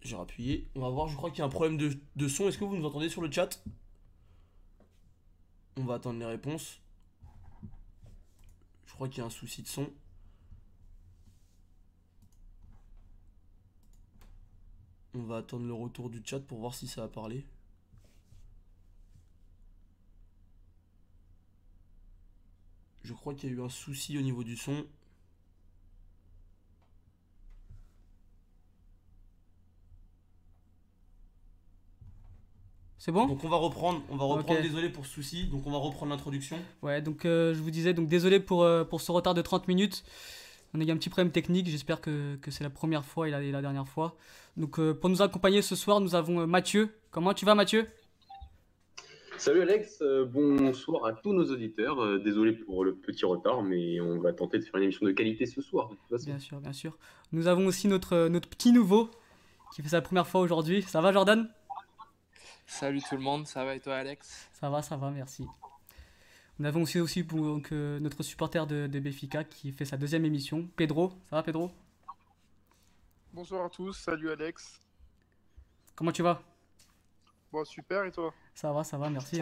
J'ai rappuyé. On va voir, je crois qu'il y a un problème de son. Est-ce que vous nous entendez sur le chat? On va attendre les réponses. Je crois qu'il y a un souci de son. On va attendre le retour du chat pour voir si ça a parlé. Je crois qu'il y a eu un souci au niveau du son. C'est bon? Donc on va reprendre, Ok. désolé pour ce souci, donc on va reprendre l'introduction. Ouais, donc je vous disais, donc désolé pour ce retard de 30 minutes. On a eu un petit problème technique, j'espère que c'est la première fois et la dernière fois. Donc pour nous accompagner ce soir, nous avons Mathieu. Comment tu vas Mathieu? Salut Alex, bonsoir à tous nos auditeurs. Désolé pour le petit retard, mais on va tenter de faire une émission de qualité ce soir, de toute façon. Bien sûr, bien sûr. Nous avons aussi notre petit nouveau qui fait sa première fois aujourd'hui. Ça va Jordan? Salut tout le monde, ça va et toi Alex? Ça va, merci. Nous avons aussi donc, notre supporter de Béfica qui fait sa deuxième émission, Pedro. Ça va Pedro? Bonsoir à tous, salut Alex. Comment tu vas? Bon, super, et toi? Ça va, merci.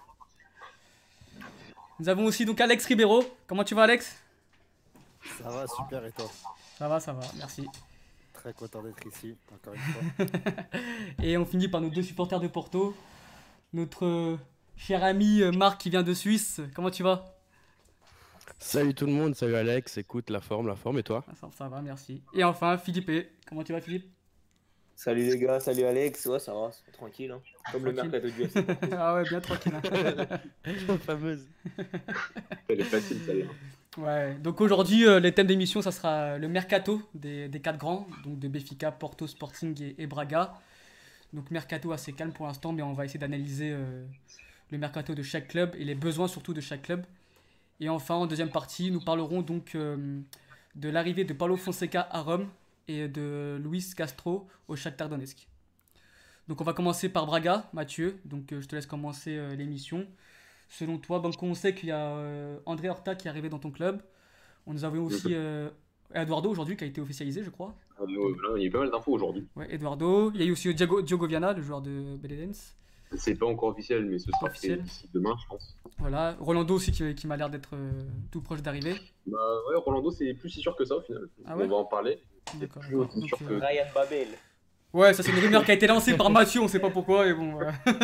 Nous avons aussi donc Alex Ribeiro. Comment tu vas Alex? Ça va, super, et toi? Ça va, merci. Très content d'être ici, encore une fois. Et on finit par nos deux supporters de Porto. Notre cher ami Marc qui vient de Suisse. Comment tu vas? Salut tout le monde, salut Alex, écoute la forme et toi? Ça va, merci. Et enfin Philippe. Comment tu vas Philippe? Salut les gars, salut Alex, ouais ça va, c'est tranquille, hein. Comme le Tranquille. mercato du FC. Ah ouais, bien tranquille. Hein. Fameuse. Elle est facile, celle-là. Ouais, donc aujourd'hui, les thèmes d'émission, ça sera le mercato des quatre grands, donc de Benfica, Porto, Sporting et Braga. Donc mercato assez calme pour l'instant, mais on va essayer d'analyser le mercato de chaque club et les besoins surtout de chaque club. Et enfin, en deuxième partie, nous parlerons donc de l'arrivée de Paulo Fonseca à Rome et de Luis Castro au Shakhtar Donetsk. Donc on va commencer par Braga, Mathieu, donc je te laisse commencer l'émission. Selon toi, donc on sait qu'il y a André Horta qui est arrivé dans ton club. On nous avait aussi Eduardo aujourd'hui qui a été officialisé, je crois. Là, il y a eu pas mal d'infos aujourd'hui. Ouais, Eduardo. Il y a eu aussi Diogo Viana, le joueur de Belenenses. C'est pas encore officiel, mais ce sera fait Officiel. d'ici demain, je pense. Voilà, Rolando aussi qui m'a l'air d'être tout proche d'arriver. Bah ouais, Rolando, c'est plus si sûr que ça au final. Ah ouais? On va en parler. D'accord. Plus aussi sûr que... Ryan Babel. Ouais, ça c'est une rumeur qui a été lancée par Mathieu, on sait pas pourquoi, et bon.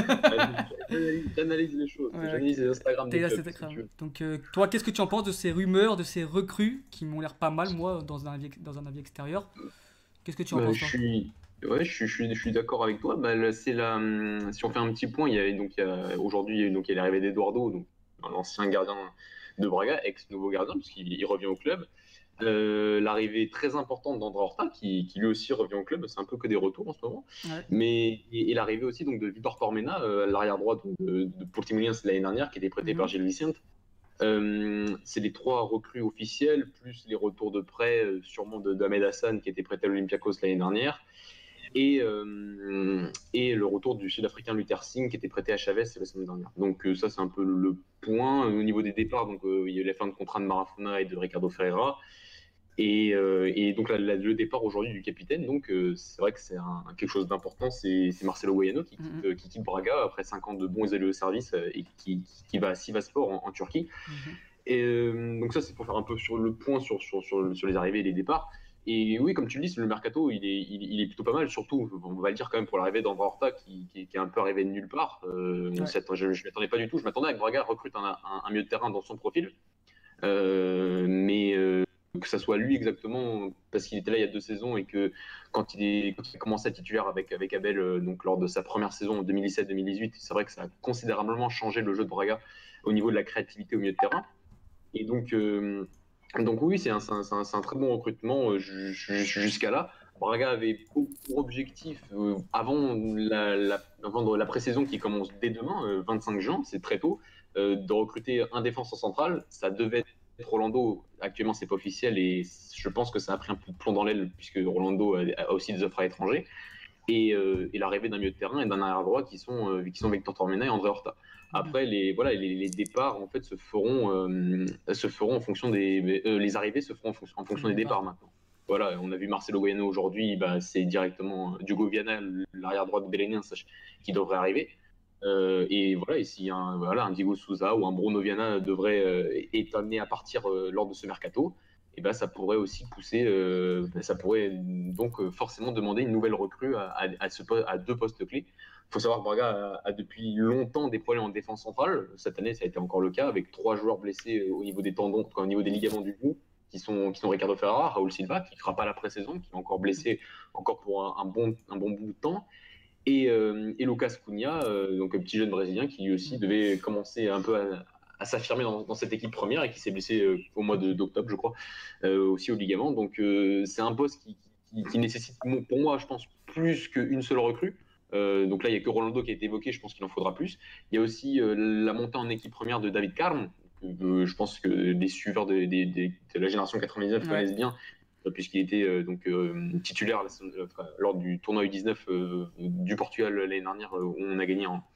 J'analyse les choses, Ouais, j'analyse les Instagram des T'es là, clubs, c'est si très tu veux. Donc toi, qu'est-ce que tu en penses de ces rumeurs, de ces recrues qui m'ont l'air pas mal, moi, dans un avis extérieur? Qu'est-ce que tu en Bah, penses, je toi? suis... Ouais, je suis d'accord avec toi. Bah, là, c'est la... Si on fait un petit point, aujourd'hui, il y a l'arrivée d'Eduardo, donc l'ancien gardien de Braga, ex-nouveau gardien, puisqu'il revient au club. L'arrivée très importante d'André Horta, qui lui aussi revient au club, c'est un peu que des retours en ce moment. Ouais. Et l'arrivée aussi donc, de Vitor Tormena, l'arrière droit de Portimonense l'année dernière, qui était prêté par Gil Vicente. C'est les trois recrues officielles, plus les retours de prêt, sûrement d'Ahmed Hassan, qui était prêté à l'Olympiakos l'année dernière. Et le retour du Sud-Africain Luther Singh qui était prêté à Chavez la semaine dernière. Donc ça c'est un peu le point. Au niveau des départs, donc, il y a eu la fin de contrat de Marafona et de Ricardo Ferreira. Et donc le départ aujourd'hui du capitaine, donc c'est vrai que c'est quelque chose d'important, c'est Marcelo Guayano qui quitte Braga après 5 ans de bons élus au service et qui va à Sivasspor en Turquie. Et donc ça c'est pour faire un peu sur le point sur les arrivées et les départs. Et oui, comme tu le dis, le mercato, il est plutôt pas mal, surtout, on va le dire quand même, pour l'arrivée d'André Horta, qui est un peu arrivé de nulle part. Je ne m'attendais pas du tout. Je m'attendais à que Braga recrute un milieu de terrain dans son profil. Mais que ça soit lui exactement, parce qu'il était là il y a 2 saisons, et que quand il a commencé à titulaire avec Abel, donc lors de sa première saison en 2017-2018, c'est vrai que ça a considérablement changé le jeu de Braga au niveau de la créativité au milieu de terrain. Et donc oui, c'est un très bon recrutement jusqu'à là. Braga avait pour objectif, avant la pré-saison qui commence dès demain, 25 juin, c'est très tôt, de recruter un défenseur central. Ça devait être Rolando. Actuellement, c'est pas officiel et je pense que ça a pris un peu de plomb dans l'aile puisque Rolando a aussi des offres à l'étranger. Et l'arrivée d'un milieu de terrain et d'un arrière-droit qui sont Victor Tormena et André Horta. Après, les départs en fait se feront en fonction des les arrivées se feront en fonction des départs maintenant. Voilà, on a vu Marcelo Goiano aujourd'hui, bah, c'est directement Diogo Viana, l'arrière droit de Belenenses, qui devrait arriver. Et voilà, et si un Diego Souza ou un Bruno Viana est amené à partir lors de ce mercato, et ben ça pourrait aussi pousser, ça pourrait donc forcément demander une nouvelle recrue à deux postes clés. Il faut savoir que Braga a depuis longtemps des problèmes en défense centrale. Cette année, ça a été encore le cas avec 3 joueurs blessés au niveau des tendons, au niveau des ligaments du genou, qui sont Ricardo Ferreira, Raúl Silva, qui ne fera pas la pré-saison, qui est encore blessé encore pour un bon bout de temps, et Lucas Cunha, donc un petit jeune brésilien qui lui aussi devait commencer un peu à s'affirmer dans cette équipe première et qui s'est blessé au mois d'octobre, je crois, aussi au ligament. Donc c'est un poste qui nécessite, pour moi, je pense, plus qu'une seule recrue. Donc là, il n'y a que Rolando qui a été évoqué, je pense qu'il en faudra plus. Il y a aussi la montée en équipe première de David Carm. Je pense que les suiveurs de la génération 99 connaissent bien, puisqu'il était titulaire lors du tournoi U19 du Portugal l'année dernière, où on a gagné en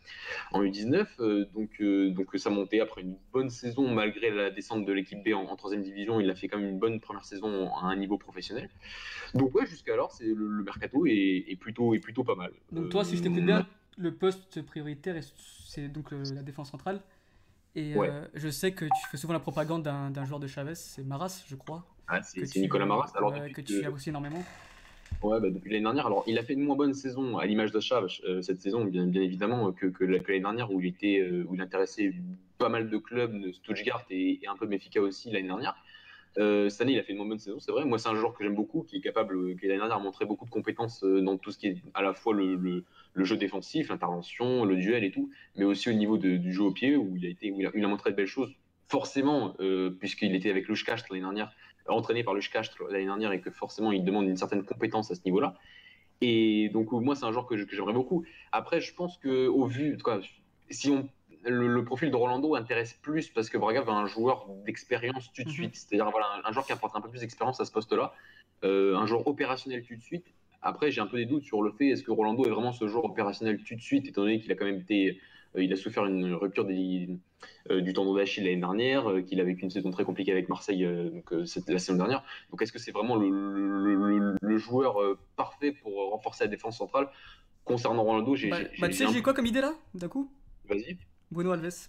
U19. Donc sa montée après une bonne saison, malgré la descente de l'équipe B en 3e division, il a fait quand même une bonne première saison à un niveau professionnel. Donc ouais, jusqu'alors, le mercato est plutôt pas mal. Donc toi, si je t'écoute bien, le poste prioritaire, c'est donc la défense centrale. Et Ouais. je sais que tu fais souvent la propagande d'un joueur de Chavez, c'est Maras, je crois. Ah, c'est Que Nicolas Maras. Alors, ouais, que tu apprécies énormément. Ouais, bah, depuis l'année dernière. Alors, il a fait une moins bonne saison, à l'image de Chaves, cette saison, bien évidemment, que l'année dernière, où il intéressait pas mal de clubs, de Stuttgart et un peu Benfica aussi l'année dernière. Cette année, il a fait une moins bonne saison, c'est vrai. Moi, c'est un joueur que j'aime beaucoup, qui est capable, qui l'année dernière a montré beaucoup de compétences dans tout ce qui est à la fois le jeu défensif, l'intervention, le duel et tout, mais aussi au niveau du jeu au pied, où il a montré de belles choses. Forcément, puisqu'il était avec le Castres l'année dernière, entraîné par le Castres l'année dernière, et que forcément, il demande une certaine compétence à ce niveau-là. Et donc, moi, c'est un joueur que j'aimerais beaucoup. Après, je pense que au vu, quoi, si on le profil de Rolando intéresse plus parce que Braga veut un joueur d'expérience tout de suite. C'est-à-dire voilà, un joueur qui apporte un peu plus d'expérience à ce poste-là, un joueur opérationnel tout de suite. Après, j'ai un peu des doutes sur le fait est-ce que Rolando est vraiment ce joueur opérationnel tout de suite, étant donné qu'il a quand même été, il a souffert une rupture du tendon d'Achille l'année dernière, qu'il a vécu une saison très compliquée avec Marseille c'était la saison dernière. Donc, est-ce que c'est vraiment le joueur parfait pour renforcer la défense centrale? Concernant Rolando, Tu sais, j'ai quoi comme idée là, d'un coup? Vas-y. Bruno Alves.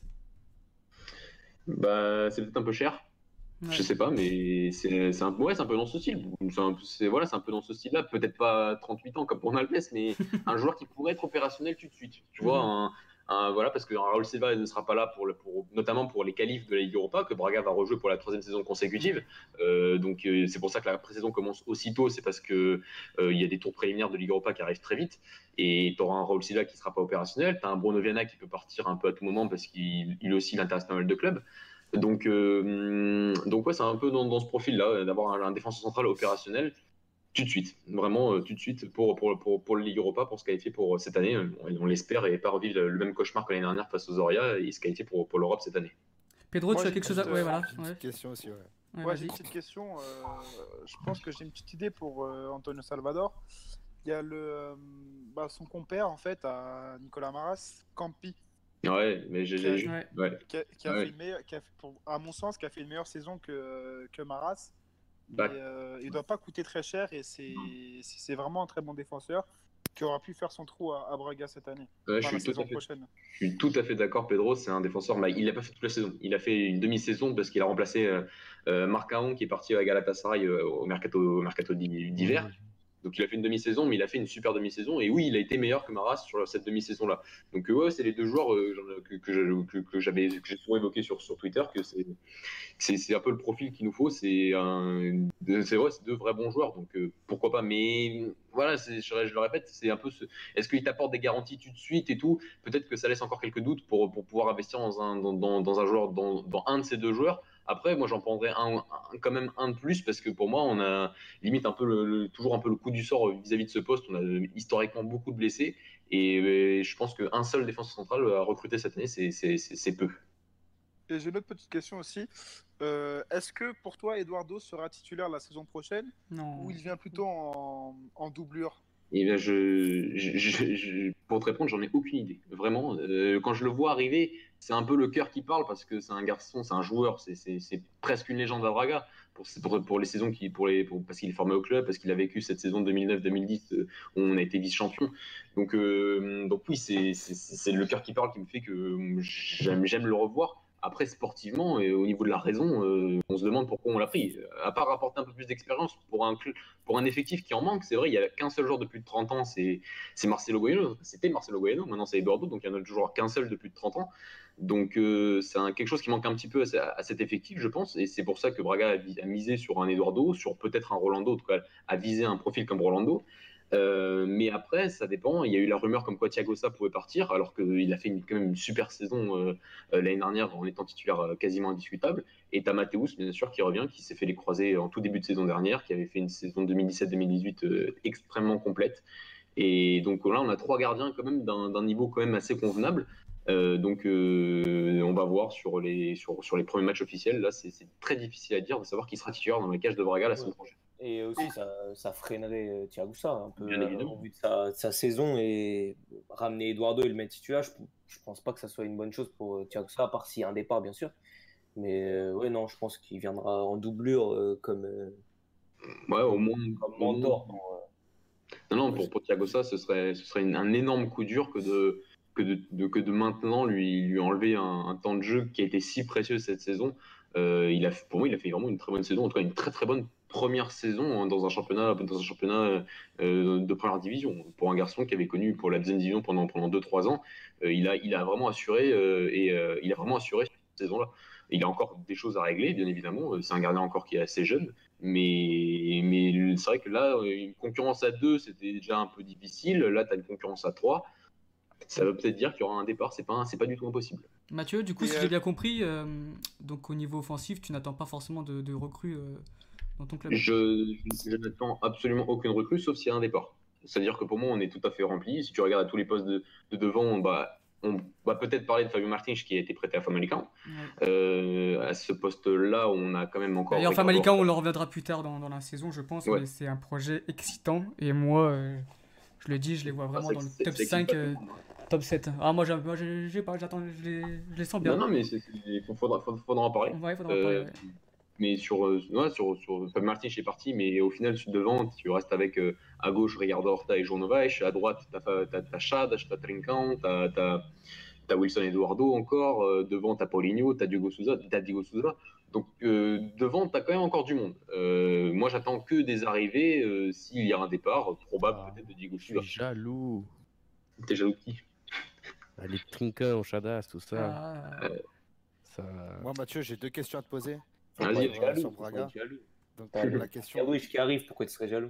Bah, c'est peut-être un peu cher. Ouais. Je sais pas, mais c'est un peu dans ce style. C'est un peu dans ce style-là. Peut-être pas 38 ans comme pour Alves, mais un joueur qui pourrait être opérationnel tout de suite. Tu vois, voilà, parce que Raúl Silva ne sera pas là notamment pour les qualifs de la Ligue Europa, que Braga va rejouer pour la 3e saison consécutive. C'est pour ça que la pré-saison commence aussitôt. C'est parce que il y a des tours préliminaires de Ligue Europa qui arrivent très vite. Et tu auras un Raúl Silva qui ne sera pas opérationnel. Tu as un Bruno Viana qui peut partir un peu à tout moment parce qu'il aussi il intéresse pas mal de clubs. Donc ouais, c'est un peu dans ce profil-là, d'avoir un défenseur central opérationnel tout de suite, vraiment tout de suite pour le Ligue Europa, pour se qualifier pour cette année. On l'espère et pas revivre le même cauchemar que l'année dernière face aux Zoria et se qualifier pour l'Europe cette année. Pedro, Moi, tu as j'ai quelque chose à. une Ouais, voilà. J'ai une petite question aussi, ouais. Ouais, Ouais, j'ai vas-y. une petite question. Je pense que j'ai une petite idée pour Antonio Salvador. Il y a son compère, en fait, à Nicolas Maras, Campi, Ouais, mais j'ai Qui a- Ouais. ouais. qui a Ouais. fait une meilleure, à mon sens, qui a fait une meilleure saison que Maras. Bah, Et il doit pas coûter très cher et c'est vraiment un très bon défenseur qui aura pu faire son trou à Braga cette année, ouais, enfin la saison prochaine. je suis tout à fait d'accord, Pedro. C'est un défenseur. Il n'a pas fait toute la saison. Il a fait une demi-saison parce qu'il a remplacé Marc Caron qui est parti à Galatasaray au mercato d'hiver. Donc il a fait une demi-saison, mais il a fait une super demi-saison. Et oui, il a été meilleur que Maras sur cette demi-saison-là. Donc ouais, c'est les deux joueurs que j'ai souvent évoqué sur Twitter, que c'est un peu le profil qu'il nous faut. C'est vrai, c'est deux vrais bons joueurs. Donc pourquoi pas. Mais voilà, je le répète, c'est un peu est-ce qu'il t'apporte des garanties tout de suite et tout? Peut-être que ça laisse encore quelques doutes pour pouvoir investir dans un joueur, dans un de ces deux joueurs. Après, moi, j'en prendrais quand même un de plus parce que pour moi, on a limite un peu toujours un peu le coup du sort vis-à-vis de ce poste. On a historiquement beaucoup de blessés et je pense qu'un seul défenseur central à recruter cette année, c'est peu. Et j'ai une autre petite question aussi. Est-ce que pour toi, Eduardo sera titulaire la saison prochaine Non. ou il vient plutôt en doublure? Et ben pour te répondre, j'en ai aucune idée. Vraiment, quand je le vois arriver, c'est un peu le cœur qui parle parce que c'est un garçon, c'est un joueur, c'est presque une légende à Braga pour les saisons parce qu'il est formé au club, parce qu'il a vécu cette saison 2009-2010 où on a été vice-champion. Donc oui, c'est le cœur qui parle qui me fait que j'aime le revoir. Après, sportivement et au niveau de la raison, on se demande pourquoi on l'a pris. À part apporter un peu plus d'expérience pour un effectif qui en manque, c'est vrai, il n'y a qu'un seul joueur de plus de 30 ans, c'est Marcelo Goiano. C'était Marcelo Goiano, maintenant c'est Eduardo, donc il y en a toujours qu'un seul de plus de 30 ans. Donc c'est quelque chose qui manque un petit peu à cet effectif, je pense, et c'est pour ça que Braga a misé sur un Eduardo, sur peut-être un Rolando, en tout cas a visé un profil comme Rolando. Mais après, ça dépend. Il y a eu la rumeur comme quoi Thiago Sa pouvait partir, alors qu'il a fait quand même une super saison l'année dernière en étant titulaire quasiment indiscutable. Et t'as Mathéus, bien sûr, qui revient, qui s'est fait les croisés en tout début de saison dernière, qui avait fait une saison 2017-2018 extrêmement complète. Et donc là, on a 3 gardiens quand même d'un niveau quand même assez convenable. On va voir sur les premiers matchs officiels. Là, c'est très difficile à dire de savoir qui sera titulaire dans la cage de Braga la semaine prochaine. Et aussi, ça freinerait Thiago Sa un peu Bien évidemment. au vu de sa saison. Et ramener Eduardo et le mettre titulaire, je pense pas que ça soit une bonne chose pour Thiago Sa, à part s'il y a un départ, bien sûr. Mais ouais, non, je pense qu'il viendra en doublure comme Au moins. comme mentor. Non, pour Thiago Sa, ce serait un énorme coup dur que de maintenant lui enlever un temps de jeu qui a été si précieux cette saison. Pour moi, il a fait vraiment une très bonne saison, en tout cas une très très bonne première saison dans un championnat de première division. Pour un garçon qui avait connu pour la deuxième division pendant 2-3 ans, il a vraiment assuré il a vraiment assuré cette saison-là. Il a encore des choses à régler, bien évidemment. C'est un gardien encore qui est assez jeune, mais c'est vrai que là, une concurrence à 2, c'était déjà un peu difficile. Là, tu as une concurrence à 3. Ça veut peut-être dire qu'il y aura un départ. C'est pas du tout impossible. Mathieu, du coup, si j'ai bien compris, donc au niveau offensif, tu n'attends pas forcément de recrues dans ton club. Je n'attends absolument aucune recrue, sauf s'il y a un départ. C'est-à-dire que pour moi, on est tout à fait rempli. Si tu regardes à tous les postes de devant, on va peut-être parler de Fabio Martins qui a été prêté à Famalicão. Ouais. À ce poste-là, on a quand même encore. D'ailleurs, Famalicão, on en reviendra plus tard dans la saison, je pense. Ouais. Mais c'est un projet excitant. Et moi, je le dis, je les vois vraiment dans le top 5. Top 7. Ah, moi, j'attends, je les sens bien. Non, mais il faudra en parler. Ouais, faudra en parler. Ouais. Mais sur Fabio Martins est parti, mais au final, devant, tu restes avec à gauche Ricardo Horta et João Novaes, à droite, t'as Chad, t'as Trincão, t'as Wilson Eduardo encore, devant, t'as Paulinho, t'as Diogo Souza. Donc, devant, t'as quand même encore du monde. Moi, j'attends que des arrivées, s'il y a un départ, probable peut-être de Diogo Souza. Je suis jaloux. T'es jaloux de qui? Les Trincão, Chadas, tout ça. Moi, Mathieu, j'ai 2 questions à te poser. Vas-y, sur Braga. Donc, la question. Louis qui arrive, pourquoi tu serais jaloux?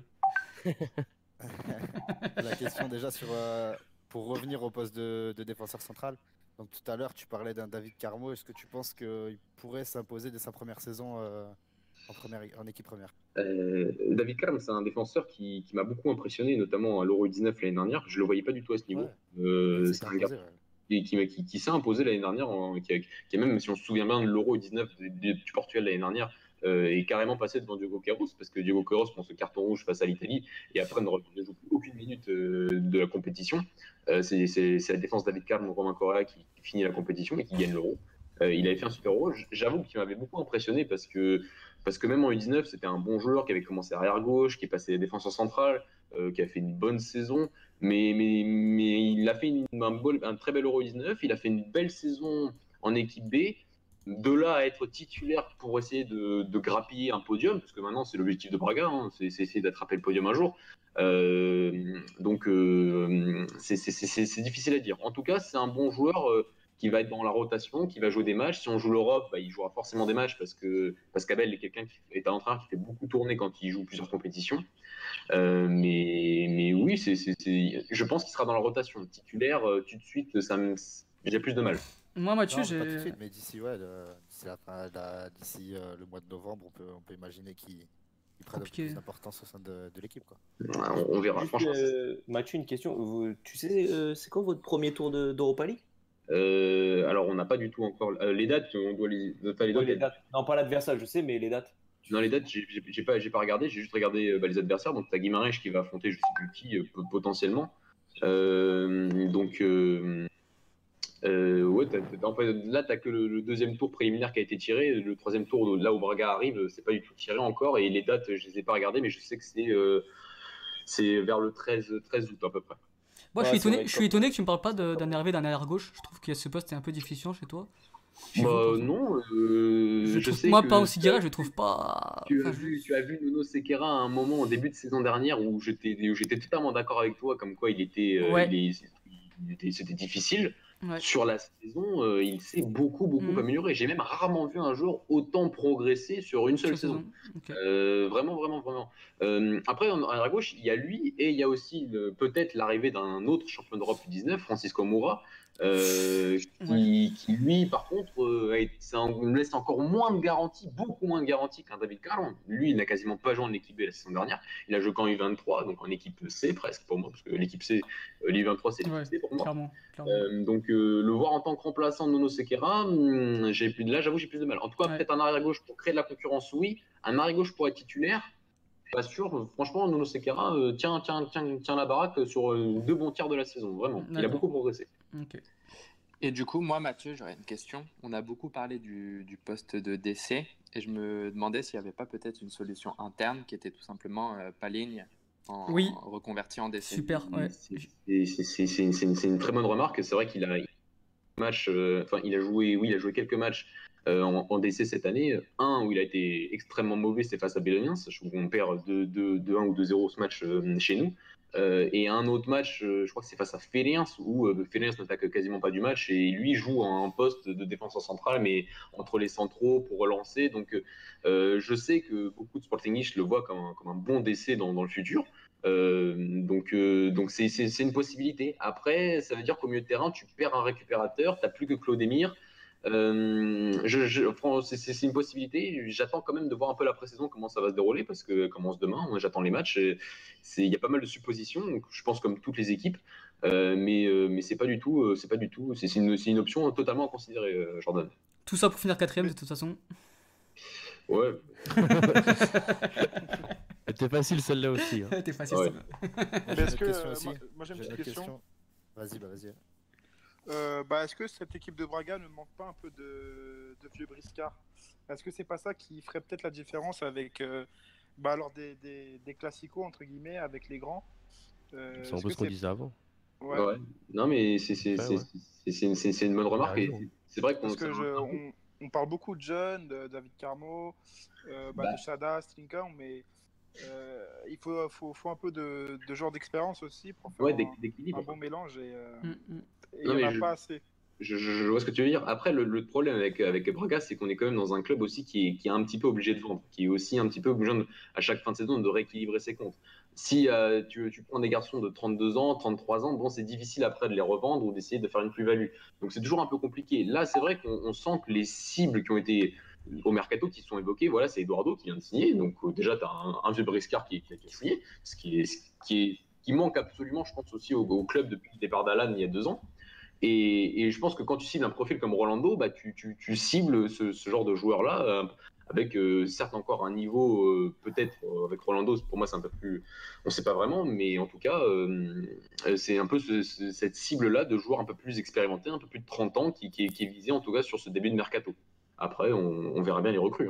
La question déjà pour revenir au poste de défenseur central. Donc tout à l'heure, tu parlais d'un David Carmo. Est-ce que tu penses qu'il pourrait s'imposer dès sa première saison en équipe première? David Carmo, c'est un défenseur qui m'a beaucoup impressionné, notamment à l'Euro 19 l'année dernière. Je le voyais pas du tout à ce niveau. Ouais. C'est un gars qui s'est imposé l'année dernière, qui a même, si on se souvient bien de l'Euro 19 du Portugal l'année dernière, est carrément passé devant Diogo Queiroz, parce que Diogo Queiroz prend ce carton rouge face à l'Italie et après ne joue plus aucune minute de la compétition. C'est la défense David Carmo, Romain Correa qui finit la compétition et qui gagne l'Euro. Il avait fait un super Euro. J'avoue qu'il m'avait beaucoup impressionné parce que même en U19, c'était un bon joueur qui avait commencé arrière gauche, qui est passé défenseur central, qui a fait une bonne saison. Mais il a fait un très bel Euro 19, il a fait une belle saison en équipe B. De là à être titulaire pour essayer de grappiller un podium, parce que maintenant c'est l'objectif de Braga, c'est essayer d'attraper le podium un jour. C'est difficile à dire. En tout cas, c'est un bon joueur qui va être dans la rotation, qui va jouer des matchs. Si on joue l'Europe, il jouera forcément des matchs parce qu'Abel est quelqu'un qui est un entraîneur qui fait beaucoup tourner quand il joue plusieurs compétitions. Mais oui, je pense qu'il sera dans la rotation. Titulaire, tout de suite, j'ai plus de mal. Moi, Mathieu, j'ai. Pas tout de suite, mais d'ici le mois de novembre, on peut imaginer qu'il prenne un peu plus d'importance au sein de l'équipe. On verra. Franchement. Mathieu, une question. Tu sais, c'est quand votre premier tour d'Europa League? Alors, on n'a pas du tout encore les dates. On doit les dates. Non, pas l'adversaire, je sais, mais les dates. Dans les dates, j'ai pas regardé, j'ai juste regardé les adversaires. Donc, tu as Guimarães qui va affronter je sais plus qui potentiellement. Donc, ouais, en fait, là, tu que le deuxième tour préliminaire qui a été tiré. Le troisième tour, là où Braga arrive, c'est pas du tout tiré encore. Et les dates, je les ai pas regardées, mais je sais que c'est vers le 13 août à peu près. Moi, Ouais, je suis étonné que tu me parles pas d'un arrivé d'un arrière gauche. Je trouve que ce poste est un peu difficile chez toi. Chez vous, pour ça. Non, Je je trouve, sais moi, que pas aussi direct, je le trouve pas. Enfin, tu as vu Nuno Sequeira à un moment au début de saison dernière où j'étais totalement d'accord avec toi, comme quoi Ouais. c'était difficile. Ouais. Sur la saison, il s'est beaucoup Mhm. amélioré. J'ai même rarement vu un joueur autant progresser sur une seule Sur saison. saison. Ok. Vraiment. Après, à gauche, il y a lui et il y a aussi peut-être l'arrivée d'un autre champion d'Europe U19, Francisco Moura, Ouais. qui lui, par contre, me laisse encore moins de garantie, beaucoup moins de garantie qu'un David Carron. Lui, il n'a quasiment pas joué en équipe B la saison dernière. Il a joué qu'en U23, donc en équipe C presque pour moi, parce que l'équipe C, l'U23, c'est l'équipe Ouais. C pour moi. Clairement. Donc le voir en tant que remplaçant de Nuno Sequeira, j'avoue j'ai plus de mal. En tout cas, Ouais. peut-être un arrière gauche pour créer de la concurrence, oui. Un arrière gauche pour être titulaire, pas sûr. Franchement, Nuno Sequeira tient la baraque sur 2 bons tiers de la saison, vraiment. Il a D'accord. beaucoup progressé. Ok. Et du coup, moi, Mathieu, j'aurais une question. On a beaucoup parlé du poste de DC et je me demandais s'il n'y avait pas peut-être une solution interne qui était tout simplement Paligne Oui. reconverti en DC. Super. Ouais. C'est une très bonne remarque. C'est vrai qu'il a il a joué quelques matchs en DC cette année. Un où il a été extrêmement mauvais, c'était face à Belloniens, où on perd 2-1 ou 2-0 ce match chez nous. Et un autre match, je crois que c'est face à Feirense, où Feirense n'attaque quasiment pas du match et lui joue un poste de défenseur central, mais entre les centraux pour relancer. Donc je sais que beaucoup de Sportingish le voient comme un bon DC dans le futur. Donc c'est une possibilité. Après, ça veut dire qu'au milieu de terrain, tu perds un récupérateur, tu n'as plus que Claude Emir. C'est une possibilité. J'attends quand même de voir un peu la pré-saison, comment ça va se dérouler, parce que commence demain. Moi, j'attends les matchs. Il y a pas mal de suppositions, donc je pense comme toutes les équipes. Mais c'est pas du tout. C'est une option totalement à considérer, Jordan. Tout ça pour finir quatrième de toute façon. Ouais. C'était facile celle-là aussi. Hein. T'es facile. Ouais. Mais est-ce que question aussi. moi j'ai une J'ai petite une question. Vas-y. Est-ce que cette équipe de Braga ne manque pas un peu de vieux briscards? Est-ce que c'est pas ça qui ferait peut-être la différence avec alors des classicos entre guillemets avec les grands? C'est Est-ce un peu que ce qu'on c'est disait avant. Ouais. Non, mais c'est une bonne remarque. Et raison. c'est vrai qu'on Parce que on parle beaucoup de jeunes, de David Carmo, de Shada, Stringham, mais il faut un peu de genre d'expérience aussi pour faire d'équilibre. un bon mélange et il Non, n'y mais en a pas assez. Je vois ce que tu veux dire. Après, le problème avec Braga, c'est qu'on est quand même dans un club aussi qui est un petit peu obligé de vendre, qui est aussi un petit peu obligé à chaque fin de saison de rééquilibrer ses comptes. Si tu prends des garçons de 32 ans, 33 ans, bon, c'est difficile après de les revendre ou d'essayer de faire une plus-value. Donc c'est toujours un peu compliqué. Là, c'est vrai qu'on sent que les cibles qui ont été au mercato qui sont évoquées, voilà, c'est Eduardo qui vient de signer. Donc déjà, tu as un vieux briscard qui a signé, qui manque absolument, je pense, aussi au club depuis le départ d'Alan il y a 2 ans. Et je pense que quand tu cibles un profil comme Rolando, tu cibles ce genre de joueur-là avec certes encore un niveau peut-être avec Rolando, pour moi c'est un peu plus, on ne sait pas vraiment, mais en tout cas c'est un peu cette cible-là de joueurs un peu plus expérimentés, un peu plus de 30 ans qui est visée en tout cas sur ce début de mercato. Après on verra bien les recrues. Hein.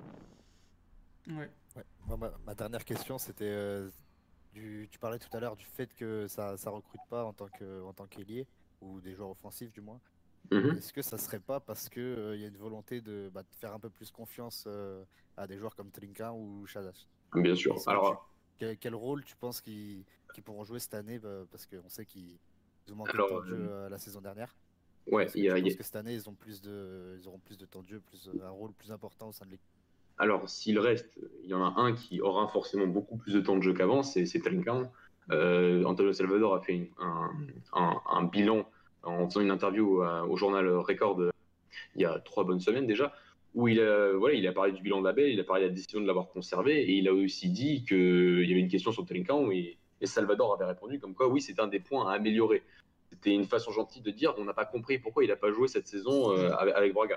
Ouais. Moi, ma dernière question, c'était tu parlais tout à l'heure du fait que ça recrute pas en tant qu'ailier ou des joueurs offensifs du moins. Est-ce que ça serait pas parce que y a une volonté de faire un peu plus confiance à des joueurs comme Trinca ou Shadas? Bien sûr. Alors quel rôle tu penses qu'ils pourront jouer cette année, parce qu'on sait qu'ils ont manqué de temps de jeu la saison dernière. Ouais, Est-ce que tu penses que cette année ils auront plus de temps de jeu, un rôle plus important au sein de l'équipe? Alors, s'il reste, il y en a un qui aura forcément beaucoup plus de temps de jeu qu'avant, c'est Trinca. Antonio Salvador a fait un bilan en faisant une interview au journal Record il y a 3 bonnes semaines déjà, où il a parlé du bilan de la Belle, il a parlé de la décision de l'avoir conservé, et il a aussi dit qu'il y avait une question sur Trinca, et Salvador avait répondu comme quoi, oui, c'est un des points à améliorer. C'était une façon gentille de dire on n'a pas compris pourquoi il n'a pas joué cette saison avec Braga.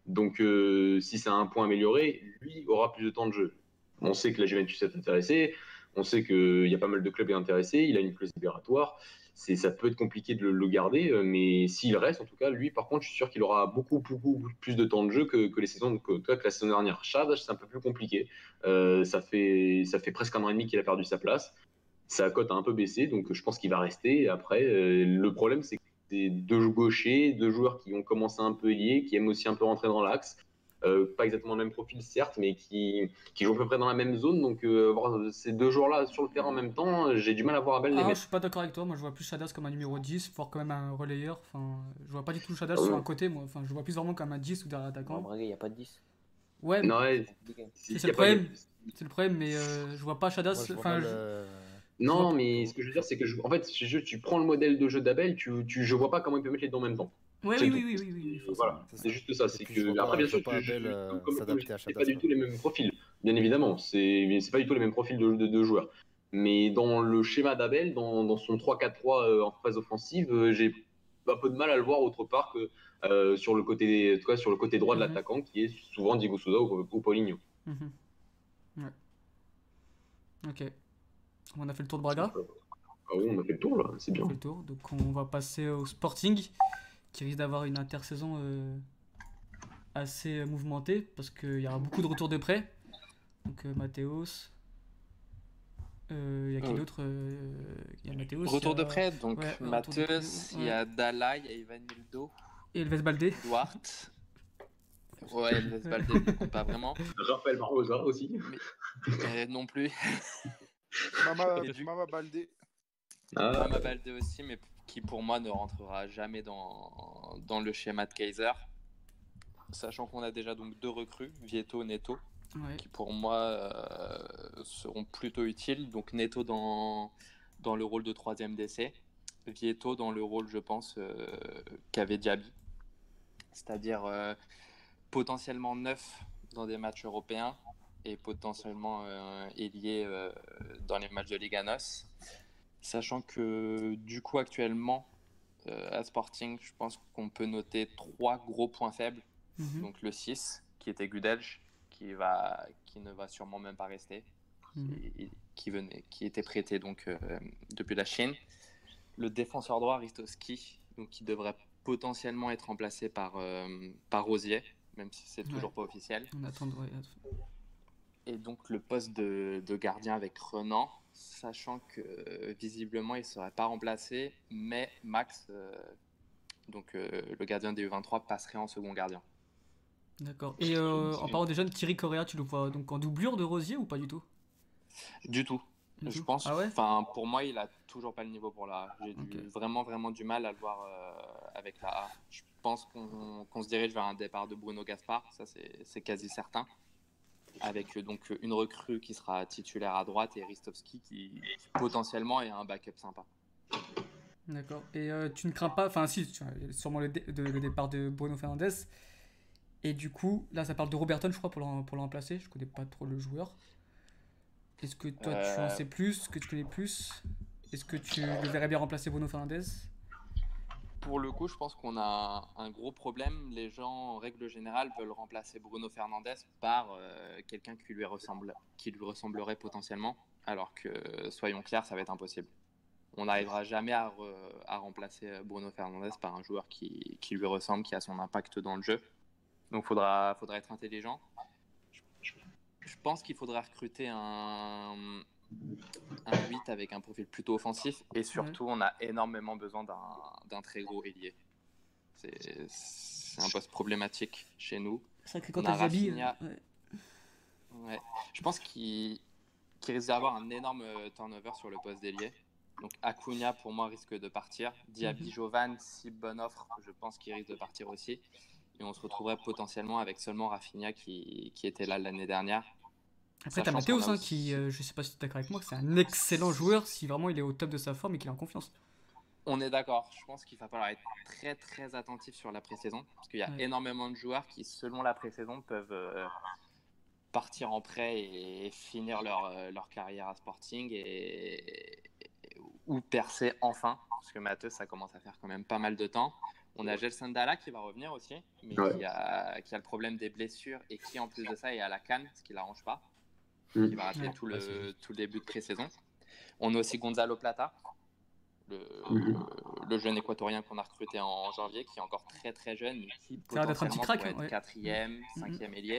Donc, si c'est un point amélioré, lui aura plus de temps de jeu. On sait que la Juventus est intéressée, on sait qu'il y a pas mal de clubs intéressés, il a une clause libératoire. Ça peut être compliqué de le garder, mais s'il reste, en tout cas, lui, par contre, je suis sûr qu'il aura beaucoup plus de temps de jeu que la saison dernière. Chad, c'est un peu plus compliqué. Ça fait presque 1 an et demi qu'il a perdu sa place. Sa cote a un peu baissé, donc je pense qu'il va rester. Et après, le problème, c'est que c'est deux gauchers, deux joueurs qui ont commencé un peu ailier, qui aiment aussi un peu rentrer dans l'axe. Pas exactement le même profil, certes, mais qui jouent à peu près dans la même zone. Donc, avoir ces deux joueurs-là sur le terrain en même temps, j'ai du mal à voir Abel les Ah, je mettre. suis pas d'accord avec toi. Moi, je vois plus Shadas comme un numéro 10, voire quand même un relayeur. Enfin, je vois pas du tout Shadas Ah sur ouais. un côté, moi. Enfin, je vois plus vraiment comme un 10 ou derrière En attaquant. Braga, il n'y a pas de 10. Ouais, Non, ouais, Compliqué. s'il c'est y le a pas de- problème. C'est le problème, mais je vois pas Moi, Shadas. je vois Enfin, mal. je vois Non, pas. mais ce que je veux dire, c'est que en fait, tu prends le modèle de jeu d'Abel, je vois pas comment il peut mettre les deux en même temps. Ouais, C'est oui, tout. oui, oui, oui, oui, forcément. Voilà, C'est c'est ça. juste ça. Et C'est puis je que vois après, pas, bien je sûr, vois pas Abel comme je s'adapter à c'est pas Shadas, du quoi. tout les mêmes profils, bien évidemment. C'est pas du tout les mêmes profils de joueurs. Mais dans le schéma d'Abel, dans son 3-4-3 en phase offensive, j'ai un peu de mal à le voir autre part que sur le côté, en tout cas, sur le côté droit de Mhm, l'attaquant, qui est souvent Diego Souza ou Paulinho. mhm. Ouais, ok. On a fait le tour de Braga. Ah oui, on a fait le tour là, c'est On a bien. fait le tour. Donc, on va passer au Sporting, qui risque d'avoir une intersaison assez mouvementée, parce qu'il y aura beaucoup de retours de prêt. Donc, Mathéos. Il y a qui d'autre Il y a Mathéos. Retour de près, donc Ouais, retour de prêt, Matheus, il y ouais. a Dala, il y a Ivan Mildo, Et Elves Baldé. Duarte. Ouais, Elves Ouais. Baldé ne compte pas vraiment, Raphaël Barbosa aussi. mais non plus. Et du Mama Baldé. Ah, Mama Baldé aussi, mais qui pour moi ne rentrera jamais dans le schéma de Kaiser. Sachant qu'on a déjà donc 2 recrues, Vieto, Neto, Ouais. qui pour moi seront plutôt utiles. Donc Neto dans le rôle de 3e DC, Vieto dans le rôle, je pense, qu'avait Diaby, c'est-à-dire potentiellement neuf dans des matchs européens et potentiellement ailier dans les matchs de Liga NOS. Sachant que du coup actuellement à Sporting, je pense qu'on peut noter 3 gros points faibles. Mhm. Donc le 6 qui était Gudelj, qui ne va sûrement même pas rester, qui était prêté donc depuis la Chine. Le défenseur droit Ristovski, donc qui devrait potentiellement être remplacé par Rosier, même si c'est toujours pas officiel. On attend. Ouais. Et donc le poste de gardien avec Renan, sachant que visiblement il ne serait pas remplacé, mais Max, donc le gardien des U23, passerait en second gardien. D'accord. Et en parlant des jeunes, Thierry Correa, tu le vois donc en doublure de Rosier ou pas du tout? Du tout. Du Je tout. pense, Ah ouais? pour moi, il a toujours pas le niveau pour la A. J'ai Ok. vraiment du mal à le voir avec la A. Je pense qu'on se dirige vers un départ de Bruno Gaspard, ça c'est quasi certain. Avec donc une recrue qui sera titulaire à droite et Ristovski qui potentiellement est un backup sympa. D'accord. Et tu ne crains pas, enfin si, il y a sûrement le départ de Bruno Fernandes. Et du coup, là ça parle de Roberton, je crois, pour le remplacer. Je connais pas trop le joueur. Est-ce que toi tu en sais plus, que tu connais plus? Est-ce que tu le verrais bien remplacer Bruno Fernandes? Pour le coup, je pense qu'on a un gros problème. Les gens, en règle générale, veulent remplacer Bruno Fernandes par quelqu'un qui lui ressemblerait potentiellement. Alors que, soyons clairs, ça va être impossible. On n'arrivera jamais à remplacer Bruno Fernandes par un joueur qui lui ressemble, qui a son impact dans le jeu. Donc il faudra être intelligent. Je pense qu'il faudra recruter un 8 avec un profil plutôt offensif. Et surtout, on a énormément besoin d'un très gros ailier. C'est un poste problématique chez nous. C'est vrai que quand On a t'as Zabi, Rafinha. ouais. Ouais. Je pense qu'il risque d'avoir un énorme turnover sur le poste d'ailier. Donc Acuna, pour moi, risque de partir. Diaby, Jovan, si bonne offre, je pense qu'il risque de partir aussi. Et on se retrouverait potentiellement avec seulement Rafinha qui était là l'année dernière. Après, t'as Sachant Mathéos, qu'on a qui, aussi- je sais pas si tu es d'accord avec moi, c'est un excellent joueur si vraiment il est au top de sa forme et qu'il est en confiance. On est d'accord. Je pense qu'il va falloir être très très attentif sur la pré-saison. Parce qu'il y a Ouais. énormément de joueurs qui, selon la pré-saison, peuvent partir en prêt et finir leur carrière à Sporting ou percer enfin. parce que Matheus, ça commence à faire quand même pas mal de temps. On a Gelson Dalla qui va revenir aussi, mais Ouais. qui a le problème des blessures et qui, en plus de ça, est à la CAN, ce qui l'arrange pas. Mm. Il va rater Ouais. tout le début de pré-saison. On a aussi Gonzalo Plata, le jeune équatorien qu'on a recruté en janvier, qui est encore très très jeune, mais qui Ça a l'air d'être un petit potentiellement crack, pourrait être ouais. quatrième, cinquième ailier.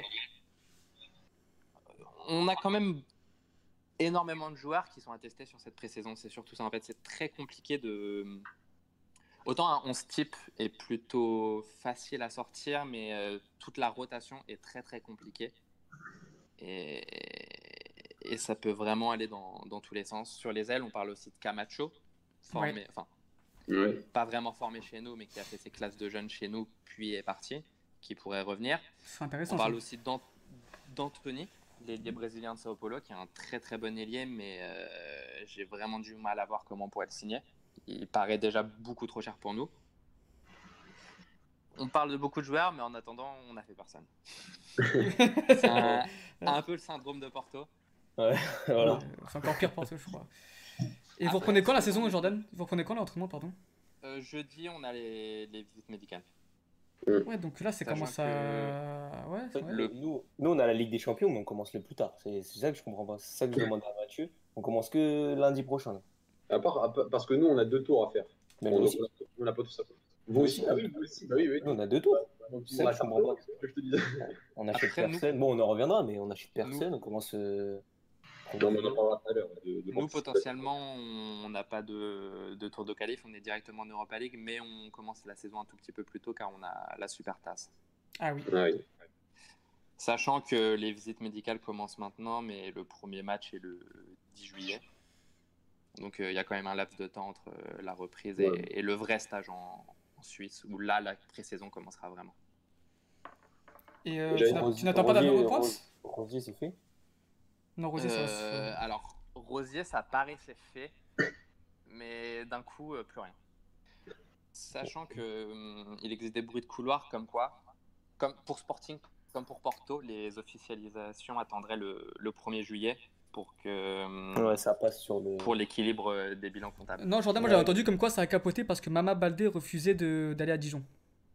On a quand même énormément de joueurs qui sont attestés sur cette pré-saison. C'est surtout ça. En fait, c'est très compliqué de. Autant un 11 type est plutôt facile à sortir, mais toute la rotation est très très compliquée. Et ça peut vraiment aller dans tous les sens. Sur les ailes, on parle aussi de Camacho, Ouais. pas vraiment formé chez nous, mais qui a fait ses classes de jeunes chez nous, puis est parti, qui pourrait revenir. C'est intéressant. On parle ça. aussi d'Anthony, l'ailier brésilien de Sao Paulo, qui est un très très bon ailier, mais j'ai vraiment du mal à voir comment on pourrait le signer. Il paraît déjà beaucoup trop cher pour nous. On parle de beaucoup de joueurs, mais en attendant, on n'a fait personne. C'est un peu le syndrome de Porto. Ouais, voilà. C'est encore pire pour ça, je crois. Et vous Après, reprenez quand la c'est saison, bon. Jordan? Vous reprenez quand l'entraînement, pardon? Jeudi, on a les visites médicales. Ouais, donc là, c'est Sachant commence à. Ouais, c'est vrai. Nous, on a la Ligue des Champions, mais on commence le plus tard. C'est ça que je comprends pas. C'est ça que je demande à Mathieu. On commence que lundi prochain. Parce que nous, on a 2 tours à faire. Mais nous aussi. On n'a pas tout ça. Vous aussi? Ah oui, vous aussi. Bah oui, oui. Nous, on a 2 tours. Donc, C'est ça que je comprends pas. c'est ce que je te disais. On n'achète Après, personne. Bon, on en reviendra, mais on n'achète personne. On commence. Non, mais on en parlera tout à l'heure. Nous, potentiellement, on n'a pas de tour de qualif. On est directement en Europa League, mais on commence la saison un tout petit peu plus tôt car on a la Super Tasse. Ah oui. Ah oui. Sachant que les visites médicales commencent maintenant, mais le premier match est le 10 juillet. Donc il y a quand même un laps de temps entre la reprise et le vrai stage en Suisse, où là, la pré-saison commencera vraiment. Et J'avais- tu n'attends pas d'avenir aux pointes? Rosier, c'est fait. Non, Rosé, ça va. Alors, Rosier, ça paraissait fait, mais d'un coup, plus rien. Sachant qu'il existe des bruits de couloir comme quoi, comme pour Sporting, comme pour Porto, les officialisations attendraient le 1er juillet pour que Ouais, ça passe sur le. pour l'équilibre des bilans comptables. Non, Jordan, moi Ouais. j'avais entendu comme quoi ça a capoté parce que Mama Baldé refusait d'aller à Dijon.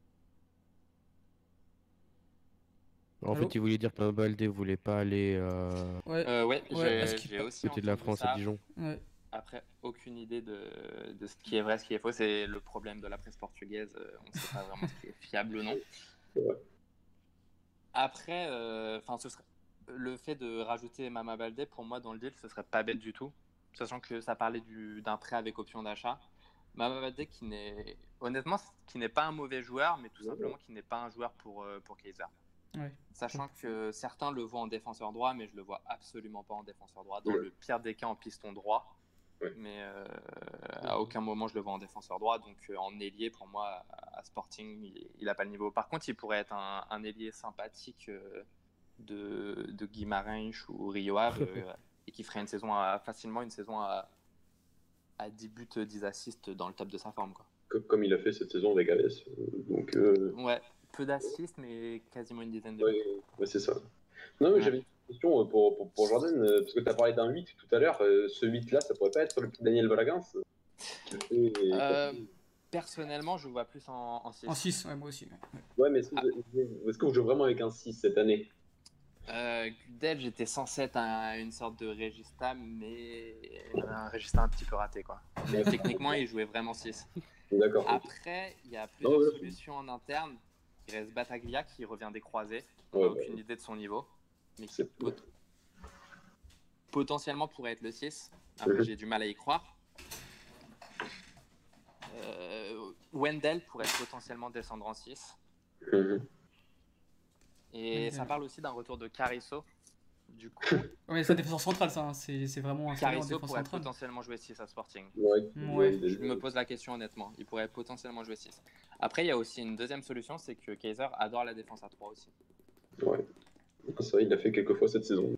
En Allô fait, il voulait dire que Baldé voulait pas aller Ouais. Ouais, Ouais, est-ce qu'il j'ai pa- aussi côté de la entendu France ça. à Dijon. Ouais. Après, aucune idée de ce qui est vrai, ce qui est faux. C'est le problème de la presse portugaise. On ne sait pas vraiment ce qui est fiable ou non. Ouais. Après, ce serait le fait de rajouter Mama Baldé, pour moi, dans le deal, ce serait pas bête du tout. Sachant que ça parlait d'un prêt avec option d'achat. Mama Baldé, qui n'est pas un mauvais joueur, mais tout simplement qui n'est pas un joueur pour Kaiser. Ouais. Sachant que certains le voient en défenseur droit, mais je le vois absolument pas en défenseur droit. Dans le pire des cas, en piston droit. Ouais. Mais à aucun moment je le vois en défenseur droit. Donc en ailier, pour moi, à Sporting, il n'a pas le niveau. Par contre, il pourrait être un ailier sympathique de Guimarães ou Rio Ave et qui ferait facilement une saison à 10 buts, 10 assists dans le top de sa forme, quoi. Comme il a fait cette saison avec Gales. Donc, Ouais, peu d'assists, mais quasiment une dizaine de buts. ouais, c'est ça. Non, mais Ouais. j'avais une question pour Jordan, parce que tu as parlé d'un 8 tout à l'heure. Ce 8-là, ça pourrait pas être le petit Daniel Bragance Personnellement, je le vois plus en 6. En 6, ouais, moi aussi. Ouais, mais est-ce que vous jouez vraiment avec un 6 cette année? Gudel, j'étais censé être une sorte de Regista, mais un Regista un petit peu raté, quoi. Mais techniquement, il jouait vraiment 6. D'accord. Après, il y a plusieurs ouais. solutions en interne. Il reste Bataglia qui revient des croisés. On n'a Ouais, aucune idée de son niveau. Mais qui C'est- potentiellement pourrait être le 6. Après, Mhm. j'ai du mal à y croire. Wendell pourrait potentiellement descendre en 6. Mhm. Et Wendell. ça parle aussi d'un retour de Carriço. Du coup, Ouais, c'est un défenseur central, ça. Hein. C'est vraiment un en Carriço défense pourrait centrale. potentiellement jouer 6 à Sporting. Ouais. Je me pose la question honnêtement. Il pourrait potentiellement jouer 6. Après, il y a aussi une deuxième solution, c'est que Kaiser adore la défense à 3 aussi. Ouais. C'est vrai, il l'a fait quelques fois cette saison.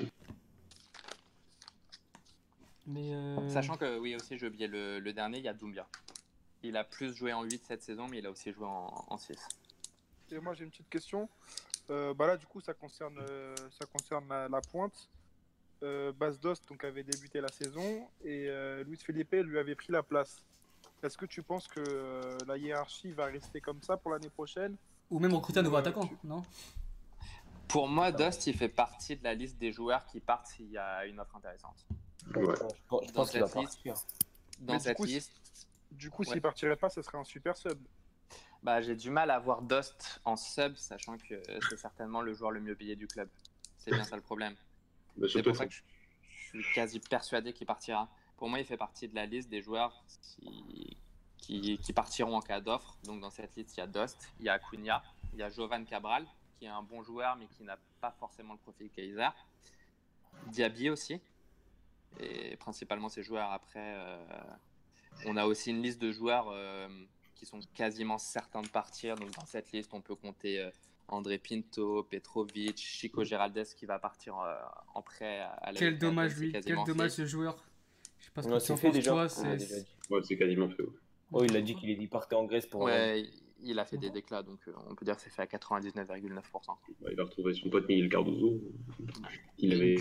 Mais Sachant que, oui, aussi, j'ai oublié le dernier, il y a Doumbia. Il a plus joué en 8 cette saison, mais il a aussi joué en 6. Et moi j'ai une petite question. Là du coup ça concerne la pointe. Bas Dost donc avait débuté la saison et Luis Felipe lui avait pris la place. Est-ce que tu penses que la hiérarchie va rester comme ça pour l'année prochaine? Ou même recruter un nouveau Ouais, attaquant, tu- non? Pour moi, Dost, il fait partie de la liste des joueurs qui partent s'il y a une offre intéressante. Ouais. Je pense qu'il va partir. Dans Mais du cette coup, liste, Du coup, Ouais. s'il partirait pas, ce serait un super sub. bah, j'ai du mal à voir Dost en sub, sachant que c'est certainement le joueur le mieux payé du club. C'est bien ça le problème. Bah, C'est surtout, pour ça que je suis quasi persuadé qu'il partira. Pour moi, il fait partie de la liste des joueurs qui partiront en cas d'offre. Donc dans cette liste, il y a Dost, il y a Acuna, il y a Jovan Cabral, qui est un bon joueur, mais qui n'a pas forcément le profil Kaiser. Diaby aussi. Et principalement ces joueurs. Après, on a aussi une liste de joueurs qui sont quasiment certains de partir. Donc dans cette liste, on peut compter André Pinto, Petrovic, Chico Geraldes qui va partir en prêt à la Quel United, dommage, c'est lui. Quel quasiment dommage, fait. ce joueur. Je sais pas ce Non, que tu c'est en fait penses, déjà. toi. On l'a déjà dit. Ouais, c'est quasiment fait. Ouais. Oh, il a dit qu'il partait en Grèce pour. Ouais, il a fait des déclats, donc on peut dire que c'est fait à 99,9%. Bah, il va retrouver son pote Miguel Cardozo. Il avait...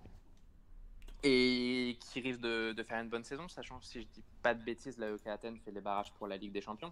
Et qui risque de faire une bonne saison, sachant, si je dis pas de bêtises, l'AEK Athènes fait les barrages pour la Ligue des Champions.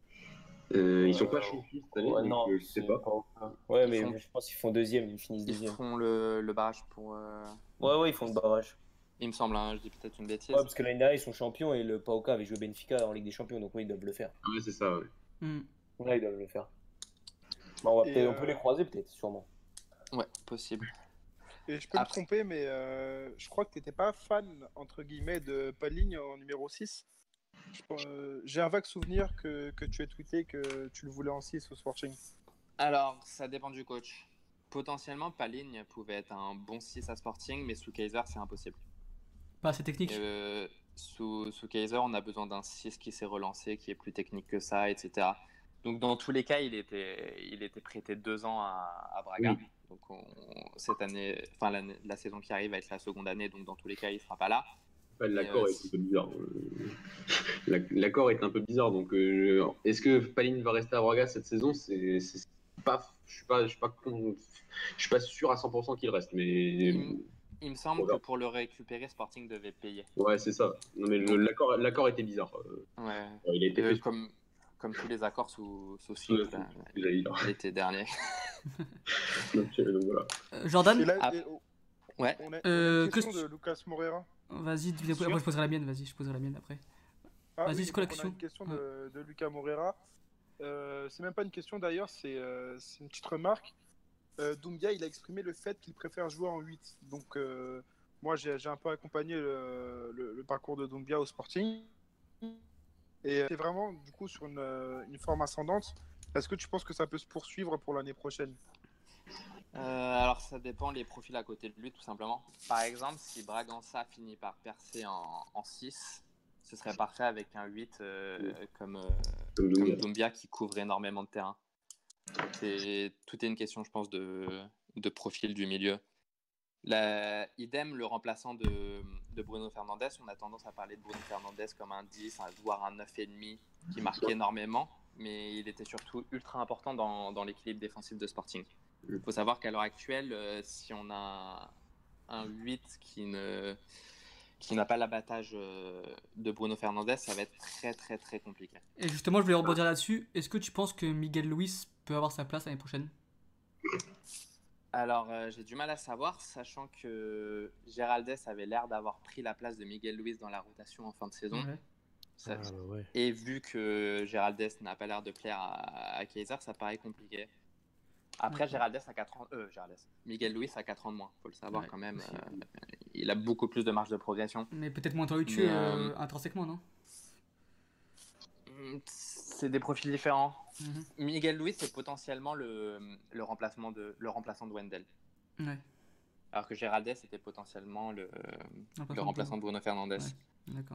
Ils sont pas champions cette année, Ouais, donc non, je sais pas. Ouais, Ils mais font- je pense qu'ils font deuxième, ils finissent Ils deuxième. feront le barrage pour. Ouais, ils font le barrage. Il me semble, hein, je dis peut-être une bêtise. Ouais, parce que l'année dernière, ils sont champions et le PAOK avait joué Benfica en Ligue des Champions, donc oui, ils doivent le faire. Ah ouais, c'est ça, ouais. Hmm. Là, ils doivent le faire. Bah, on Et, peut les croiser peut-être, sûrement. Ouais, possible. Et je peux me Après- tromper, mais je crois que tu n'étais pas fan, entre guillemets, de Pauling en numéro 6. J'ai un vague souvenir que tu as tweeté que tu le voulais en 6 au Sporting. Alors, ça dépend du coach. Potentiellement, Paligne pouvait être un bon 6 à Sporting, mais sous Kaiser, c'est impossible. Pas assez technique. Sous Kaiser, on a besoin d'un 6 qui s'est relancé, qui est plus technique que ça, etc. Donc, dans tous les cas, il était prêté 2 ans à Braga. Oui. Donc, cette année, enfin, la saison qui arrive va être la seconde année, donc dans tous les cas, il ne sera pas là. Bah, l'accord Mais, est un peu bizarre. L'accord est un peu bizarre, donc est-ce que Paline va rester à Braga cette saison? C'est pas, je suis pas sûr à 100% qu'il reste, mais Il me semble que pour le récupérer, Sporting devait payer. ouais, c'est ça. Non, mais l'accord était bizarre. Ouais. Il a été fait Comme tous les accords sous cycle l'été dernier. donc voilà. Jordan, Et là, Ouais. on a Euh, une que question tu- de Lucas Moreira. vas-y, après je poserai la mienne, vas-y, je poserai la mienne après. Ah, Vas-y, oui, c'est quoi la donc on a question? une question de Lucas Moreira. C'est même pas une question d'ailleurs, c'est une petite remarque. Doumbia, il a exprimé le fait qu'il préfère jouer en 8. Donc, moi, j'ai un peu accompagné le parcours de Doumbia au Sporting. Et c'est vraiment, du coup, sur une forme ascendante. Est-ce que tu penses que ça peut se poursuivre pour l'année prochaine? Alors, ça dépend les profils à côté de lui, tout simplement. Par exemple, si Bragança finit par percer en 6, ce serait parfait avec un 8 comme Doumbia qui couvre énormément de terrain. Tout est une question, je pense, de profil du milieu. Idem, le remplaçant de Bruno Fernandes, on a tendance à parler de Bruno Fernandes comme un 10, voire un 9,5 qui marquait énormément, mais il était surtout ultra important dans l'équilibre défensif de Sporting. Il faut savoir qu'à l'heure actuelle, si on a un 8 qui n'a pas l'abattage de Bruno Fernandes, ça va être très très très compliqué. Et justement, je voulais rebondir là-dessus. Est-ce que tu penses que Miguel Luis peut avoir sa place l'année prochaine? Alors, j'ai du mal à savoir, sachant que Geraldes avait l'air d'avoir pris la place de Miguel Luis dans la rotation en fin de saison. Ouais. Ouais. Et vu que Geraldes n'a pas l'air de plaire à Kaiser, ça paraît compliqué. Après, Miguel Luis a 4 ans de moins, faut le savoir Ouais, quand même. aussi. Il a beaucoup plus de marge de progression. Mais peut-être moins talentueux Mais, intrinsèquement, non? C'est des profils différents. Mhm. Miguel Luis, c'est potentiellement le remplaçant de Wendell. Ouais. Alors que Geraldes était potentiellement le remplaçant de Bruno Fernandes. Ouais. D'accord.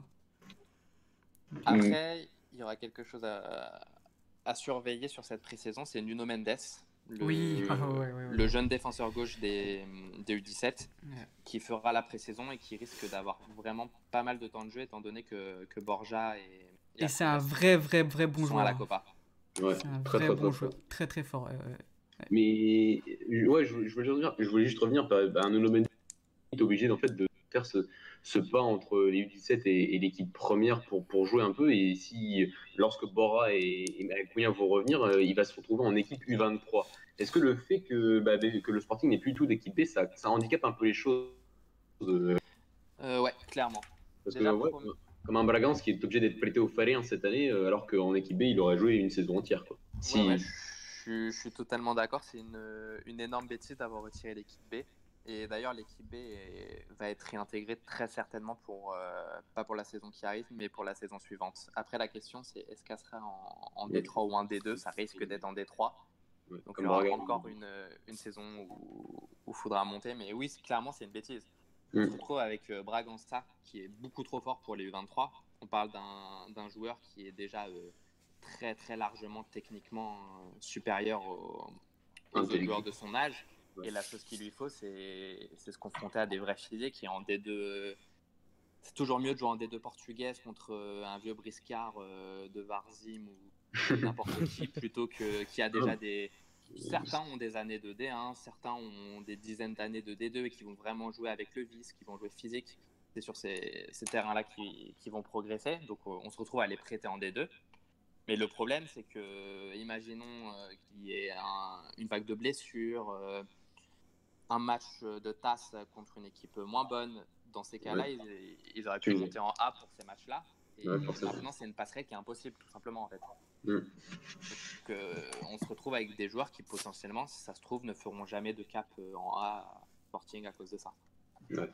Après, il y aura quelque chose à surveiller sur cette pré-saison, c'est Nuno Mendes, le jeune défenseur gauche des U17, qui fera la pré-saison et qui risque d'avoir vraiment pas mal de temps de jeu, étant donné que Borja et c'est un vrai bon sont joueur. à la Copa. Ouais, C'est un très, vrai très, bon très joueur, fort. très fort. Mais ouais, je voulais juste revenir. Un Nuno Mendes est obligé en fait de faire ce pas entre les U17 et l'équipe première pour jouer un peu. Et si, lorsque Bora et Cunha vont revenir, il va se retrouver en équipe U23. Est-ce que le fait que le Sporting n'ait plus du tout d'équipe B, ça handicape un peu les choses Ouais, clairement. Parce Déjà, que, ouais, comme un Bragance qui est obligé d'être prêté au Fariens cette année, alors qu'en équipe B, il aurait joué une saison entière, quoi. Ouais, je suis totalement d'accord. C'est une énorme bêtise d'avoir retiré l'équipe B. Et d'ailleurs, l'équipe B va être réintégrée très certainement pas pour la saison qui arrive, mais pour la saison suivante. Après, la question, c'est est-ce qu'elle sera en D3 ou en D2? Ça risque d'être en D3. Ouais, Donc, il comme y aura Braga. encore une saison où il faudra monter. Mais oui, clairement, c'est une bêtise. On se retrouve avec Bragança, qui est beaucoup trop fort pour les U23. On parle d'un joueur qui est déjà très très largement techniquement supérieur aux autres joueurs de son âge. Et la chose qu'il lui faut, c'est se confronter à des vrais physiques. Et en D2, c'est toujours mieux de jouer en D2 portugaise contre un vieux briscard de Varzim ou n'importe qui, plutôt qui a déjà des... Certains ont des années de D1, certains ont des dizaines d'années de D2 et qui vont vraiment jouer avec le vice, qui vont jouer physique. C'est sur ces terrains-là qui vont progresser. Donc on se retrouve à les prêter en D2. Mais le problème, c'est que, imaginons qu'il y ait une vague de blessures, un match de tasse contre une équipe moins bonne. Dans ces cas-là, ils auraient pu monter en A pour ces matchs-là. Et maintenant, c'est une passerelle qui est impossible, tout simplement, en fait. Donc, on se retrouve avec des joueurs qui, potentiellement, si ça se trouve, ne feront jamais de cap en A Sporting à cause de ça. Ouais.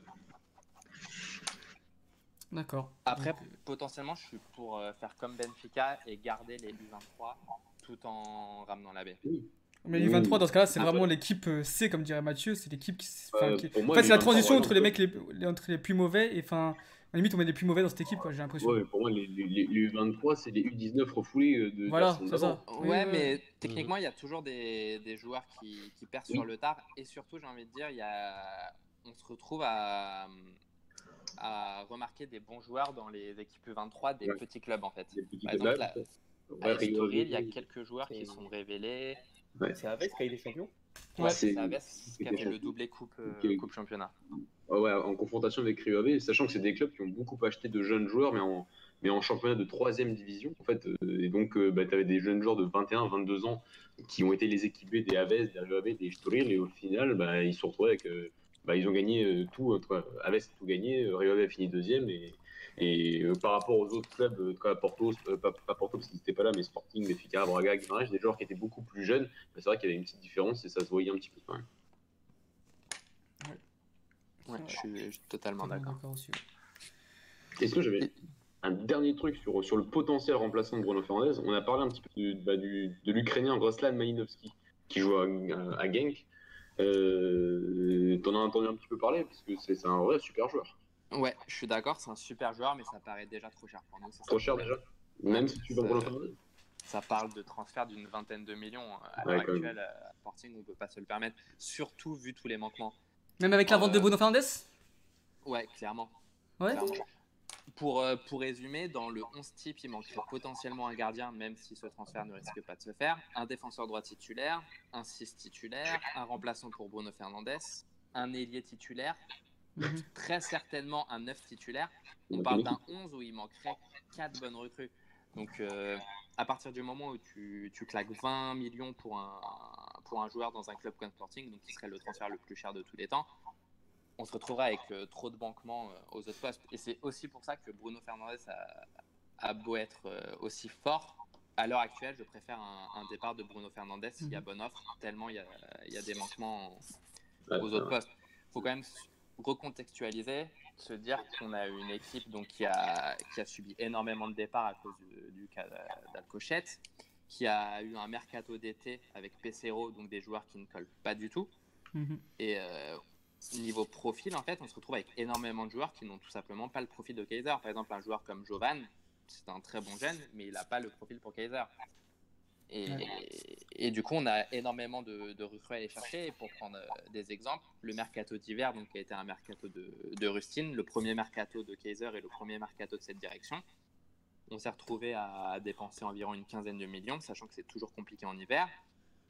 D'accord. Après, potentiellement, je suis pour faire comme Benfica et garder les U23 tout en ramenant la B. Mais les U23, dans ce cas-là, c'est vraiment l'équipe C, comme dirait Mathieu. C'est l'équipe qui. En fait, c'est la transition entre les mecs entre les plus mauvais. Et enfin, à la limite, on met les plus mauvais dans cette équipe, quoi, j'ai l'impression. Ouais, pour moi, les U23, c'est les U19 refoulés de voilà, c'est ça. Ouais, mais techniquement, il y a toujours des joueurs qui percent sur le tard. Et surtout, j'ai envie de dire, on se retrouve à remarquer des bons joueurs dans les équipes U23 des petits clubs, en fait. Par exemple, à Estoril, il y a quelques joueurs qui sont révélés. Ouais. C'est Aves qui a été champion. Ouais, c'est Aves qui a fait le doublé coupe championnat. Ouais, en confrontation avec Rio Ave, sachant que c'est des clubs qui ont beaucoup acheté de jeunes joueurs, mais en championnat de 3e division, en fait. Et donc, tu avais des jeunes joueurs de 21, 22 ans qui ont été les équipés des Aves, des Rio Ave, des Estoril, et au final, ils se sont retrouvés avec... ils ont gagné tout. Aves a tout gagné, Rio Ave a fini 2e, et par rapport aux autres clubs, pas Porto parce qu'ils n'étaient pas là, mais Sporting, Benfica, Braga, Guimarães, des joueurs qui étaient beaucoup plus jeunes, c'est vrai qu'il y avait une petite différence et ça se voyait un petit peu quand même. Ouais, je suis totalement d'accord. Aussi. Est-ce que j'avais un dernier truc sur le potentiel remplaçant de Bruno Fernandes? On a parlé un petit peu de l'Ukrainien Ruslan Malinovski qui joue à Genk. T'en as entendu un petit peu parler parce que c'est un vrai super joueur. Ouais, je suis d'accord, c'est un super joueur, mais ça paraît déjà trop cher pour nous. Trop cher déjà? Même si tu veux Bruno Fernandes? Ça parle de transfert d'une vingtaine de millions. À l'heure actuelle, à Sporting, on ne peut pas se le permettre, surtout vu tous les manquements. Même avec la vente de Bruno Fernandes? Ouais, clairement. Ouais. Clairement. Pour résumer, dans le 11 type, il manquerait potentiellement un gardien, même si ce transfert ne risque pas de se faire, un défenseur droit titulaire, un 6 titulaire, un remplaçant pour Bruno Fernandes, un ailier titulaire, très certainement un 9 titulaire. On parle d'un 11 où il manquerait 4 bonnes recrues. Donc, à partir du moment où tu claques 20 millions pour un joueur dans un club comme Sporting, donc qui serait le transfert le plus cher de tous les temps, on se retrouvera avec trop de banquements aux autres postes. Et c'est aussi pour ça que Bruno Fernandes a beau être aussi fort. À l'heure actuelle, je préfère un départ de Bruno Fernandes s'il y a bonne offre, tellement il y a des manquements aux autres postes. Il faut quand même recontextualiser, se dire qu'on a une équipe donc, qui a subi énormément de départs à cause du cas d'Alcochette, qui a eu un mercato d'été avec Pesero, donc des joueurs qui ne collent pas du tout. Et niveau profil, en fait, on se retrouve avec énormément de joueurs qui n'ont tout simplement pas le profil de Kaiser. Par exemple, un joueur comme Jovan, c'est un très bon jeune, mais il n'a pas le profil pour Kaiser. Et du coup, on a énormément de recrues à aller chercher. Et pour prendre des exemples, le mercato d'hiver, donc, qui a été un mercato de Rustin, le premier mercato de Kaiser et le premier mercato de cette direction, on s'est retrouvé à dépenser environ une quinzaine de millions, sachant que c'est toujours compliqué en hiver.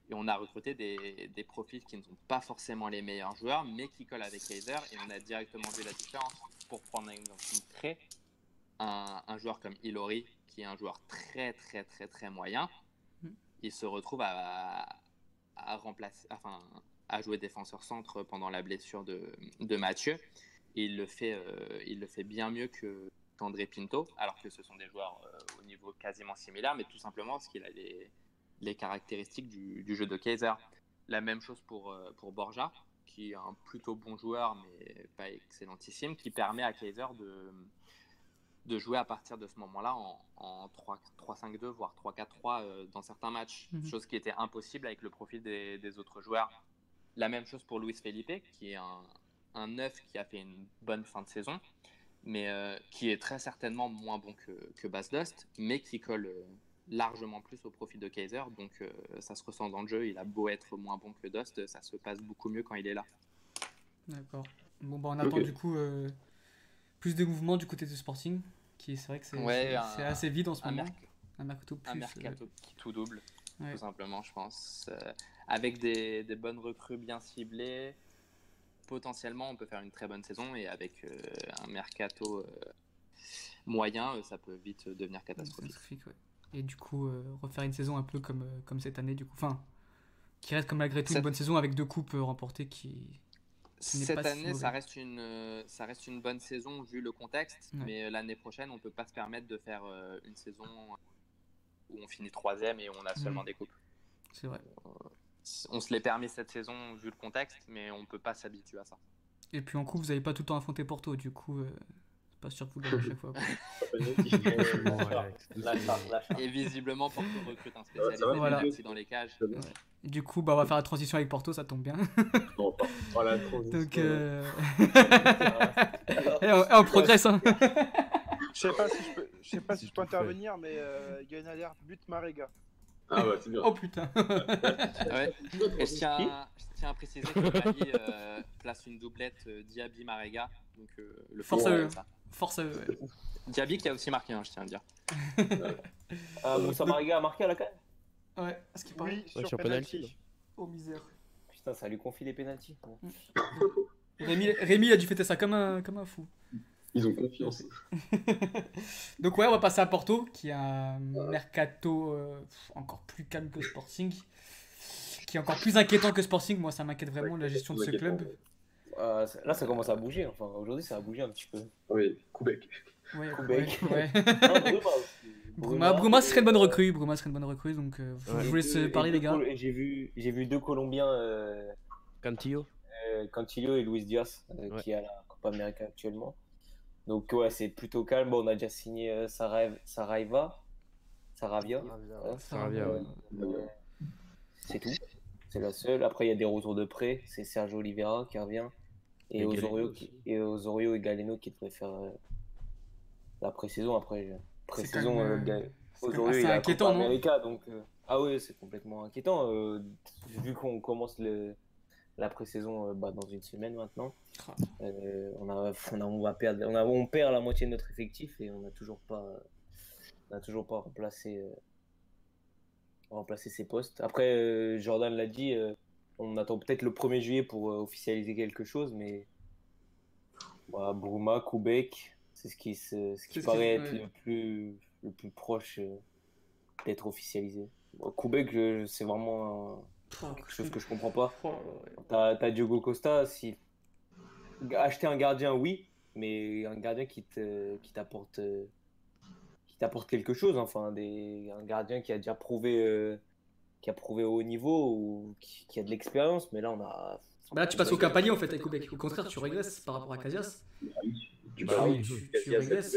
Et on a recruté des profils qui ne sont pas forcément les meilleurs joueurs, mais qui collent avec Kaiser. Et on a directement vu la différence. Pour prendre un exemple concret, un joueur comme Ilori, qui est un joueur très très très très moyen, il se retrouve à remplacer, enfin, à jouer défenseur centre pendant la blessure de Mathieu. Et il le fait bien mieux qu'André Pinto, alors que ce sont des joueurs au niveau quasiment similaire, mais tout simplement parce qu'il a les caractéristiques du jeu de Kaiser. La même chose pour Borja, qui est un plutôt bon joueur, mais pas excellentissime, qui permet à Kaiser de jouer à partir de ce moment-là en 3-5-2, voire 3-4-3 dans certains matchs, chose qui était impossible avec le profil des autres joueurs. La même chose pour Luis Felipe, qui est un neuf qui a fait une bonne fin de saison, mais qui est très certainement moins bon que Bas Dost, mais qui colle largement plus au profil de Kaiser, donc ça se ressent dans le jeu. Il a beau être moins bon que Dost, ça se passe beaucoup mieux quand il est là. D'accord. Bon, bah on attend du coup plus de mouvements du côté du Sporting, qui c'est vrai que c'est assez vide en ce moment. Un mercato qui tout double, tout simplement, je pense. Avec des bonnes recrues bien ciblées, potentiellement on peut faire une très bonne saison, et avec un mercato moyen, ça peut vite devenir catastrophique. Ouais. Et du coup, refaire une saison un peu comme cette année, du coup. Enfin, qui reste comme malgré tout une bonne saison avec 2 coupes remportées Cette année, ça reste une bonne saison vu le contexte, mais l'année prochaine, on ne peut pas se permettre de faire une saison où on finit 3e et on a seulement des coupes. C'est vrai. On se l'est permis cette saison vu le contexte, mais on ne peut pas s'habituer à ça. Et puis en coupe, vous n'avez pas tout le temps affronté Porto, du coup, c'est pas sûr que vous gagnez à chaque fois. Et visiblement, Porto recrute un spécialiste dans les cages. Et du coup, bah, on va faire la transition avec Porto, ça tombe bien. Voilà, transition. Donc, on progresse. Hein. Je sais pas si je peux intervenir, mais il y a une alerte but Marega. Ah bah c'est bien. Oh putain. Et je tiens à préciser que Mali place une doublette Diaby Marega. Donc le force à eux. Force à eux. Diaby qui a aussi marqué, je tiens à le dire. Moussa Marega a marqué à la canne. Ouais, ce qui paraît. Oui, sur penalty. Oh misère. Putain, ça lui confie les pénaltys. Rémi a dû fêter ça comme un fou. Ils ont confiance. Donc ouais, on va passer à Porto, qui a un mercato encore plus calme que Sporting, qui est encore plus inquiétant que Sporting. Moi, ça m'inquiète vraiment la gestion de ce club. Là, ça commence à bouger. Enfin, aujourd'hui, ça a bougé un petit peu. Oui, Koubek. Ouais. Bruma, serait une bonne recrue. Donc je vous laisse parler, les gars. J'ai vu 2 Colombiens, Cantillo et Luis Diaz, qui est à la Copa América actuellement. Donc ouais, c'est plutôt calme. Bon, on a déjà signé Saravia. C'est tout. C'est la seule. Après, il y a des retours de prêt. C'est Sergio Oliveira qui revient. Et Osorio et Galeno qui devraient faire la pré-saison. Pré-saison, Osorio il est inquiétant, Copa América, donc ah ouais, c'est complètement inquiétant. Vu qu'on commence la pré-saison dans une semaine maintenant. On perd la moitié de notre effectif et on n'a toujours pas remplacé ses postes. Après, Jordan l'a dit, on attend peut-être le 1er juillet pour officialiser quelque chose, mais Bruma, Koubek, c'est ce qui paraît être le plus proche d'être officialisé. Koubek, c'est vraiment quelque chose que je comprends pas. T'as Diogo Costa, acheter un gardien, oui, mais un gardien qui t'apporte quelque chose, enfin un gardien qui a déjà prouvé au haut niveau ou qui a de l'expérience, mais là on a. Là tu passes au palier en fait avec Koubek. Au contraire, tu régresses par rapport à Casillas. Tu régresses.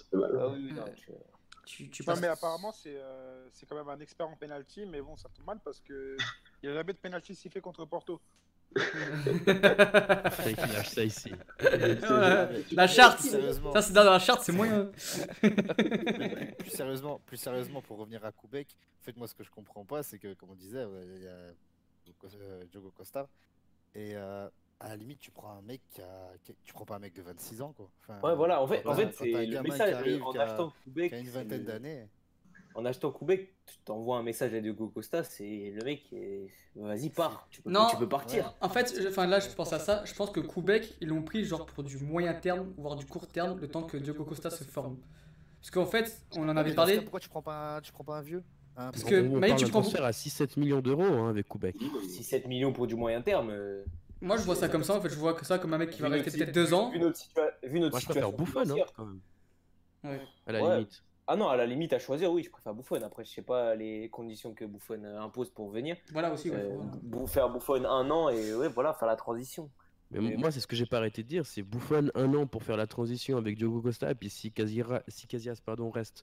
Mais apparemment c'est quand même un expert en penalty, mais bon, ça tombe mal parce que il n'y a jamais de penalty sifflé contre Porto. Fallait qu'il lâche ça ici. La charte, ça c'est dans la charte, c'est moyen. Plus sérieusement, pour revenir à Koubek, en fait, moi ce que je comprends pas, c'est que, comme on disait, il y a Diogo Costa, et à la limite, tu prends un mec tu prends pas un mec de 26 ans, quoi. Enfin, ouais, voilà, en fait c'est un le gamin message qui arrive, en achetant Koubek. qui a une vingtaine d'années. en achetant Koubek, tu t'envoies un message à Diogo Costa, c'est le mec, vas-y, pars, tu Non. peux partir. En fait, là, je pense à ça. Je pense que Koubek, ils l'ont pris genre pour du moyen terme, voire du court terme, le temps que Diogo Costa se forme. Parce qu'en fait, on en avait parlé. Pourquoi tu prends pas un vieux? Parce On que parle Maï, tu d'un prends. transfert à 6-7 millions d'euros hein, avec Koubek. 6-7 millions pour du moyen terme. Moi, je vois ça comme ça. En fait, je vois que ça comme un mec qui va rester peut-être 2 ans. Vu notre Moi, je préfère Buffon, hein, quand même. Ouais. À la Ouais. limite. Ah non, à la limite, à choisir, oui, je préfère Buffon. Après, je sais pas les conditions que Buffon impose pour venir. Voilà aussi. Ouais, Faire Buffon 1 an et ouais, voilà, faire la transition. Mais moi, c'est ce que j'ai pas arrêté de dire, c'est Buffon 1 an pour faire la transition avec Diogo Costa, et puis si Casillas reste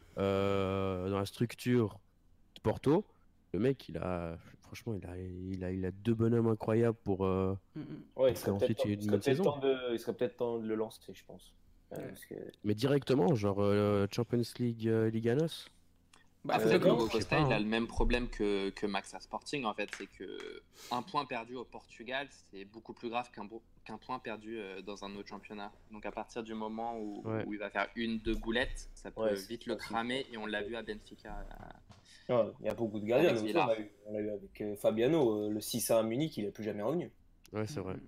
dans la structure de Porto, le mec, franchement, il a 2 bonhommes incroyables pour. Ouais, il serait peut-être temps de le lancer, je pense. Parce que... Mais directement, genre Champions League Liganos. Diogo Costa, il a le même problème que Max à Sporting, en fait, c'est que un point perdu au Portugal, c'est beaucoup plus grave qu'un point perdu dans un autre championnat. Donc à partir du moment où il va faire 1-2 boulettes, ça peut vite le cramer, et on l'a vu à Benfica. Il y a beaucoup de gardiens, on l'a eu avec Fabiano, le 6-1 à Munich, il n'est plus jamais revenu. Ouais, c'est vrai.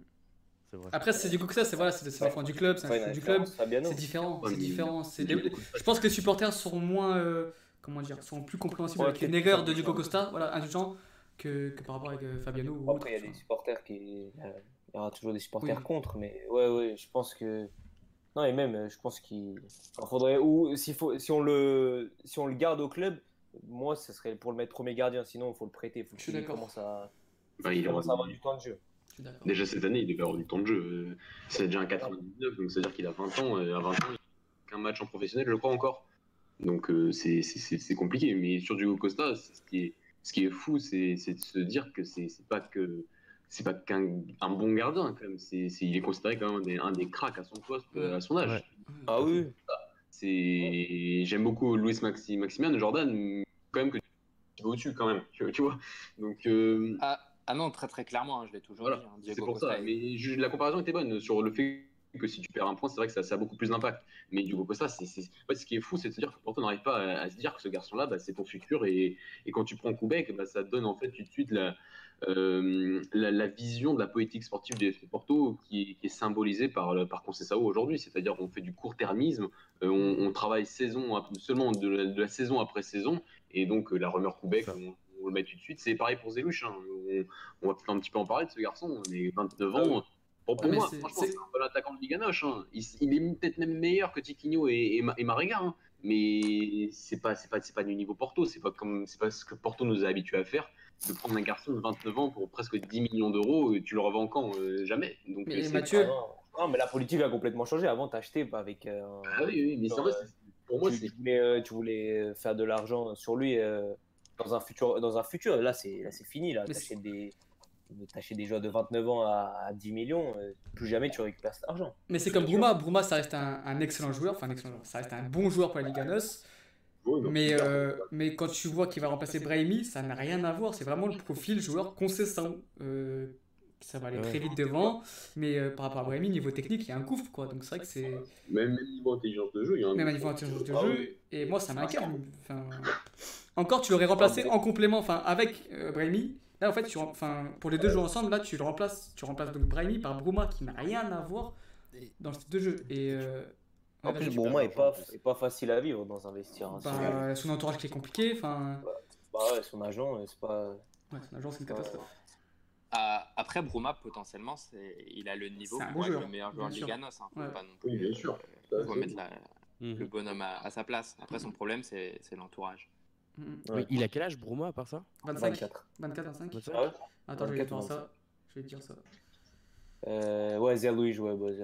Après, c'est du coup que ça, c'est l'enfant du club, c'est un du club, c'est différent. Je pense que les supporters seront moins, sont plus compréhensibles avec une erreur de Diogo Costa, indulgents, que par rapport avec Fabiano. Après, il y a des supporters il y aura toujours des supporters contre, mais ouais, je pense que non, et même, je pense qu'il faudrait, ou si on le garde au club, moi, ce serait pour le mettre premier gardien, sinon il faut le prêter, il faut qu'il commence à avoir du temps de jeu. Déjà cette année, il devait avoir du temps de jeu. C'est déjà un 99, donc c'est-à-dire qu'il a 20 ans. À 20 ans, il n'a qu'un match en professionnel, je crois encore. Donc c'est compliqué. Mais sur Diogo Costa, ce qui est fou, c'est de se dire que c'est pas qu'un bon gardien, quand même. Il est considéré quand même un des cracks à son poste, à son âge. Ouais. Ah oui. J'aime beaucoup Luis Maximian, Jordan, quand même que tu vas au-dessus, quand même. Tu vois. Donc. Ah non, très très clairement, je l'ai toujours dit. C'est pour ça. Mais la comparaison était bonne sur le fait que si tu perds un point, c'est vrai que ça a beaucoup plus d'impact. Mais Diogo Costa, en fait, ce qui est fou, c'est de se dire que Porto n'arrive pas à se dire que ce garçon-là, c'est ton futur. Et quand tu prends Koubek, ça te donne en fait tout de suite la vision de la politique sportive du FC Porto qui est symbolisée par Conceição aujourd'hui. C'est-à-dire qu'on fait du court-termisme, on travaille seulement de la saison après saison. Et donc la rumeur Koubek, on le met tout de suite. C'est pareil pour Zelouch. On va peut-être un petit peu en parler de ce garçon. Il est 29 ans. Pour moi, franchement, c'est un bon attaquant de Liga Noche. Il est peut-être même meilleur que Tiquinho et Marega. Mais c'est pas du niveau Porto. C'est pas ce que Porto nous a habitués à faire. De prendre un garçon de 29 ans pour presque 10 millions d'euros, et tu le revends quand jamais. Donc, mais Mathieu. Non, mais la politique a complètement changé. Avant, t'achetais avec. Ah oui, mais c'est vrai. Pour moi, tu voulais faire de l'argent sur lui. Dans un futur, là c'est fini. Là, t'achètes des joueurs de 29 ans à 10 millions, plus jamais tu récupères cet argent. Mais c'est comme Bruma. Bruma, ça reste un excellent joueur. Enfin, ça reste un bon joueur pour la Liga NOS. Mais quand tu vois qu'il va remplacer Brahimi, ça n'a rien à voir. C'est vraiment le profil joueur Conceição. Ça va aller très vite devant. Mais par rapport à Brahimi, niveau technique, il y a un gouffre, quoi. Donc c'est vrai que c'est. Même niveau intelligence de jeu, il y a un. Même niveau intelligence de jeu. Et moi, ça m'inquiète. Encore, tu l'aurais remplacé en complément, avec Brahimi. Là, en fait, pour les deux joueurs ensemble, là, tu remplaces donc Brahimi par Bruma, qui n'a rien à voir dans ce deux jeux. Et en plus, Bruma est pas facile à vivre dans un vestiaire. Son entourage qui est compliqué. Son agent, c'est pas. Ouais, son agent, c'est une catastrophe. Après, Bruma, potentiellement, il a le niveau pour être le meilleur joueur de Liga NOS. Faut pas non plus, oui, bien sûr. Faut mettre le bonhomme à sa place. Après, son problème, c'est l'entourage. Mais il a quel âge, Bruma, à part ça? 24, 25. Attends, je vais te dire ça. Je vais te dire ça. Zelouch,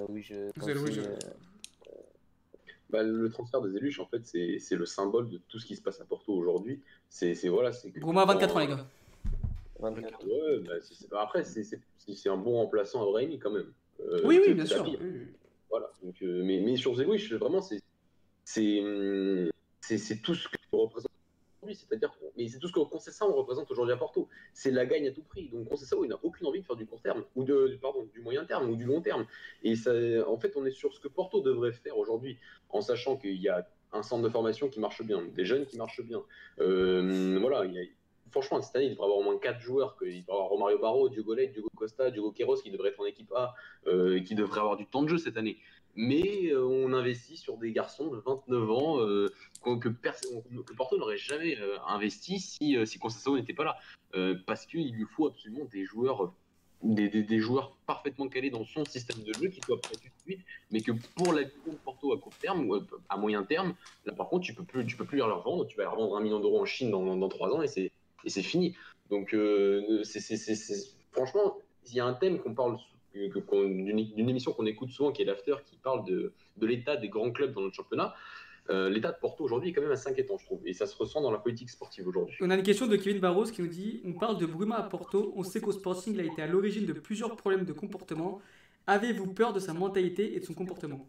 le transfert des Zelouch, en fait, c'est le symbole de tout ce qui se passe à Porto aujourd'hui. Bruma, 24 ans, les gars. 24. Ouais, après, c'est un bon remplaçant à Brahimi, quand même. Oui, bien sûr. Voilà. Donc, mais sur Zelouch, vraiment, c'est tout ce que représente aujourd'hui. Mais c'est tout ce que Conceição représente aujourd'hui à Porto. C'est la gagne à tout prix. Donc Conceição, il n'a aucune envie de faire du court terme, ou du moyen terme, ou du long terme. Et ça, en fait, on est sur ce que Porto devrait faire aujourd'hui, en sachant qu'il y a un centre de formation qui marche bien, des jeunes qui marchent bien. Voilà, franchement, cette année, il devrait avoir au moins 4 joueurs. Il devrait avoir Romario Barro, Diogo Leite, Diogo Costa, Diogo Queiroz qui devraient être en équipe A et qui devraient avoir du temps de jeu cette année. Mais on investit sur des garçons de 29 ans que Porto n'aurait jamais investi si Conceição n'était pas là. Parce qu'il lui faut absolument des joueurs, des joueurs parfaitement calés dans son système de jeu qui soient prêts tout de suite, mais que pour la vision de Porto à court terme ou à moyen terme, là par contre tu peux plus leur vendre. Tu vas leur vendre 1 million d'euros en Chine dans 3 ans et c'est fini. Donc franchement, il y a un thème qu'on parle d'une émission qu'on écoute souvent qui est l'After, qui parle de l'état des grands clubs dans notre championnat. L'état de Porto aujourd'hui est quand même assez inquiétant, je trouve, et ça se ressent dans la politique sportive aujourd'hui. On a une question de Kevin Barros qui nous dit: on parle de Bruma à Porto, on sait qu'au Sporting il a été à l'origine de plusieurs problèmes de comportement. Avez-vous peur de sa mentalité et de son comportement?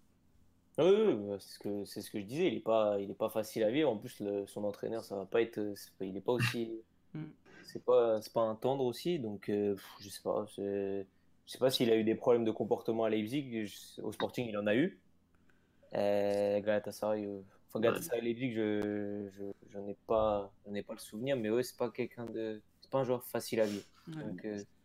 Oui, c'est ce que je disais, il est pas facile à vivre. En plus, son entraîneur, ça va pas être, il est pas aussi, c'est pas un tendre aussi, donc je sais pas s'il a eu des problèmes de comportement à Leipzig. Au Sporting, il en a eu. Galatasaray, Leipzig, j'en ai pas le souvenir, mais ouais, c'est pas un joueur facile à vivre. Ouais. Donc,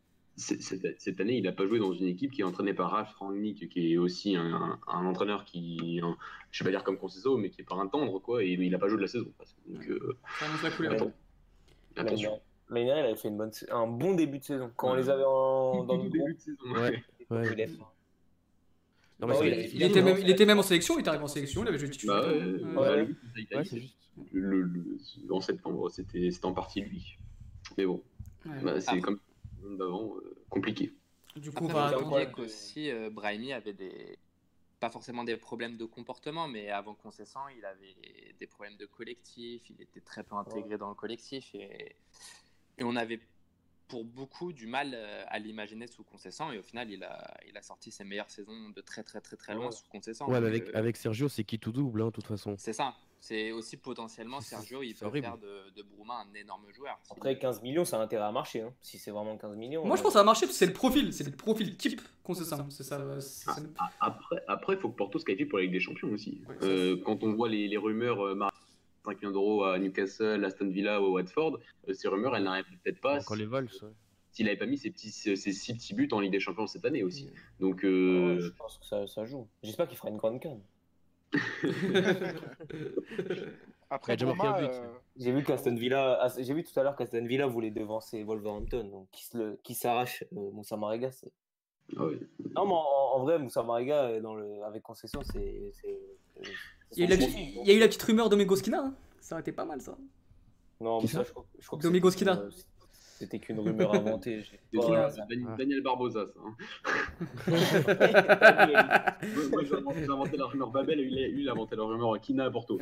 cette année, il n'a pas joué dans une équipe qui est entraînée par Ralf Rangnick, qui est aussi un entraîneur je vais pas dire comme Conceição, mais qui est pas un tendre, quoi, et il n'a pas joué de la saison. Donc, ça annonce la couleur. attention. L'année dernière, il avait fait un bon début de saison. Quand on les avait dans le groupe, de saison. Ouais. Non, mais Il était même en sélection, il est arrivé en sélection, il avait joué titulaire. c'est juste. En septembre, c'était en partie lui. Mais bon, c'est comme d'avant, compliqué. Du coup, on Après, va faut attendre. oublier qu'aussi Brahimi avait pas forcément des problèmes de comportement, mais avant Conceição, il avait des problèmes de collectif, il était très peu intégré dans le collectif et on avait pour beaucoup du mal à l'imaginer sous Conceição, et au final il a sorti ses meilleures saisons de très loin sous Conceição. Ouais, mais avec Sergio, c'est qui tout double, de toute façon. C'est ça. C'est aussi potentiellement Sergio, il peut faire de Bruma un énorme joueur. Après 15 millions, ça a intérêt à marcher. Hein. Si c'est vraiment 15 millions. Moi, je pense que ça va marcher parce que c'est le profil type Conceição. C'est ça. Après, il faut que Porto se qualifie pour la Ligue des Champions aussi. Ouais, quand on voit les rumeurs, 5 millions d'euros à Newcastle, Aston Villa ou à Watford, ces rumeurs, elles n'arrivent peut-être pas. Encore les vols, ça. S'il n'avait pas mis ses 6 petits buts en Ligue des Champions cette année aussi. Donc, je pense que ça joue. J'espère qu'il fera une grande canne. Après, déjà marqué un but. J'ai vu tout à l'heure qu'Aston Villa voulait devancer Wolverhampton, donc qui s'arrache Moussa Marega. ah ouais. Non, mais en vrai, Moussa Marega avec Conceição, Il y a eu la petite rumeur d'Omego Skina. Hein. Ça aurait été pas mal, ça. Non, mais ça, je crois que Domingo Skina. C'était qu'une rumeur inventée. Daniel Barbosa, ça. Moi, j'ai inventé la rumeur Babel, lui, il a inventé la rumeur Kina à Porto.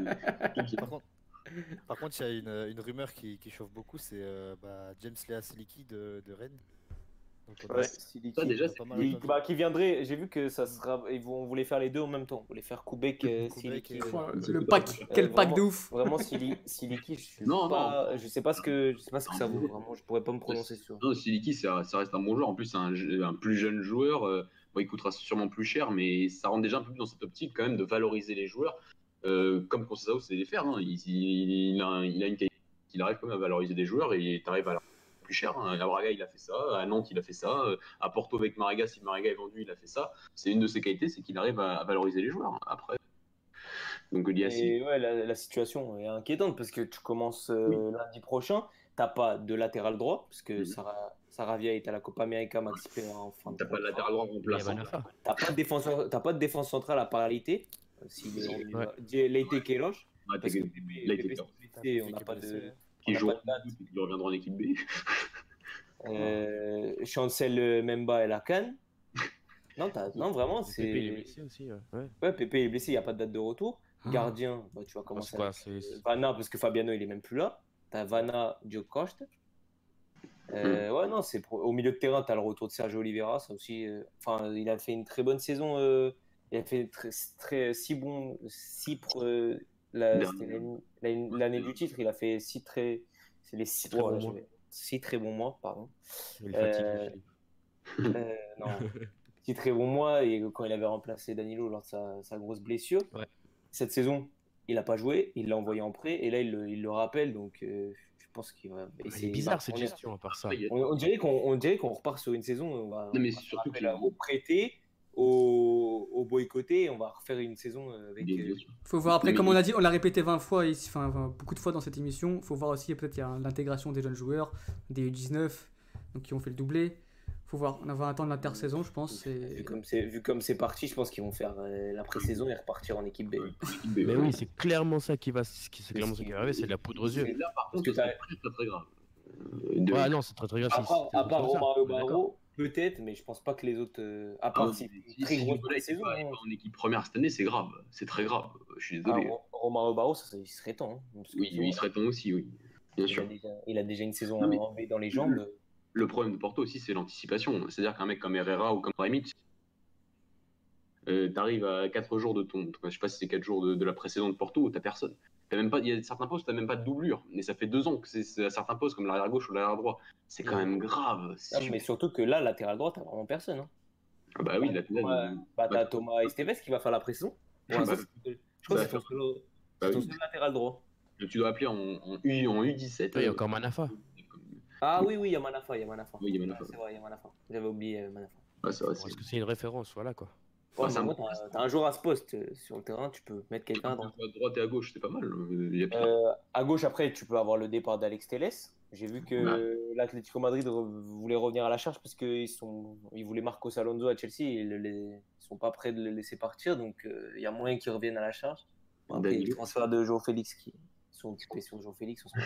Par contre, il y a une rumeur qui chauffe beaucoup, c'est James Lea Siliki de Rennes. Donc, Siliki, ça, déjà, qui viendrait. J'ai vu que ça sera. On voulait faire les deux en même temps. On voulait faire Koubek, Siliki. Le pack, quel pack de ouf. Vraiment, Siliki, je sais pas ce que ça vaut. Vraiment, je pourrais pas me prononcer sur. Non, Siliki, ça reste un bon joueur. En plus, c'est un plus jeune joueur. Il coûtera sûrement plus cher, mais ça rentre déjà un peu plus dans cette optique quand même de valoriser les joueurs. Comme Conceição sait les faire. Hein. Il a une qualité qu'il arrive quand même à valoriser des joueurs et tu arrives à plus cher. Hein. À Braga, il a fait ça. À Nantes, il a fait ça. À Porto, avec Marega, si Marega est vendu, il a fait ça. C'est une de ses qualités, c'est qu'il arrive à valoriser les joueurs. Après. Donc, la situation est inquiétante parce que tu commences lundi prochain. T'as pas de latéral droit parce que Saravia est à la Copa América Maxi Payet en fin de. T'as pas de latéral droit remplaçant. T'as pas de défense centrale à parité. Leite Queiroz. On n'a pas de. Qui reviendra en équipe B. Chancel Memba et la Cannes. Non, vraiment, c'est. Pépé, il est blessé aussi. Ouais, Pépé est blessé, il n'y a pas de date de retour. Gardien, tu vas commencer Vanna, parce que Fabiano, il est même plus là. T'as Vanna, Diogo Costa. Ouais, non, au milieu de terrain, t'as le retour de Sergio Oliveira. Ça aussi. Il a fait une très bonne saison. Il a fait l'année du titre, il a fait 6 très bons mois, pardon. Il est fatigué. Non, 6 très bons mois, et quand il avait remplacé Danilo lors de sa grosse blessure. Ouais. cette saison, il n'a pas joué, il l'a envoyé en prêt, et là, il le rappelle, donc je pense qu'il va. C'est bizarre cette gestion à part ça. On dirait qu'on repart sur une saison, on va, Non, mais on va surtout faire appel au prêté, au boycotté, on va refaire une saison avec. Faut voir après, comme on a dit, on l'a répété 20 fois, ici, enfin beaucoup de fois dans cette émission. Faut voir aussi, peut-être, il y a l'intégration des jeunes joueurs, des U19, donc qui ont fait le doublé. Faut voir, on va attendre l'intersaison, je pense. Vu comme c'est parti, je pense qu'ils vont faire la pré-saison et repartir en équipe B. Mais oui, c'est clairement ça qui va arriver, c'est de la poudre aux yeux. Là, par contre, c'est très grave. Ouais, non, c'est très grave. À part Romario Barro, peut-être, mais je pense pas que les autres. À part si très grosse pré-saison. En équipe première cette année, c'est grave. C'est très grave. Je suis désolé. Romario Barro, il serait temps. Oui, il serait temps aussi, oui. Bien sûr. Il a déjà une saison en B dans les jambes. Le problème de Porto aussi, c'est l'anticipation. C'est-à-dire qu'un mec comme Herrera ou comme Brahimic, t'arrives à 4 jours de ton. Je sais pas si c'est 4 jours de la précédente Porto où t'as personne. Il y a certains postes, t'as même pas de doublure. Mais ça fait 2 ans que c'est à certains postes, comme l'arrière gauche ou l'arrière droit. C'est quand même grave. Mais surtout que là, latéral droit, t'as vraiment personne. Hein. Ah bah oui, t'as Thomas Esteves qui va faire la pression. Je crois que c'est ton seul latéral droit. Tu dois appeler en U17. Il y a encore Manafa. Ah oui, il y a Manafa. Oui, il y a Manafa. C'est vrai, il y a Manafa. J'avais oublié Manafa. C'est vrai, parce que c'est une référence, voilà quoi. Ouais, t'as un joueur à ce poste sur le terrain, tu peux mettre quelqu'un à droite et à gauche, c'est pas mal. À gauche, après, tu peux avoir le départ d'Alex Telles. J'ai vu que l'Atlético Madrid voulait revenir à la charge parce qu'ils voulaient Marcos Alonso à Chelsea et ils sont pas prêts de le laisser partir, donc il y a moyen qu'ils reviennent à la charge. Après, le transfert de João Félix qui sont occupés sur João Félix en ce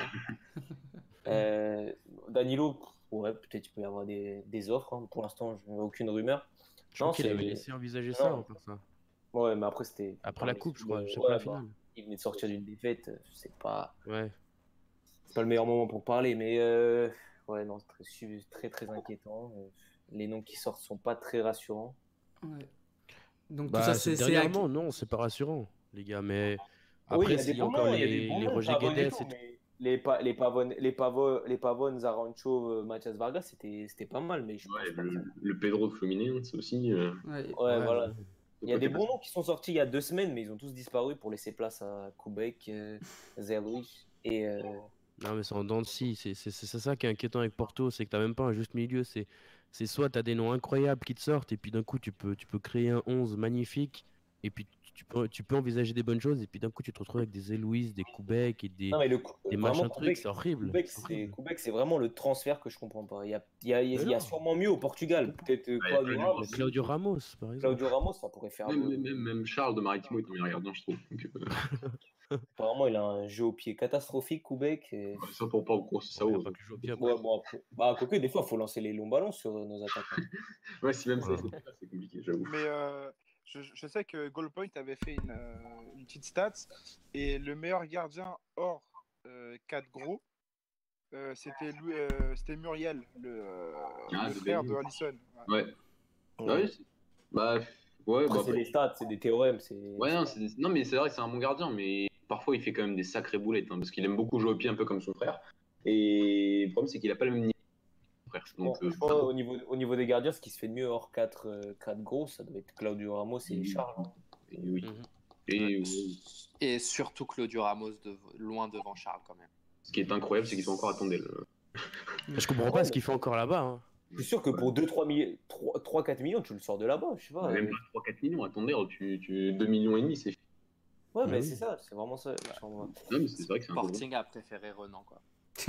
moment. Danilo, ouais, peut-être qu'il peut y avoir des offres. Hein. Pour l'instant, je n'ai aucune rumeur. Je crois qu'il avait laissé envisager ça encore ça. Ouais, mais après c'était. Après la coupe, je crois, pas la finale. Il venait de sortir d'une défaite, c'est pas. Ouais. C'est pas le meilleur moment pour parler, mais ouais, non, c'est très inquiétant. Les noms qui sortent sont pas très rassurants. Ouais. Donc tout ça, dernièrement, non, c'est pas rassurant, les gars. Mais après, s'il y a encore les Roger Guedes, les Pavon, Zarancho, Mathias Vargas, c'était pas mal, mais le Pedro de Fluminense aussi. Ouais, voilà. Il y a des bons noms qui sont sortis il y a 2 semaines, mais ils ont tous disparu pour laisser place à Kubek, Zerlich et. Non, mais c'est en dents de scie. C'est ça qui est inquiétant avec Porto, c'est que t'as même pas un juste milieu. C'est soit t'as des noms incroyables qui te sortent, et puis d'un coup tu peux créer un 11 magnifique, et puis tu peux envisager des bonnes choses, et puis d'un coup tu te retrouves avec des Eloïse, des Kubek et des machins trucs, c'est horrible. Kubek, c'est vraiment le transfert que je comprends pas. Il y a sûrement mieux au Portugal. Peut-être Claudio Ramos, par exemple. Claudio Ramos, ça pourrait faire. Même Charles de Maritimo est en meilleur gardien, je trouve. Apparemment, il a un jeu au pied catastrophique, Kubek. Ça pour pas grosse ça haut. Quoique, des fois, il faut lancer les longs ballons sur nos attaquants. Ouais, si même ça, c'est compliqué, j'avoue. Mais je sais que Goalpoint avait fait une petite stats et le meilleur gardien hors 4 gros, c'était Muriel, le frère de Alisson. Ouais. C'est des stats, c'est des théorèmes. Ouais, non, mais c'est vrai que c'est un bon gardien, mais parfois il fait quand même des sacrées boulettes, parce qu'il aime beaucoup jouer au pied un peu comme son frère. Et le problème, c'est qu'il a pas le même niveau. Donc, je crois au niveau des gardiens, ce qui se fait de mieux hors 4 gros, ça doit être Claudio Ramos et Charles. Et surtout Claudio Ramos loin devant Charles quand même. Ce qui est incroyable, c'est qu'ils sont encore à Tondel. Je comprends pas ce qu'il fait encore là-bas. Hein. Je suis sûr que pour 3-4 millions, tu le sors de là-bas, je sais pas. Même pas 3-4 millions, à Tondel, 2,5 millions, c'est. Ouais, mais c'est ça, c'est vraiment ça. Non, mais c'est vrai que c'est Sporting a préféré Renan, quoi.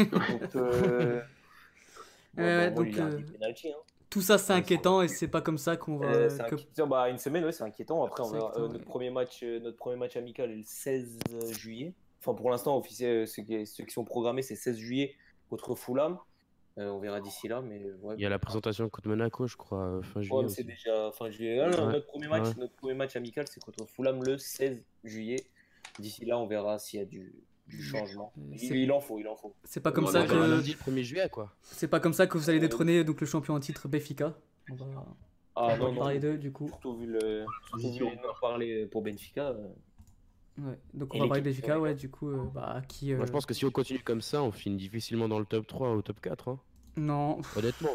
Tout ça c'est inquiétant et c'est pas comme ça qu'on va. Une semaine, c'est inquiétant. Après, notre premier match amical est le 16 juillet. Enfin, pour l'instant, officiel, ceux qui sont programmés, c'est 16 juillet contre Fulham. On verra d'ici là, mais ouais. Il y a la présentation contre Monaco, je crois, fin juillet. Ouais, c'est déjà fin juillet. Notre premier match amical, c'est contre Fulham le 16 juillet. D'ici là, on verra s'il y a du changement. Il en faut. C'est pas comme ça que lundi le 1er juillet, quoi. C'est pas comme ça que vous allez détrôner donc le champion en titre Benfica. On va parler d'eux du coup. Surtout vu le parler pour Benfica. Ouais, donc on va parler de Benfica, ouais, du coup, qui. Moi, je pense que si on continue comme ça, on finit difficilement dans le top 3 ou top 4. Hein. Non. Honnêtement.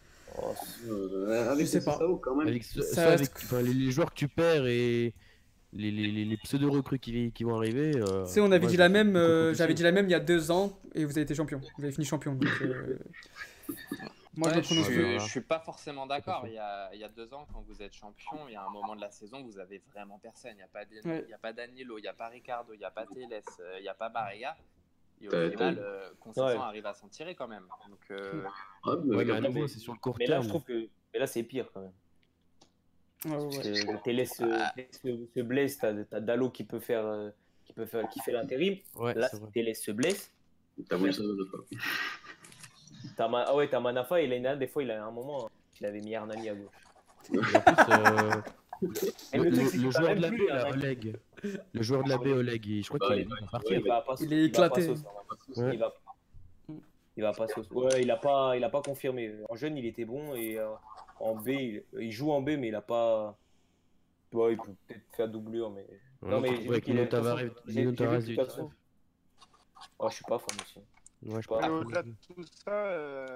Je sais pas. Quand même. Les joueurs que tu perds et les pseudo-recrues qui vont arriver. Tu sais, on avait moi, dit je la trouve même, beaucoup plus j'avais difficile. dit la même il y a 2 ans et vous avez été champion. Vous avez fini champion. Donc, moi, je Ouais, le prononce Ouais, plus. voilà. je suis pas forcément d'accord. faux. Il y a 2 ans, quand vous êtes champion, il y a un moment de la saison, vous avez vraiment personne. Il Ouais. n'y a pas Danilo, il n'y a pas Ricardo, il n'y a pas Teles, il n'y a pas Barriga. Et au T'as- final, Conceição Ouais. arrive à s'en tirer quand même. Donc, Ah, mais Ouais, mais à après, nouveau, c'est sur le court Mais là, terme. je trouve que. Mais là, c'est pire quand même. Ouais, Parce ouais. que Télé se blesse, t'as Dalo qui qui fait l'intérim. Ouais, Là, c'est si vrai. Télé se blesse, t'as voulu ça de fois. ah ouais, t'as Manafa et Lena, des fois, il a un moment, il avait mis Hernani à gauche. Et en plus, Et le truc, c'est le que t'as joueur même de la plus baie, là, un mec. Oleg. Le joueur de la baie, Oleg, je crois Ouais, qu'il va Ouais, partir. il va pas Il est il va éclaté. pas sauce, hein. Ouais. Il va pas sauce. Ouais, il a pas confirmé. En jeune, il était bon et en B, il joue en B, mais il a pas. Ouais, il peut peut-être faire doublure, mais. Ouais, Non, mais ouais, j'ai vu avec qu'il Nuno est. de toute façon, Tavares j'ai vu Tavares que de du toute façon. Oh, je suis pas fan aussi. Ouais, je pas- Et pense. au-delà de tout ça,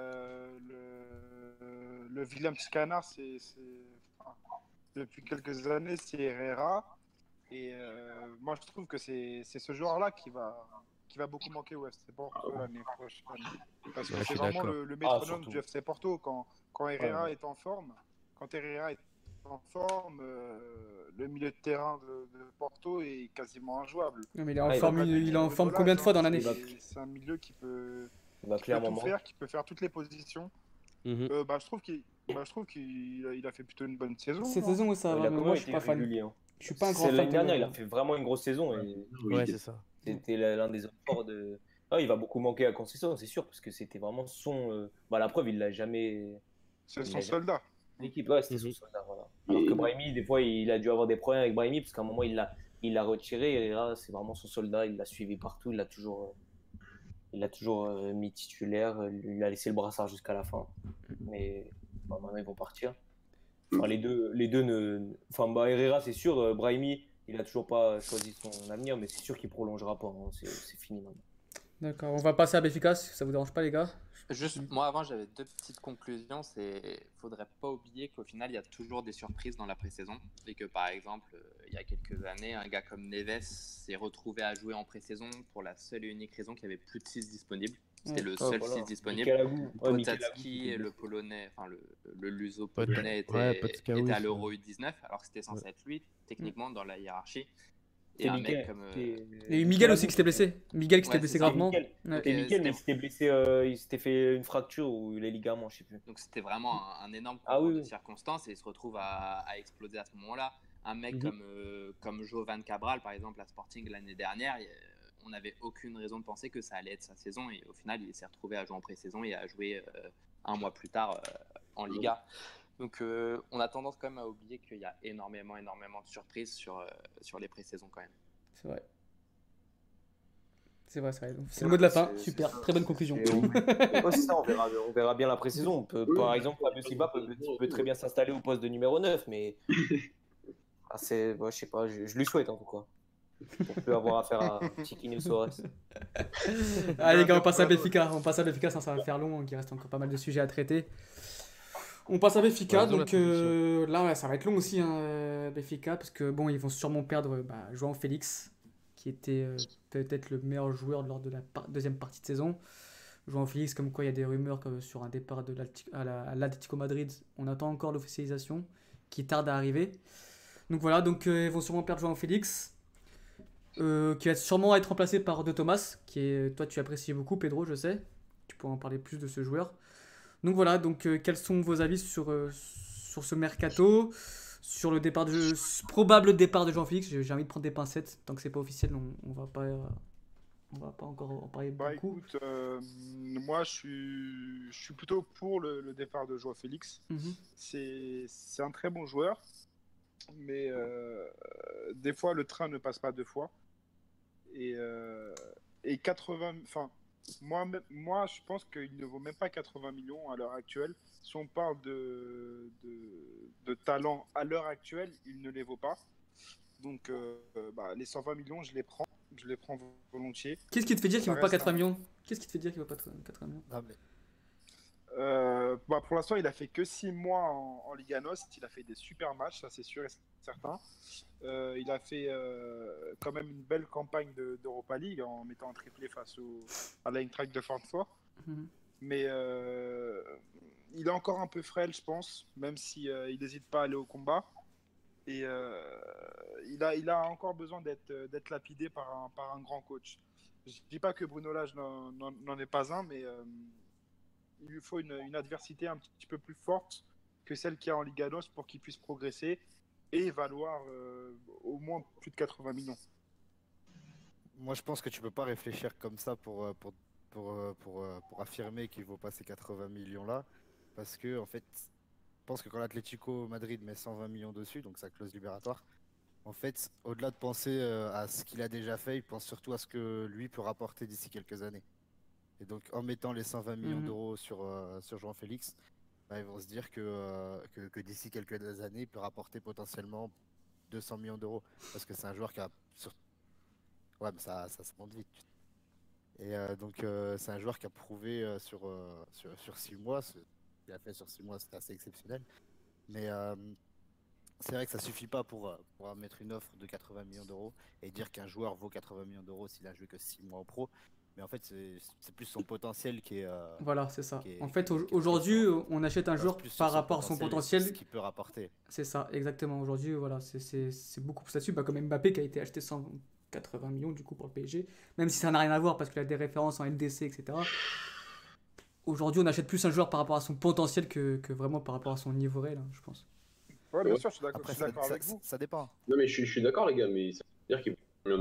le vilain petit canard, enfin, depuis quelques années, c'est Herrera. Et moi, je trouve que c'est ce joueur-là qui va beaucoup manquer au FC Porto l'année prochaine. Parce que Ouais, je c'est suis vraiment d'accord. le métronome surtout. du FC Porto. Quand Herrera Ouais. est en forme, quand Herrera est en forme, le milieu de terrain de Porto est quasiment injouable. Non, mais il est en Ah, il forme, va- il est en forme Voilà, combien de fois dans genre, l'année? c'est un milieu qui peut Il va clairement tout manquer. faire, qui peut faire toutes les positions. Mhm. Je trouve qu'il a fait plutôt une bonne saison. Cette hein. saison, oui, ça Il va, a mais quand moi, même je suis été pas fan. régulier. Hein. Je suis pas un grand C'est fan l'année de dernière, il Herrera. a fait vraiment une grosse saison et Ouais, c'est ça. c'était l'un des hommes forts de. Ah, il va beaucoup manquer à Conceição, c'est sûr, parce que c'était vraiment son. La preuve, il l'a jamais. C'est Il son a jamais- soldat. L'équipe, ouais, c'était Mhm. son soldat, voilà. Alors que Brahimi, des fois, il a dû avoir des problèmes avec Brahimi, parce qu'à un moment, il l'a retiré, et là, c'est vraiment son soldat, il l'a suivi partout, il l'a toujours mis titulaire, il a laissé le brassard jusqu'à la fin. Mais maintenant, ils vont partir. Enfin, les deux ne. Enfin, Herrera, c'est sûr, Brahimi, il a toujours pas choisi son avenir, mais c'est sûr qu'il prolongera pas, hein. C'est fini maintenant. D'accord, on va passer à Benfica, si ça vous dérange pas, les gars. juste, moi avant, j'avais 2 petites conclusions. Faudrait pas oublier qu'au final, il y a toujours des surprises dans la pré-saison. Et que par exemple, il y a quelques années, un gars comme Neves s'est retrouvé à jouer en pré-saison pour la seule et unique raison qu'il y avait plus de 6 disponibles. C'était Ouais. le Ah, seul voilà. 6 disponible. Mikel Agou. Ouais, Mikel Agou, Potatski, le polonais, enfin le luso Pot- polonais ouais, était Potskaoui, à c'est l'Euro vrai. U19, alors que c'était censé être lui, techniquement, dans la hiérarchie. Et C'était un Mikel. mec comme. Il y a eu Miguel aussi qui s'était blessé. Miguel qui s'était Ouais, blessé c'est ça. gravement. Mikel. Ouais. C'était Mikel, mais il s'était blessé, il s'était fait une fracture ou les ligaments, je sais plus. Donc c'était vraiment un énorme Ah concours oui, de oui. circonstances et il se retrouve à exploser à ce moment-là. Un mec Mhm. comme Jovan Cabral, par exemple, à Sporting l'année dernière, on n'avait aucune raison de penser que ça allait être sa saison et au final, il s'est retrouvé à jouer en pré-saison et à jouer un mois plus tard en Liga. Donc on a tendance quand même à oublier qu'il y a énormément de surprises sur les pré-saisons quand même. C'est vrai. C'est vrai, c'est vrai. Donc, c'est le mot de la fin. C'est Super, ça. très bonne conclusion. Et ouais, c'est ça, on verra bien la pré-saison. Par exemple, Fabio Silva peut très bien s'installer au poste de numéro 9, mais je sais pas, je lui souhaite en tout cas. Pour plus avoir affaire à Chiquinho Soares. Allez les gars, on passe à Benfica. Ça va faire long, il reste encore pas mal de sujets à traiter. On passe à Benfica, Ouais, dans la donc transition. là ouais, ça va être long aussi, hein, Benfica, parce que bon, ils vont sûrement perdre João Félix, qui était peut-être le meilleur joueur lors de la deuxième partie de saison. João Félix, comme quoi il y a des rumeurs sur un départ à l'Atlético Madrid. On attend encore l'officialisation, qui tarde à arriver. Donc voilà, ils vont sûrement perdre João Félix, qui va sûrement être remplacé par De Thomas, toi tu apprécies beaucoup, Pedro, je sais. Tu pourras en parler plus de ce joueur. Donc voilà, quels sont vos avis sur ce mercato, sur le probable départ de João Félix? J'ai envie de prendre des pincettes, tant que c'est pas officiel, on va pas encore en parler beaucoup. Écoute, moi je suis plutôt pour le départ de João Félix. Mhm. C'est un très bon joueur, mais des fois le train ne passe pas 2 fois. Et 80, enfin, moi je pense qu'il ne vaut même pas 80 millions à l'heure actuelle. Si on parle de talent à l'heure actuelle, il ne les vaut pas. Donc les 120 millions, je les prends volontiers. Qu'est-ce qui te fait dire qu'il Ça vaut pas reste 80 millions? Qu'est-ce qui te fait dire qu'il vaut pas 80 millions? Ah, mais Pour l'instant, il a fait que 6 mois en Liga NOS. Il a fait des super matchs, ça c'est sûr et certain. Il a fait quand même une belle campagne d'Europa League en mettant un triplé face à l'Eintracht de Francfort. Mhm. Mais il est encore un peu frêle, je pense, même si il n'hésite pas à aller au combat. Et il a encore besoin d'être lapidé par un grand coach. Je dis pas que Bruno Lage n'en est pas un, mais il lui faut une adversité un petit peu plus forte que celle qu'il y a en Liga NOS pour qu'il puisse progresser et valoir au moins plus de 80 millions. Moi, je pense que tu peux pas réfléchir comme ça pour affirmer qu'il vaut pas ces 80 millions-là. Parce que, en fait, je pense que quand l'Atlético Madrid met 120 millions dessus, donc sa clause libératoire, en fait, au-delà de penser à ce qu'il a déjà fait, il pense surtout à ce que lui peut rapporter d'ici quelques années. Et donc, en mettant les 120 millions d'euros sur João Félix, bah, ils vont se dire que d'ici quelques années, il peut rapporter potentiellement 200 millions d'euros. Parce que c'est un joueur qui a... Ouais, mais ça se monte vite. Et donc, c'est un joueur qui a prouvé sur 6 mois. Ce qu'il a fait sur 6 mois, c'était assez exceptionnel. Mais c'est vrai que ça suffit pas pour mettre une offre de 80 millions d'euros et dire qu'un joueur vaut 80 millions d'euros s'il a joué que 6 mois en pro. Mais en fait, c'est plus son potentiel qui est. Voilà, c'est ça. qui est- En fait, qui est aujourd'hui, précieux, en fait. on achète un Passe joueur plus sur par son rapport à son et potentiel. ce qu'il peut rapporter. C'est ça, exactement. Aujourd'hui, voilà, c'est beaucoup plus là-dessus. Bah, comme Mbappé qui a été acheté 180 millions du coup pour le PSG, même si ça n'a rien à voir parce qu'il a des références en LDC, etc. Aujourd'hui, on achète plus un joueur par rapport à son potentiel que vraiment par rapport à son niveau réel, hein, je pense. Ouais, bien Ouais. sûr, je suis d'accord Après, avec vous. ça dépend. Non, mais je suis d'accord, les gars, mais ça veut dire qu'il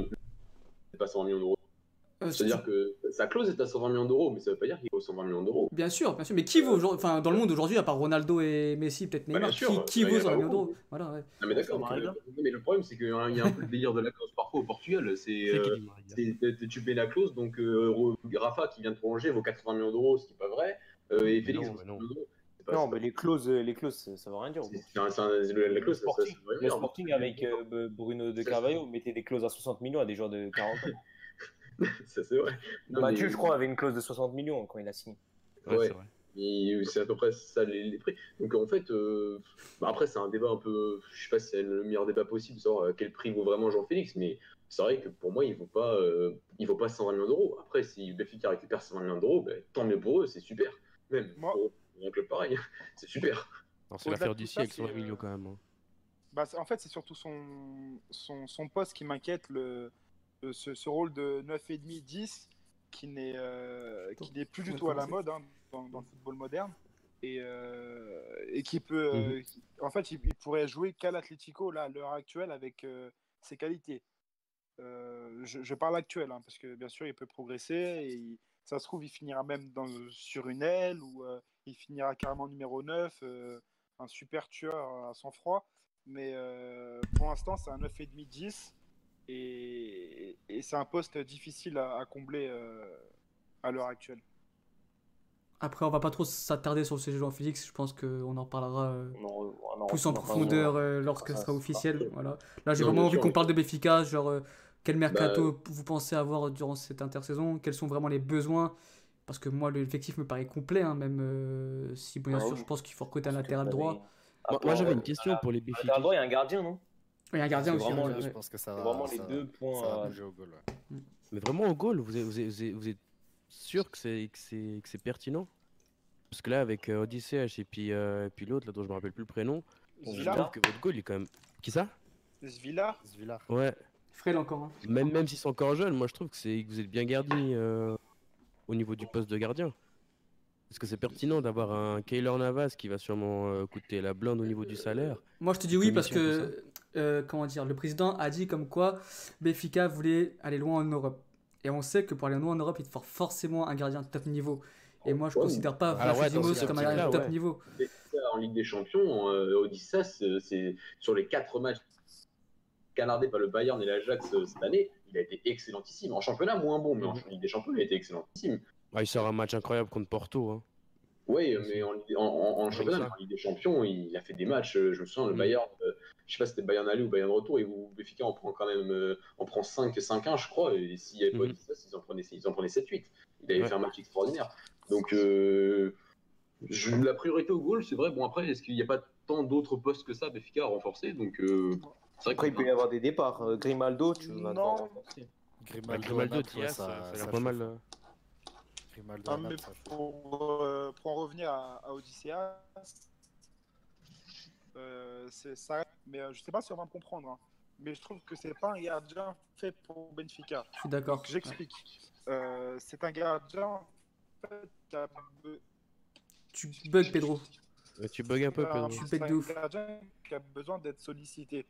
vaut pas 120 millions d'euros. C'est-à-dire que sa clause est à 120 millions d'euros, mais ça veut pas dire qu'il vaut 120 millions d'euros. Bien sûr, mais qui vaut enfin, dans le monde aujourd'hui, à part Ronaldo et Messi, peut-être Bah, Neymar, bien sûr, qui il y vaut en a 120 millions beaucoup. d'euros? Voilà, ouais. Non, mais d'accord, Mariga. mais le problème, c'est qu'il y a un peu le délire de la clause parfois au Portugal. C'est qui dit Mariga? Tu payes la clause, donc Rafa qui vient de prolonger vaut 80 millions d'euros, ce qui n'est pas vrai, et Mais Félix non, vaut mais 100 non. millions d'euros. Non, mais les clauses, ça veut rien dire. La clause, ça veut rien Le dire. Sporting avec Bruno de Carvalho mettait des clauses à 60 millions à des joueurs de 40 ans. Ça, c'est vrai. Non, Mathieu, mais- je crois, avait une clause de 60 millions quand il a signé. Ouais, Ouais. c'est vrai. Et c'est à peu près ça les prix. Donc en fait, après c'est un débat un peu, je sais pas si c'est le meilleur débat possible, de savoir quel prix vaut vraiment Jean-Félix, mais c'est vrai que pour moi il vaut pas 120 millions d'euros. Après si Benfica récupère 120 millions d'euros, ben, tant mieux pour eux, c'est super. Même Moi- pour un club pareil, c'est super. Non, c'est Au-delà l'affaire de du tout ça, siècle, 120 c'est, millions quand même. Hein. En fait, c'est surtout son poste qui m'inquiète, ce rôle de 9,5-10 qui n'est plus du tout à la mode hein, dans le football moderne et qui peut. En fait, il pourrait jouer qu'à l'Atlético là, à l'heure actuelle avec ses qualités. Je parle actuel, hein, parce que bien sûr, il peut progresser et ça se trouve, il finira même sur une aile ou il finira carrément numéro 9, un super tueur à sang-froid. Mais pour l'instant, c'est un 9,5-10 et c'est un poste difficile à combler à l'heure actuelle. Après, on va pas trop s'attarder sur le CG Jean Félix. Je pense qu'on en parlera plus en on profondeur parlera lorsque ce ça, sera ça officiel. Voilà. Là, j'ai Non, vraiment bien envie sûr, qu'on mais- parle de Benfica. Genre, quel mercato vous pensez avoir durant cette intersaison? Quels sont vraiment les besoins? Parce que moi, l'effectif me paraît complet, hein, même si, bien Ah sûr, oui. je pense qu'il faut recruter un Parce que latéral t'avais- droit. Moi, j'avais une question pour les À latéral Béfiquistes. droit, il y a un gardien, non? Et un gardien C'est aussi. vraiment hein, Je ouais. pense que ça C'est va, vraiment les deux points. ça va bouger au goal. Ouais. Mais vraiment au goal, vous êtes sûr que c'est pertinent? Parce que là, avec Odysseus et puis l'autre, là dont je me rappelle plus le prénom, je Zvila trouve que votre goal il est quand même. Qui ça? Zvila, Zvilar. Ouais, Frêle encore. Hein. même s'ils sont encore jeunes, moi je trouve que vous êtes bien garnis au niveau du poste de gardien. Est-ce que c'est pertinent d'avoir un Keylor Navas qui va sûrement coûter la blinde au niveau du salaire? Moi, je te dis Les oui parce commissions, que, comment dire, le président a dit comme quoi Benfica voulait aller loin en Europe. Et on sait que pour aller loin en Europe, il faut forcément un gardien de top niveau. Et moi, je Ouais, considère pas alors ouais, Vlachodimos dans cette comme un gardien de top optique-là, ouais. niveau. En Ligue des Champions, Odysseus, c'est sur les 4 matchs canardés par le Bayern et l'Ajax cette année, il a été excellentissime. En championnat, moins bon, mais en Ligue des Champions, il a été excellentissime. Ah, il sort un match incroyable contre Porto. Hein. Oui, mais en championnat, ça. mais en Ligue des Champions, il a fait des matchs. Je me souviens, le Mm. Bayern, je sais pas si c'était Bayern aller ou Bayern retour, et vous, Benfica, on prend quand même on prend 5-1, je crois, et s'il n'y avait pas Mhm. Odysseus, ils en prenaient 7-8. Il avait Ouais. fait un match extraordinaire. Donc, La priorité au goal, c'est vrai. Bon, après, est-ce qu'il n'y a pas tant d'autres postes que ça, Benfica, à renforcer? Donc, c'est vrai Après, il peut y avoir des départs. Grimaldo, tu vas devoir Non, renforcer. Grimaldo, Diaz, ça a l'air pas mal. Grimaldo, ah, mais pour en revenir à Odysseas, ça, mais je sais pas si on va me comprendre, hein, mais je trouve que c'est pas un gardien fait pour Benfica. Je suis d'accord. J'explique. C'est un gardien en fait, qui a Tu bugs, Pedro. Tu bugs un peu, Pedro. Tu c'est bugs de un ouf. gardien qui a besoin d'être sollicité,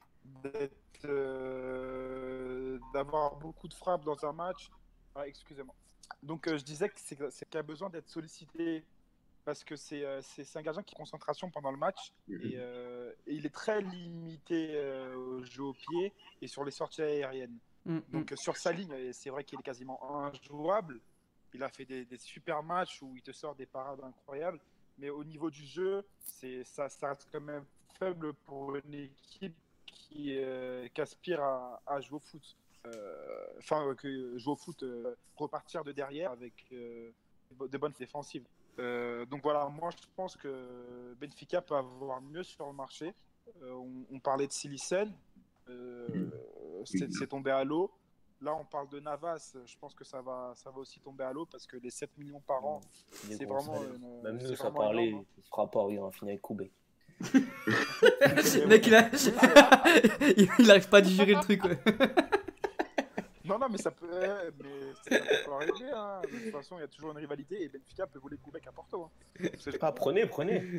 d'avoir beaucoup de frappes dans un match. Ah, excusez-moi. Donc je disais que c'est qu'il a besoin d'être sollicité parce que c'est un gardien qui a concentration pendant le match et il est très limité au jeu au pied et sur les sorties aériennes. Donc sur sa ligne, c'est vrai qu'il est quasiment injouable. Il a fait des super matchs où il te sort des parades incroyables, mais au niveau du jeu, ça reste quand même faible pour une équipe qui aspire à jouer au foot. Jouer au foot, repartir de derrière avec de bonnes défensives. Donc voilà, moi je pense que Benfica peut avoir mieux sur le marché. On parlait de Silicen, c'est tombé à l'eau. Là, on parle de Navas, je pense que ça va aussi tomber à l'eau parce que les 7 millions par an, c'est vraiment. Même nous, ça parlait, il fera pas en finale avec Koubek. Le mec, il arrive pas à digérer le truc. Ouais. Non, mais ça peut arriver. Hein. De toute façon, il y a toujours une rivalité et Benfica peut voler Koubek à Porto. Hein. Prenez.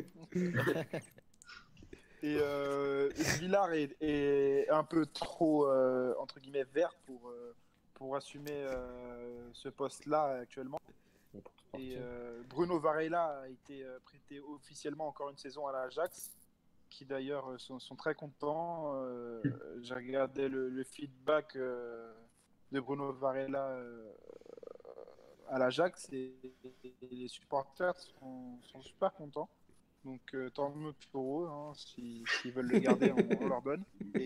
Et Villar est un peu trop, entre guillemets, vert pour assumer ce poste-là actuellement. Et Bruno Varela a été prêté officiellement encore une saison à l'Ajax, qui d'ailleurs sont très contents. J'ai regardé le feedback de Bruno Varela à l'Ajax et les supporters sont super contents. Donc tant mieux pour eux, hein, s'ils veulent le garder, on leur donne. Et,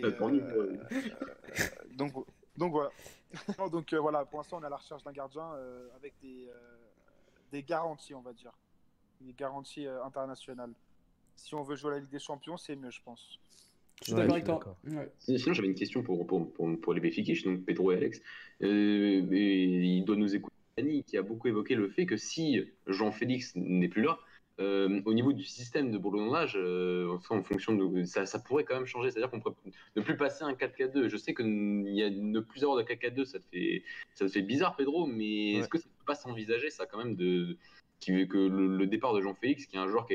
donc voilà. Donc voilà, pour l'instant on est à la recherche d'un gardien avec des garanties, on va dire. Des garanties internationales. Si on veut jouer à la Ligue des Champions, c'est mieux, je pense. Je suis d'accord avec toi. Ouais. Sinon, j'avais une question pour les Béfiquiches, donc Pedro et Alex. Et il doit nous écouter, Dani, qui a beaucoup évoqué le fait que si Jean-Félix n'est plus là, au niveau du système de boulonnage, en fonction de ça pourrait quand même changer, c'est-à-dire qu'on pourrait ne plus passer un 4-4-2. Je sais que ne plus avoir de 4-4-2, ça te fait bizarre, Pedro, mais est-ce que ça ne peut pas s'envisager, ça, quand même, que le départ de Jean-Félix, qui est un joueur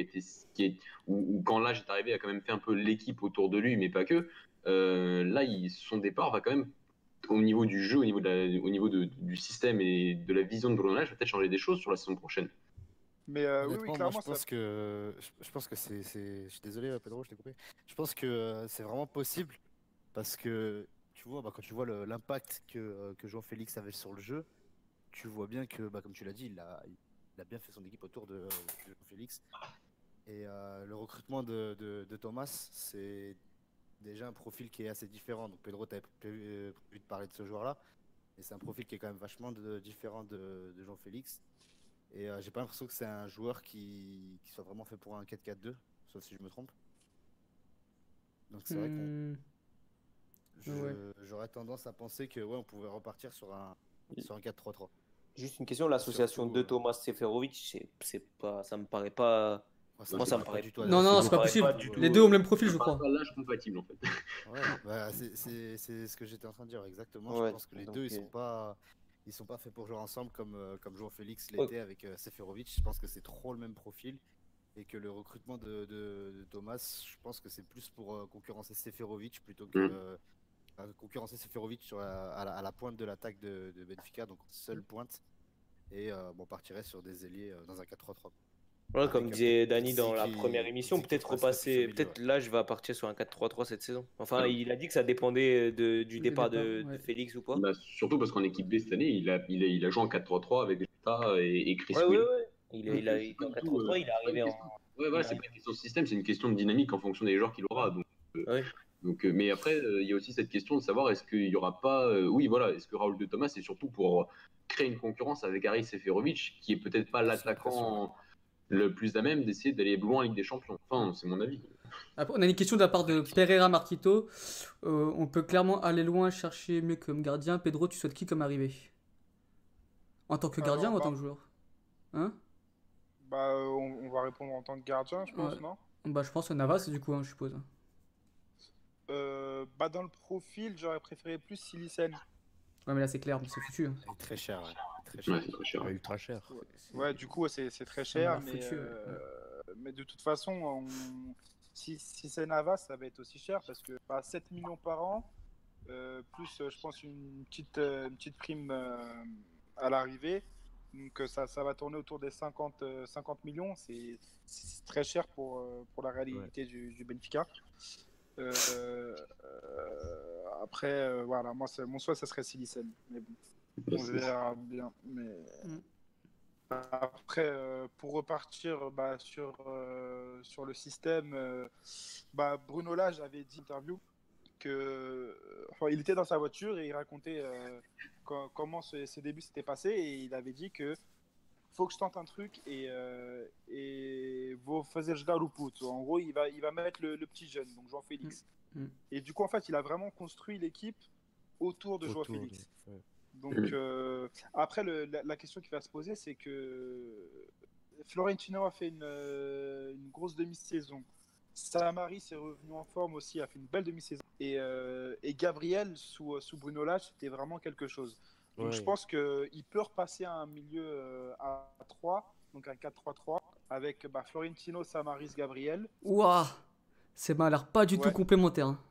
où quand l'âge est arrivé, a quand même fait un peu l'équipe autour de lui, mais pas que, là, son départ va quand même, au niveau du jeu, au niveau du système et de la vision de boulonnage, va peut-être changer des choses sur la saison prochaine. Mais oui, clairement, moi, je pense que c'est. Je suis désolé, Pedro, je t'ai coupé. Je pense que c'est vraiment possible parce que tu vois, quand tu vois l'impact que Jean-Félix avait sur le jeu, tu vois bien que, comme tu l'as dit, il a bien fait son équipe autour de Jean-Félix. Et le recrutement de Thomas, c'est déjà un profil qui est assez différent. Donc Pedro, tu avais prévu de parler de ce joueur-là, et c'est un profil qui est quand même vachement différent de Jean-Félix. Et j'ai pas l'impression que c'est un joueur qui soit vraiment fait pour un 4-4-2, sauf si je me trompe. Donc c'est vrai qu'on j'aurais tendance à penser que on pouvait repartir sur un 4-3-3. Juste une question, l'association de Thomas Seferovic, ça me paraît pas. Moi, ça me paraît du tout. Non, c'est pas possible. Les deux ont le même profil, je crois. Pas l'âge compatible, en fait. C'est ce que j'étais en train de dire, exactement. Je pense que les deux, ils sont pas faits pour jouer ensemble comme Jean-Félix l'était avec Seferovic. Je pense que c'est trop le même profil et que le recrutement de Thomas, je pense que c'est plus pour concurrencer Seferovic plutôt que concurrencer Seferovic à la pointe de l'attaque de Benfica, donc seule pointe, et partirait sur des ailiers dans un 4-3-3. Voilà, comme disait Dani dans la première émission, peut-être là je vais partir sur un 4-3-3 cette saison. Enfin, il a dit que ça dépendait du départ de Félix ou pas. Surtout parce qu'en équipe B cette année, il a joué en 4-3-3 avec Jota et Chris Will. Il a en 4-3-3, il est arrivé en. Ouais, voilà, c'est pas une question de système, c'est une question de dynamique en fonction des joueurs qu'il aura. Donc, mais après, il y a aussi cette question de savoir est-ce qu'il n'y aura pas. Est-ce que Raúl de Thomas, c'est surtout pour créer une concurrence avec Haris Seferovic, qui est peut-être pas l'attaquant. le plus à même d'essayer d'aller loin en Ligue des Champions. Enfin, c'est mon avis. Après, on a une question de la part de Pereira Marquito. On peut clairement aller loin, chercher mieux comme gardien. Pedro, tu souhaites qui comme arrivée? En tant que gardien ou en tant que joueur? Hein? Bah, on va répondre en tant que gardien, je pense, Ouais. non? Bah, je pense Navas, du coup, hein, je suppose. Bah, dans le profil, j'aurais préféré plus Silicen. Ouais, mais là, c'est clair, c'est foutu. Hein. Il est très cher, ouais. Très cher. Ouais, c'est très cher. Ultra cher. Ouais, du coup, c'est très Ça m'a cher, l'air mais, foutu, ouais. mais de toute façon, si c'est Navas, ça va être aussi cher parce que 7 millions par an, plus je pense une petite prime à l'arrivée. Donc ça va tourner autour des 50 millions. C'est très cher pour la réalité du Benfica. Après, voilà, moi, mon choix, ça serait Silicen. Mais bon, on verra bien. Mais... Après, pour repartir sur le système, Bruno Lage avait dit en interview que, il était dans sa voiture et il racontait comment ses débuts s'étaient passés et il avait dit que faut que je tente un truc et vous faisiez le Darupu. En gros, il va mettre le petit jeune, donc João Félix. Et du coup, en fait, il a vraiment construit l'équipe autour de João Félix. Donc, après, la question qui va se poser, c'est que Florentino a fait une grosse demi-saison. Samaris est revenu en forme aussi, a fait une belle demi-saison. Et Gabriel, sous Bruno Lage, c'était vraiment quelque chose. Donc, je pense qu'il peut repasser à un milieu à 3, donc un 4-3-3, avec Florentino, Samaris, Gabriel. Ouah, ça m'a l'air pas du tout complémentaire. Hein.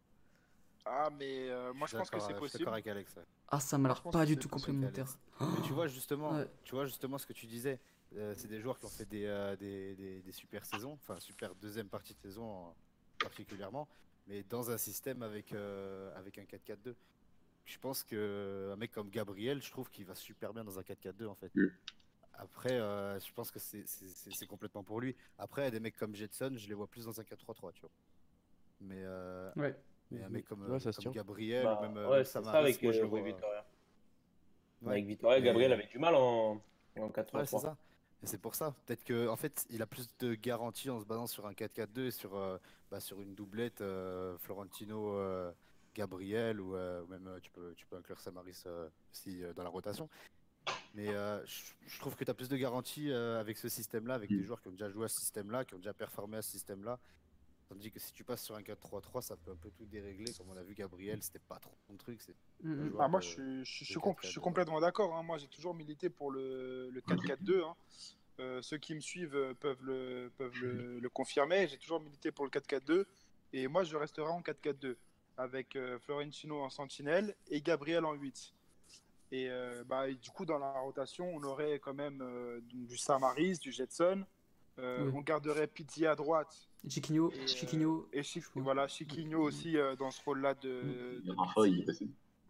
Ah, mais moi, je pense que c'est possible. Je suis d'accord avec Alex. Ouais. Ah, ça m'a l'air pas du tout complémentaire. Mais tu vois justement ce que tu disais. C'est des joueurs qui ont fait des super saisons, enfin super deuxième partie de saison particulièrement, mais dans un système avec un 4-4-2. Je pense qu'un mec comme Gabriel, je trouve qu'il va super bien dans un 4-4-2 en fait. Après, je pense que c'est complètement pour lui. Après, des mecs comme Jetson, je les vois plus dans un 4-3-3, tu vois. Mais un mec comme Gabriel, ou même Samaris, avec moi je le vois. Vitória. Avec Vitória, Gabriel avait du mal en 4-3-3. Ouais, c'est ça. Et c'est pour ça. Peut-être qu'en fait, il a plus de garantie en se basant sur un 4-4-2 et sur une doublette Florentino, Gabriel, ou même tu peux inclure Samaris aussi dans la rotation. Mais je trouve que tu as plus de garantie avec ce système-là, avec des joueurs qui ont déjà joué à ce système-là, qui ont déjà performé à ce système-là. Tandis que si tu passes sur un 4-3-3, ça peut un peu tout dérégler. Comme on a vu, Gabriel, c'était pas trop ton truc. Moi, je suis complètement d'accord. Hein. Moi, j'ai toujours milité pour le 4-4-2. Hein. Ceux qui me suivent peuvent le confirmer. J'ai toujours milité pour le 4-4-2. Et moi, je resterai en 4-4-2 avec Florentino en sentinelle et Gabriel en 8. Et du coup, dans la rotation, on aurait quand même du Samaris, du Jetson. On garderait Pizzi à droite. Chiquinho. Voilà, Chiquinho aussi dans ce rôle-là de Rafa, il est passé.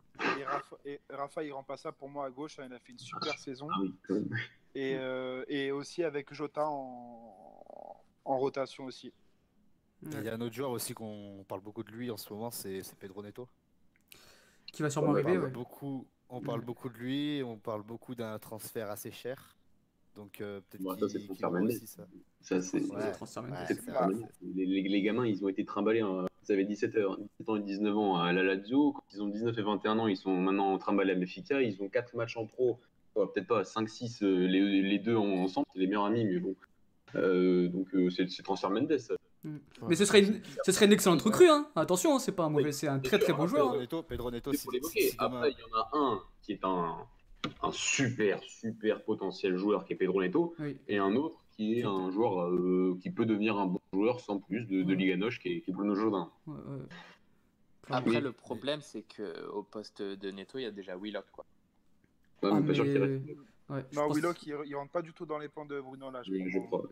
Et Rafa, il remplace ça pour moi à gauche. Hein, il a fait une super saison. Et aussi avec Jota en rotation aussi. Il y a un autre joueur aussi qu'on parle beaucoup de lui en ce moment, c'est Pedro Neto. Qui va sûrement arriver, On parle beaucoup de lui, on parle beaucoup d'un transfert assez cher. Donc peut-être qu'il aussi ça. Ça c'est les gamins, ils ont été trimballés. Ils avaient 17 ans et 19 ans à la Lazio. Quand ils ont 19 et 21 ans, ils sont maintenant trimballés à Benfica. Ils ont 4 matchs en pro. Peut-être pas 5-6 les deux ensemble, c'est les meilleurs amis, mais bon. Donc c'est transfert Mendes. Mais ce serait une excellente recrue, hein. Attention, c'est pas un mauvais, c'est un très très bon joueur. Pedro Neto, Après, il y en a un qui est un super potentiel joueur qui est Pedro Neto, et un autre qui est un joueur qui peut devenir un bon joueur sans plus de Liga Noche, qui est Bruno Jordin. Après, le problème, c'est qu'au poste de Neto, il y a déjà Willock, quoi. Ouais, mais pas sûr qu'il reste. Non, Willock, il rentre pas du tout dans les plans de Bruno là. Je crois.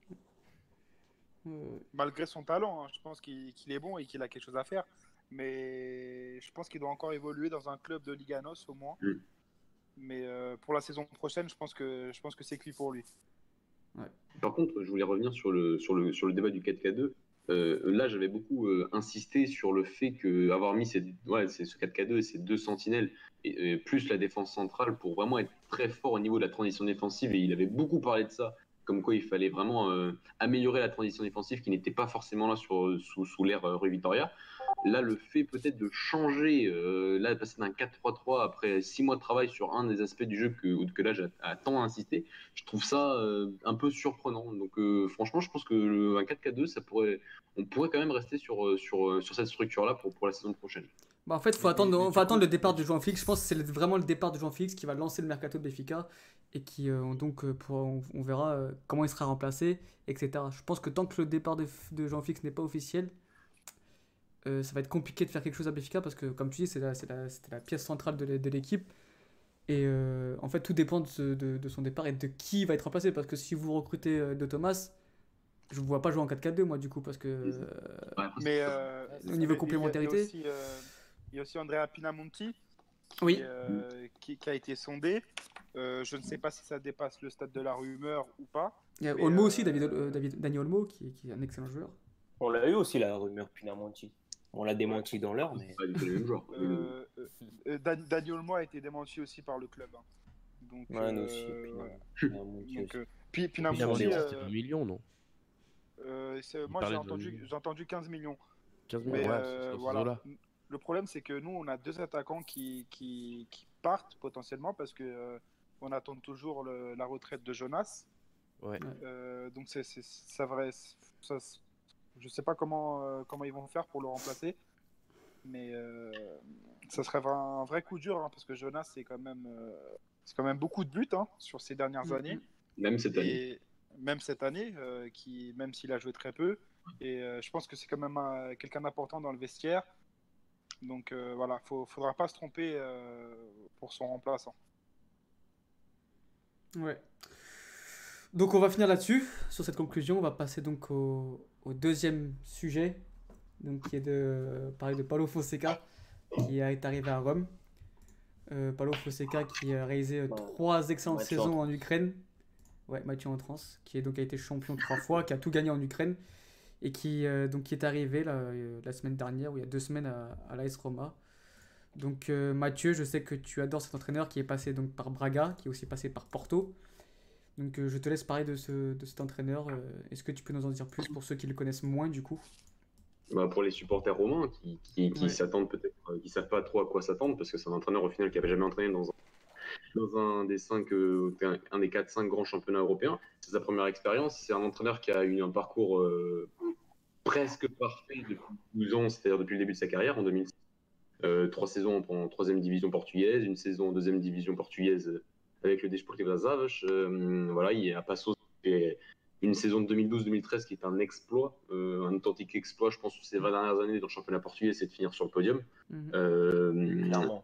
Malgré son talent, hein, je pense qu'il est bon et qu'il a quelque chose à faire. Mais je pense qu'il doit encore évoluer dans un club de Liga Nos au moins. Mais pour la saison prochaine, je pense que c'est cuit pour lui. Par contre, je voulais revenir sur le débat du 4K2. Là, j'avais beaucoup insisté sur le fait qu'avoir mis ce 4K2 et ces deux sentinelles, et plus la défense centrale, pour vraiment être très fort au niveau de la transition défensive, et il avait beaucoup parlé de ça comme quoi il fallait vraiment améliorer la transition défensive qui n'était pas forcément là sous l'ère Rui Vitória. Là, le fait peut-être de changer, là, de passer d'un 4-3-3 après 6 mois de travail sur un des aspects du jeu que l'âge a tant insisté, je trouve ça un peu surprenant. Donc, franchement, je pense que un 4-4-2, on pourrait quand même rester sur cette structure-là pour la saison prochaine. Bah en fait, faut attendre le départ de João-Félix. Je pense que c'est vraiment le départ de João-Félix qui va lancer le mercato de Benfica et qui on verra comment il sera remplacé, etc. Je pense que tant que le départ de João-Félix n'est pas officiel, ça va être compliqué de faire quelque chose à Benfica parce que, comme tu dis, c'était la pièce centrale de l'équipe. Et en fait, tout dépend de son départ et de qui va être remplacé. Parce que si vous recrutez De Thomas, je ne vois pas jouer en 4-4-2, moi, du coup, parce que Mais au niveau complémentarité. Il y a aussi Andrea Pinamonti Oui. qui a été sondé. Je ne sais pas si ça dépasse le stade de la rumeur ou pas. Il y a Olmo aussi, Dani Olmo, qui est un excellent joueur. On l'a eu aussi, la rumeur Pinamonti. On l'a démenti dans l'heure, mais... Pas du tout les mêmes joueurs. Dani Olmo a été démenti aussi par le club. Hein. Donc, ouais, nous aussi. Pinamonti, c'était 1 million, non moi, j'ai entendu 15 millions. 15 millions, Mais, ouais, voilà. Le problème, c'est que nous, on a 2 attaquants qui partent potentiellement parce que on attend toujours la retraite de Jonas. Ouais. Donc, je sais pas comment ils vont faire pour le remplacer. Mais ça serait un vrai coup dur hein, parce que Jonas, c'est quand même beaucoup de buts hein, sur ces dernières années. Même cette année. Même cette année, même s'il a joué très peu. Et je pense que c'est quand même quelqu'un d'important dans le vestiaire. Donc voilà, faudra pas se tromper pour son remplaçant. Ouais. Donc on va finir là-dessus, sur cette conclusion. On va passer donc au deuxième sujet, donc qui est de parler de Paulo Fonseca, qui est arrivé à Rome. Paulo Fonseca qui a réalisé 3 excellentes saisons en Ukraine. Ouais, Mathieu en trans, qui a été champion 3 fois, qui a tout gagné en Ukraine. Et qui est arrivé la semaine dernière, ou il y a 2 semaines, à l'AS Roma. Donc Mathieu, je sais que tu adores cet entraîneur qui est passé donc par Braga, qui est aussi passé par Porto. Donc je te laisse parler de cet entraîneur. Est-ce que tu peux nous en dire plus pour ceux qui le connaissent moins du coup? Pour les supporters romains qui s'attendent peut-être, qui savent pas trop à quoi s'attendre, parce que c'est un entraîneur au final qui n'avait jamais entraîné dans un des 4-5 grands championnats européens. C'est sa première expérience. C'est un entraîneur qui a eu un parcours presque parfait depuis 12 ans, c'est-à-dire depuis le début de sa carrière en 2006. 3 saisons en 3e division portugaise, une saison en 2e division portugaise avec le Desportivo das Aves. Voilà, il est à Passos, fait une saison de 2012-2013 qui est un exploit, un authentique exploit, je pense, sur ces 20 dernières années dans le championnat portugais, c'est de finir sur le podium. Clairement.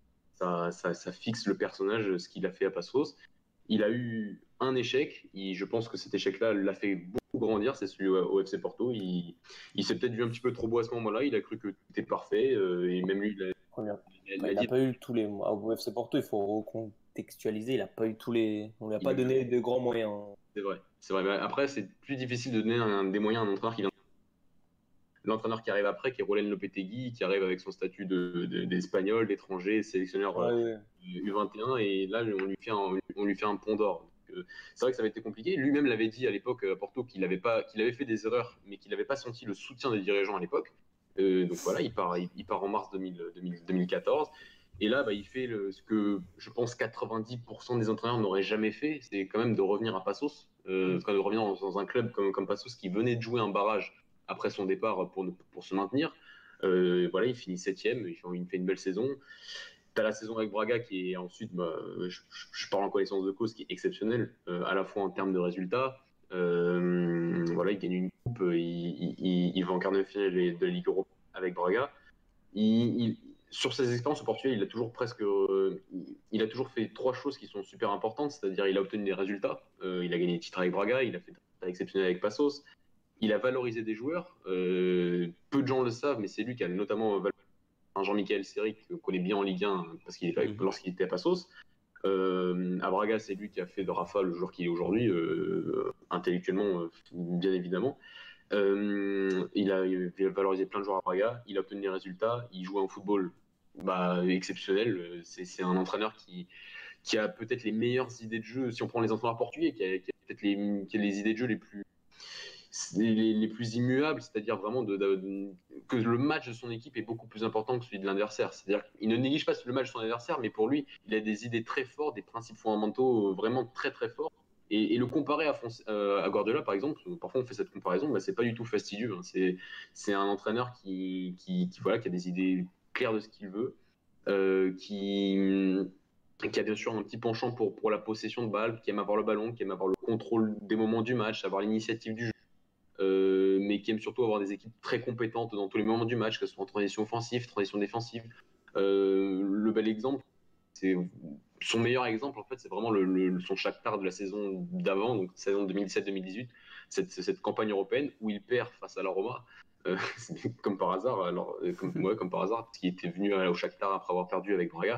Ça fixe le personnage, ce qu'il a fait à Passos. Il a eu un échec, je pense que cet échec-là l'a fait beaucoup grandir, c'est celui au FC Porto. Il s'est peut-être vu un petit peu trop beau à ce moment-là, il a cru que tout était parfait, et même lui, il n'a pas eu tous les... Au FC Porto, il faut recontextualiser, il n'a pas eu tous les... On lui a pas donné de grands moyens. C'est vrai. Mais après, c'est plus difficile de donner des moyens à un entraîneur qui vient. L'entraîneur qui arrive après, qui est Roland Lopetegui, qui arrive avec son statut d'Espagnol, d'étranger, sélectionneur U21, et là, on lui fait un pont d'or. C'est vrai que ça avait été compliqué. Lui-même l'avait dit à l'époque à Porto qu'il avait fait des erreurs, mais qu'il n'avait pas senti le soutien des dirigeants à l'époque. Donc voilà, il part en mars 2014. Et là, il fait ce que je pense 90% des entraîneurs n'auraient jamais fait, c'est quand même de revenir à Passos, de revenir dans un club comme Passos qui venait de jouer un barrage après son départ pour se maintenir. Voilà, il finit 7e, il fait une belle saison. Tu as la saison avec Braga qui est ensuite, je parle en connaissance de cause, qui est exceptionnelle, à la fois en termes de résultats. Voilà, il gagne une coupe, il va en quart de finale de la Ligue Europa avec Braga. Sur ses expériences au Portugal, il a toujours fait 3 choses qui sont super importantes, c'est-à-dire il a obtenu des résultats, il a gagné des titres avec Braga, il a fait des résultats exceptionnels avec Passos, il a valorisé des joueurs, peu de gens le savent, mais c'est lui qui a notamment valorisé Jean-Michel Seri, qu'on connaît bien en Ligue 1 parce lorsqu'il était à Passos. À Braga, c'est lui qui a fait de Rafa le joueur qu'il est aujourd'hui, intellectuellement, bien évidemment. Il a valorisé plein de joueurs à Braga, il a obtenu des résultats, il joue un football exceptionnel. C'est un entraîneur qui a peut-être les meilleures idées de jeu, si on prend les entraîneurs portugais, qui a peut-être qui a les idées de jeu les plus immuables, c'est-à-dire vraiment que le match de son équipe est beaucoup plus important que celui de l'adversaire. C'est-à-dire qu'il ne néglige pas le match de son adversaire, mais pour lui, il a des idées très fortes, des principes fondamentaux vraiment très très forts. Et le comparer à Guardiola, par exemple, parfois on fait cette comparaison, bah, c'est pas du tout fastidieux. Hein. C'est un entraîneur qui a des idées claires de ce qu'il veut, qui a bien sûr un petit penchant pour la possession de balle, qui aime avoir le ballon, qui aime avoir le contrôle des moments du match, avoir l'initiative du jeu. Mais qui aime surtout avoir des équipes très compétentes dans tous les moments du match, que ce soit en transition offensive, transition défensive. Le bel exemple, c'est son meilleur exemple, en fait, c'est vraiment son Shakhtar de la saison d'avant, donc saison 2017-2018, cette campagne européenne où il perd face à la Roma, comme par hasard, comme par hasard, parce qu'il était venu au Shakhtar après avoir perdu avec Braga.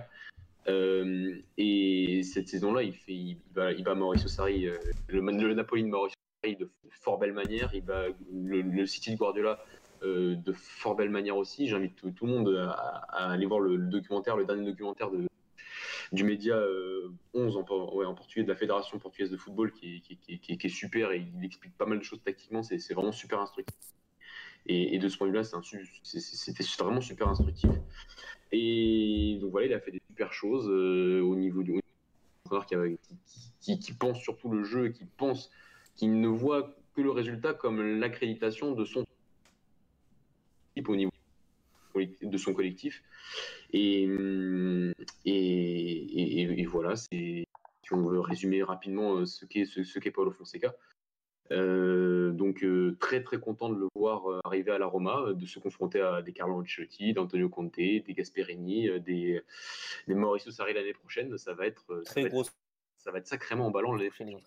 Et cette saison-là, il bat Mauricio Sarri, le Napoli de Mauricio Sarri de fort belle manière, il bat le City de Guardiola de fort belle manière aussi. J'invite tout le monde à aller voir le dernier documentaire du média 11 en portugais, de la Fédération portugaise de football, qui est super, et il explique pas mal de choses tactiquement, c'est vraiment super instructif. Et de ce point de vue-là, c'était vraiment super instructif. Et donc voilà, il a fait des super choses au niveau du entraîneur qui pense surtout le jeu, qui ne voit que le résultat comme l'accréditation de son équipe au niveau de son collectif. Et voilà, si on veut résumer rapidement ce qu'est Paulo Fonseca. Donc très très content de le voir arriver à la Roma, de se confronter à des Carlo Ancelotti, d'Antonio Conte, des Gasperini, des Mauricio Sarri l'année prochaine. Ça va être sacrément emballant l'année prochaine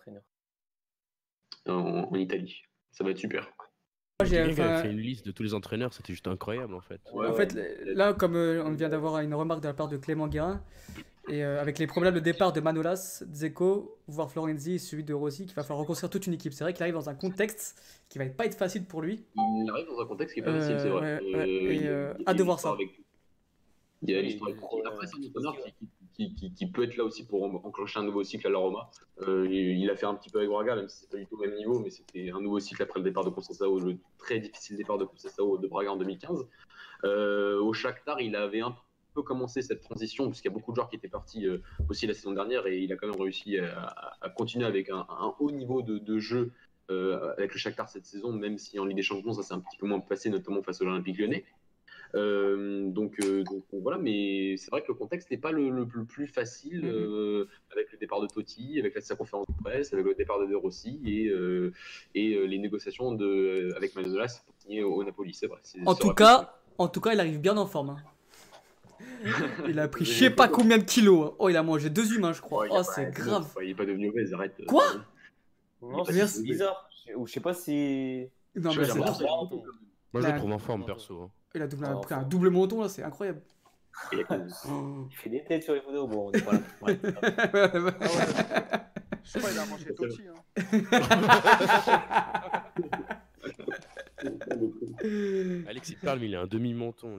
en Italie. Ça va être super. J'ai fait une liste de tous les entraîneurs, c'était juste incroyable en fait. En fait, là, comme on vient d'avoir une remarque de la part de Clément Guérin, et avec les problèmes de départ de Manolas, Dzeko, voire Florenzi et celui de Rossi, qu'il va falloir reconstruire toute une équipe. C'est vrai qu'il arrive dans un contexte qui va pas être facile pour lui. Il arrive dans un contexte qui est pas facile, c'est vrai. Hâte de voir ça. Il y a l'histoire. Après, c'est un entraîneur qui peut être là aussi pour enclencher un nouveau cycle à la Roma. Il a fait un petit peu avec Braga, même si c'est pas du tout au même niveau, mais c'était un nouveau cycle après le départ de Conceição, le très difficile départ de Conceição de Braga en 2015. Au Shakhtar, il avait un peu commencé cette transition, puisqu'il y a beaucoup de joueurs qui étaient partis aussi la saison dernière, et il a quand même réussi à continuer avec un haut niveau de jeu avec le Shakhtar cette saison, même si en Ligue des Champions, ça s'est un petit peu moins passé, notamment face à l'Olympique Lyonnais. Donc voilà, mais c'est vrai que le contexte n'est pas le plus facile avec le départ de Totti, avec sa conférence de presse, avec le départ de De Rossi et les négociations avec Manolas pour signer au Napoli, c'est vrai. En tout cas, il arrive bien en forme. Hein. Il a pris je sais pas combien de kilos. Hein. Oh, il a mangé 2 humains, je crois. Oh, c'est grave. Il n'est pas devenu obèse, arrête. Quoi? Non, c'est bizarre. Ou je sais pas si. Non, mais c'est Moi, je le trouve en forme, perso. Il a pris un double menton, là, c'est incroyable. Il fait des têtes sur les photos. Bon, on est pas là. Ouais. Je sais pas, il a mangé Totti. Alex, il parle, mais il a un demi-menton.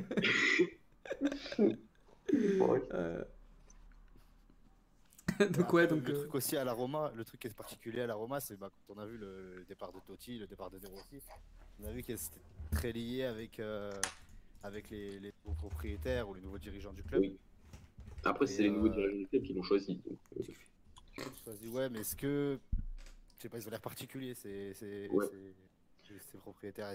Donc ouais, donc le truc aussi à la Roma, le truc qui est particulier à la Roma, c'est quand on a vu le départ de Totti, le départ de De Rossi, on a vu que c'était très lié avec les nouveaux propriétaires ou les nouveaux dirigeants du club. Oui. Après, c'est les nouveaux dirigeants du club qui l'ont choisi. Ouais, mais est-ce que je sais pas, ils ont l'air particuliers ces propriétaires.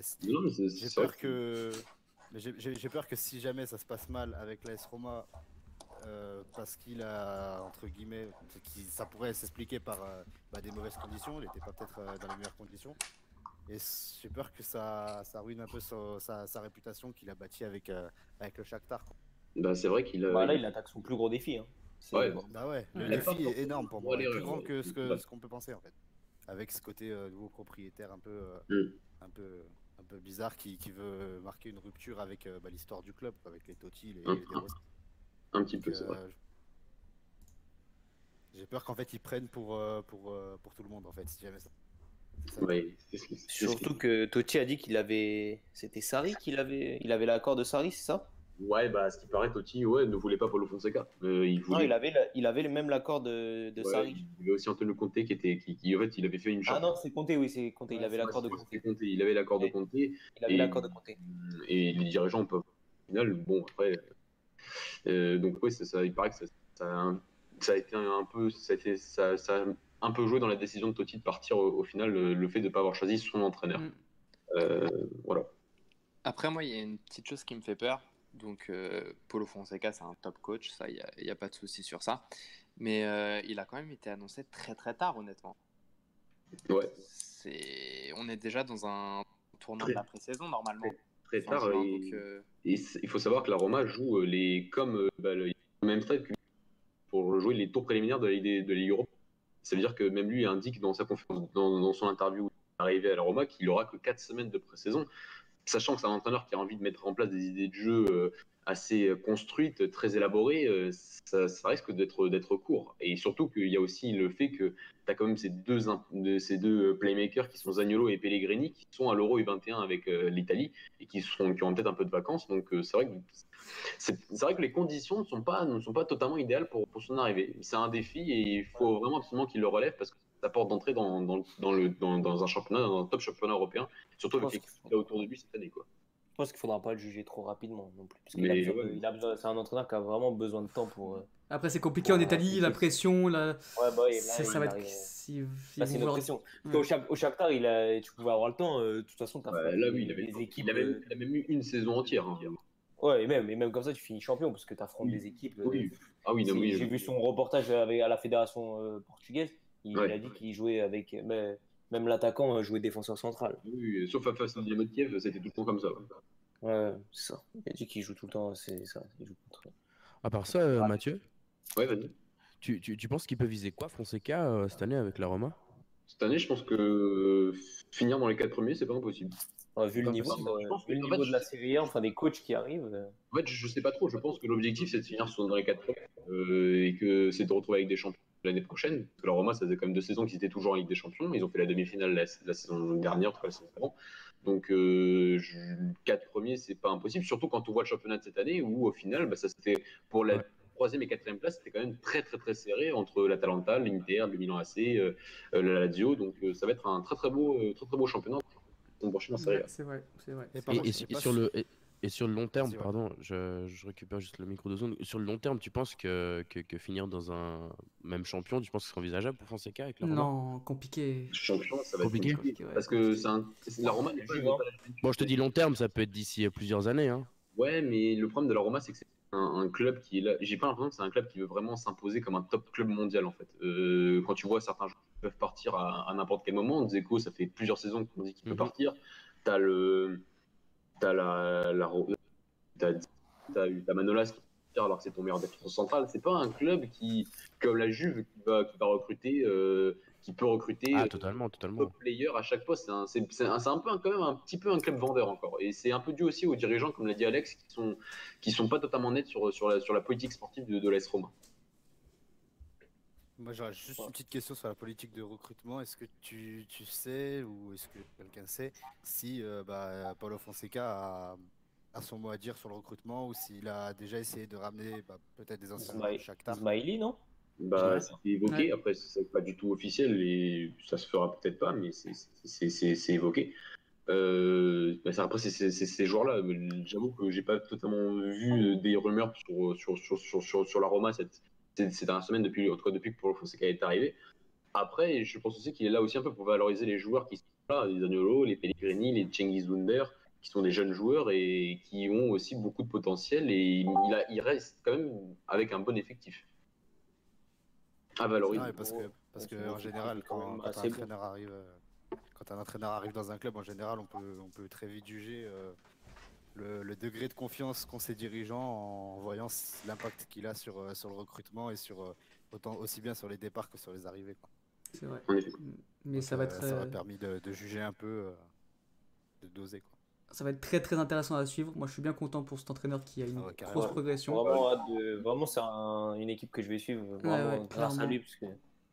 J'ai peur que si jamais ça se passe mal avec l'AS Roma, parce qu'il a, entre guillemets, ça pourrait s'expliquer par des mauvaises conditions, il n'était pas peut-être dans les meilleures conditions. Et j'ai peur que ça ruine un peu sa réputation qu'il a bâtie avec le Shakhtar. Bah, c'est vrai qu'il là, il attaque son plus gros défi. Hein. Le défi est énorme pour moi, plus grand que ce qu'on peut penser en fait. Avec ce côté nouveau propriétaire un peu bizarre qui veut marquer une rupture avec l'histoire du club, avec les Totti, les Rossi. Un petit peu, c'est vrai. J'ai peur qu'en fait ils prennent pour tout le monde en fait, si jamais ça. Surtout que Totti a dit qu'il avait. C'était Sarri il avait l'accord de Sarri, c'est ça? Ouais, bah, ce qui paraît, Totti, ne voulait pas Paulo Fonseca. Il Non, voulait. il avait même l'accord de Ouais, Sarri. il y avait aussi Antonio Conte en fait, il avait fait une Ah charte. non, c'est Conte, oui, c'est Conte. Il avait l'accord de Conte. C'était Conte. Il avait l'accord de Ouais, Conte il avait et, l'accord de Conte. et les dirigeants peuvent. Au final, bon, après. Donc, oui, c'est ça. Il paraît que ça a été un peu. Ça a un peu joué dans la décision de Totti de partir au final, le fait de ne pas avoir choisi son entraîneur. Mm. Voilà. Après, moi, il y a une petite chose qui me fait peur. Donc, Paulo Fonseca, c'est un top coach, ça, il n'y a pas de souci sur ça. Mais il a quand même été annoncé très très tard, honnêtement. Ouais. On est déjà dans un tournant Très- de la pré-saison, normalement. Très tard. Enfin, Et, donc, il faut savoir que la Roma joue comme le même stade pour jouer les tours préliminaires de la Ligue Europa. Ça veut dire que même lui indique dans sa conférence, dans son interview arrivé à la Roma, qu'il aura que 4 semaines de pré-saison, sachant que c'est un entraîneur qui a envie de mettre en place des idées de jeu assez construites, très élaborées, ça risque d'être court. Et surtout qu'il y a aussi le fait que tu as quand même ces deux playmakers qui sont Zaniolo et Pellegrini, qui sont à l'Euro U21 avec l'Italie et qui ont peut-être un peu de vacances. Donc c'est vrai que les conditions ne sont pas totalement idéales pour son arrivée. C'est un défi et il faut vraiment absolument qu'il le relève parce que ça porte d'entrée dans un championnat, dans un top championnat européen, surtout avec l'équipe qu'il a autour de lui cette année, quoi. Je pense qu'il faudra pas le juger trop rapidement non plus. Parce qu'il Mais a besoin, c'est un entraîneur qui a vraiment besoin de temps pour. Après, c'est compliqué en Italie, la pression, Ouais, bah oui, là, ça va être. Là, c'est une pression. Au Shakhtar, tu pouvais avoir le temps. De toute façon, tu as là, oui, il a même eu une saison entière. Hein. Ouais, et même comme ça, tu finis champion parce que tu affrontes des équipes. Oui. Ah oui, non, oui. J'ai vu son reportage à la fédération portugaise. Il a dit qu'il jouait avec. Même l'attaquant jouait défenseur central. Oui, sauf face à Dynamo de Kiev, c'était tout le temps comme ça. Ouais, c'est ça. Il a dit qu'il joue tout le temps, c'est ça. Il joue contre. À part ça, Mathieu, Ouais, vas-y. tu penses qu'il peut viser quoi, Fonseca, cette année avec la Roma? Cette année, je pense que finir dans les 4 premiers, c'est pas impossible. Ouais, vu le niveau, de la Serie A, enfin des coachs qui arrivent. En fait, je sais pas trop. Je pense que l'objectif, c'est de finir dans les 4 premiers et que c'est de retrouver avec des champions l'année prochaine. Parce que la Roma, ça faisait quand même 2 saisons qu'ils étaient toujours en Ligue des Champions. Ils ont fait la demi-finale la saison dernière, en tout cas la saison avant. Donc, 4 premiers, c'est pas impossible. Surtout quand on voit le championnat de cette année où, au final, ça c'était pour la 3e et 4e place, c'était quand même très très très serré entre l'Atalanta, l'Inter, le Milan AC, la Lazio. Donc, ça va être un très très beau championnat. C'est vrai. Et sur le long terme, Vas-y, ouais. pardon, je récupère juste le micro de zone. Sur le long terme, tu penses que finir dans un même champion, tu penses que c'est envisageable pour Fonseca avec la Roma? Non, compliqué. Champion, ça va Compliqué. être compliqué. Ouais, Parce que la Roma. Bon, je te dis long terme, ça peut être d'ici plusieurs années. Hein. Ouais, mais le problème de la Roma, c'est que c'est un club qui est là. J'ai pas l'impression que c'est un club qui veut vraiment s'imposer comme un top club mondial, en fait. Quand tu vois certains joueurs qui peuvent partir à n'importe quel moment, Dzeko, ça fait plusieurs saisons qu'on dit qu'il peut partir. T'as Manolas qui part alors que c'est ton meilleur défenseur central. C'est pas un club comme la Juve, qui va recruter, qui peut recruter totalement. top player à chaque poste. C'est un peu quand même un petit peu un club vendeur encore. Et c'est un peu dû aussi aux dirigeants, comme l'a dit Alex, qui sont pas totalement nets sur la politique sportive de l'AS Roma. Moi, j'aurais juste une petite question sur la politique de recrutement. Est-ce que tu sais, ou est-ce que quelqu'un sait, si Paulo Fonseca a son mot à dire sur le recrutement, ou s'il a déjà essayé de ramener peut-être des anciens de Shakhtar? Ismaili, non? C'est évoqué. Après, c'est pas du tout officiel et ça se fera peut-être pas, mais c'est évoqué. Après, c'est ces joueurs-là. J'avoue que j'ai pas totalement vu des rumeurs sur la Roma ces dernières semaines, depuis que Paulo Fonseca est arrivé. Après, je pense aussi qu'il est là aussi un peu pour valoriser les joueurs qui sont là, les Zaniolo, les Pellegrini, les Cengiz Under, qui sont des jeunes joueurs et qui ont aussi beaucoup de potentiel. Et il reste quand même avec un bon effectif à valoriser. Ouais, parce que en général, quand un entraîneur arrive dans un club, en général, on peut très vite juger le degré de confiance qu'ont ses dirigeants en voyant l'impact qu'il a sur le recrutement et aussi bien sur les départs que sur les arrivées, quoi. C'est vrai. En effet. Mais ça va être. Ça m'a permis de juger un peu, de doser, quoi. Ça va être très très intéressant à suivre. Moi, je suis bien content pour cet entraîneur qui a une grosse progression. Vraiment, c'est une équipe que je vais suivre vraiment grâce à lui, parce que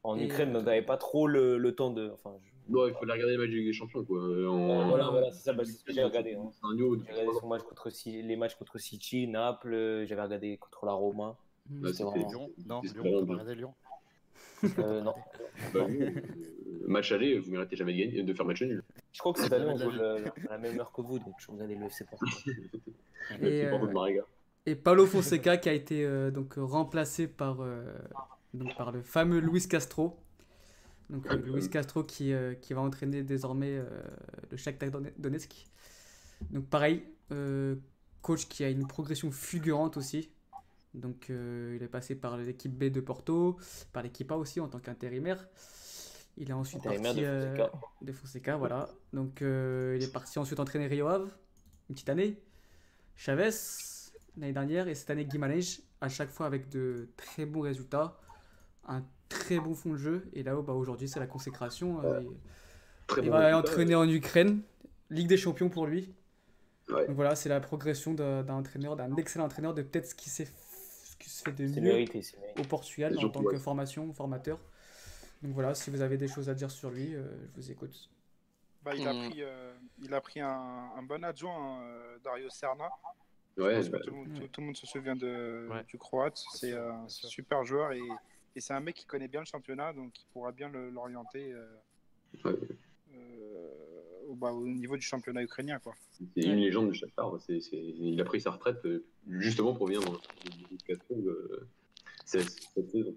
En Et, Ukraine, on n'avait pas trop le temps de. Enfin, Bon, il faut aller regarder les matchs de Ligue des Champions, quoi. voilà, c'est ça, c'est ce que j'ai regardé. Hein. C'est un duo J'ai regardé son match contre les matchs contre City, Naples, j'avais regardé contre la Roma. C'était vraiment. Lyon? Non, c'était Lyon, vraiment t'as regardé Lyon? Non. Bah, match aller, vous méritez jamais de gagner, de faire match nul. Je crois que cette année, on joue à la même heure que vous, donc je regardais le FC Porto. Et, C'est Porto de Mariga. et Paulo Fonseca qui a été donc remplacé par le fameux Luis Castro. Donc Luis Castro qui va entraîner désormais le Shakhtar Donetsk. Donc pareil, coach qui a une progression fulgurante aussi. Donc il est passé par l'équipe B de Porto, par l'équipe A aussi en tant qu'intérimaire. Il est ensuite Intérimaire parti de Fonseca, voilà. Donc il est parti ensuite entraîner Rio Ave, une petite année. Chavez l'année dernière et cette année Guimarães, à chaque fois avec de très bons résultats, un très bon fond de jeu. Et là, aujourd'hui, c'est la consécration. Il va entraîner en Ukraine, Ligue des Champions pour lui. Ouais. Donc voilà, c'est la progression d'un excellent entraîneur, de peut-être ce qui se fait de C'est mieux mérité, c'est mérité. au Portugal C'est en surtout, tant que ouais. formateur. Donc voilà, si vous avez des choses à dire sur lui, je vous écoute. Bah, il a pris un bon adjoint, Dario Serna. Je Ouais, pense que bah, tout le monde se souvient Ouais. du Croate. C'est sûr, un bien sûr. super joueur et c'est un mec qui connaît bien le championnat, donc il pourra bien l'orienter ouais. au niveau du championnat ukrainien, quoi. C'est une légende du Shakhtar. Il a pris sa retraite justement pour venir dans le Castro cette saison.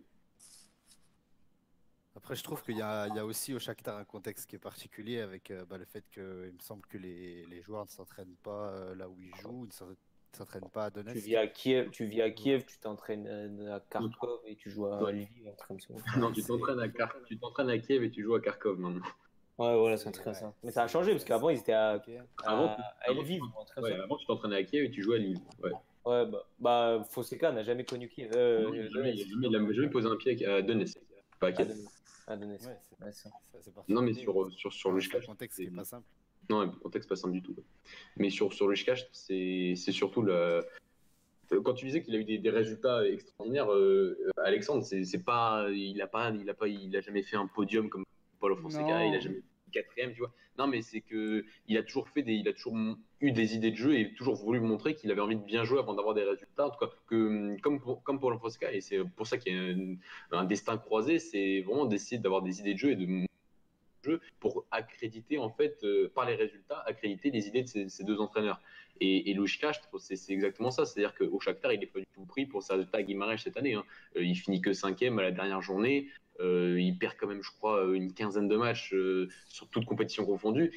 Après, je trouve qu'il y a aussi au Shakhtar un contexte qui est particulier avec le fait qu'il me semble que les joueurs ne s'entraînent pas là où ils jouent, ne s'entraînent pas à Tu Donetsk. vis à Kiev, tu t'entraînes à Kharkov et tu joues à Lviv, un truc comme ça. Non, tu t'entraînes à Kiev et tu joues à Kharkov maintenant. Ouais, voilà, c'est un truc comme ça. Mais ça a changé parce qu'avant, ils étaient à Lviv. un truc comme Ouais, ça. avant, tu t'entraînais à Kiev et tu jouais à Lille. Ouais. Ouais, bah Fonseca n'a jamais connu Kiev. Non, il a jamais posé un pied à Donetsk. Pas à Kiev. À Donetsk. Ouais, Ouais, ça. c'est Non, mais particulier. sur Ouais, le c'est un Shkash, contexte qui est pas simple. non, le contexte pas simple du tout. Mais sur le Shkash, c'est surtout le. Quand tu disais qu'il a eu des résultats extraordinaires, Alexandre, c'est pas, il a jamais fait un podium comme Paulo Fonseca, il a jamais fait quatrième, tu vois. Non, mais c'est que il a toujours eu des idées de jeu et toujours voulu montrer qu'il avait envie de bien jouer avant d'avoir des résultats. En tout cas, comme Paulo Fonseca, et c'est pour ça qu'il y a un destin croisé, c'est vraiment d'essayer d'avoir des idées de jeu et de jeu pour accréditer en fait par les résultats accréditer les idées de ces deux entraîneurs et Louchka c'est exactement ça, c'est à dire qu'au Shakhtar il n'est pas du tout pris pour ses résultats à Guimarães cette année, hein. Il finit que 5e à la dernière journée, il perd quand même je crois une quinzaine de matchs sur toutes compétitions confondues,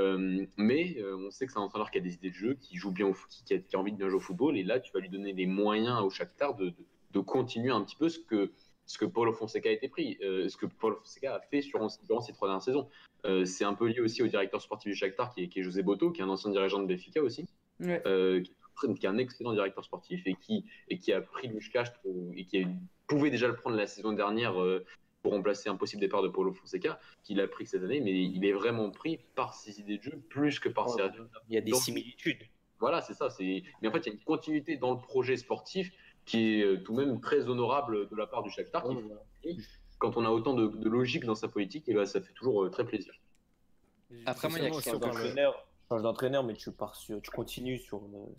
mais on sait que c'est un entraîneur qui a des idées de jeu, qui joue bien qui a envie de bien jouer au football, et là tu vas lui donner les moyens au Shakhtar de continuer un petit peu ce que Paulo Fonseca a été pris, ce que Paulo Fonseca a fait durant ces 3 dernières saisons. C'est un peu lié aussi au directeur sportif du Shakhtar, qui est José Boto, qui est un ancien dirigeant de Benfica aussi, Ouais. qui est un excellent directeur sportif et qui a pris Louchka et qui pouvait déjà le prendre la saison dernière pour remplacer un possible départ de Paulo Fonseca, qu'il a pris cette année, mais il est vraiment pris par ses idées de jeu plus que par ses résultats. Il y a des similitudes. Voilà, c'est ça. Mais en fait, il y a une continuité dans le projet sportif qui est tout de même très honorable de la part du Shakhtar. Quand on a autant de logique dans sa politique, et ben, ça fait toujours très plaisir. Après, moi, il y a Justement, quelque chose sur Tu changes d'entraîneur, mais tu continues sur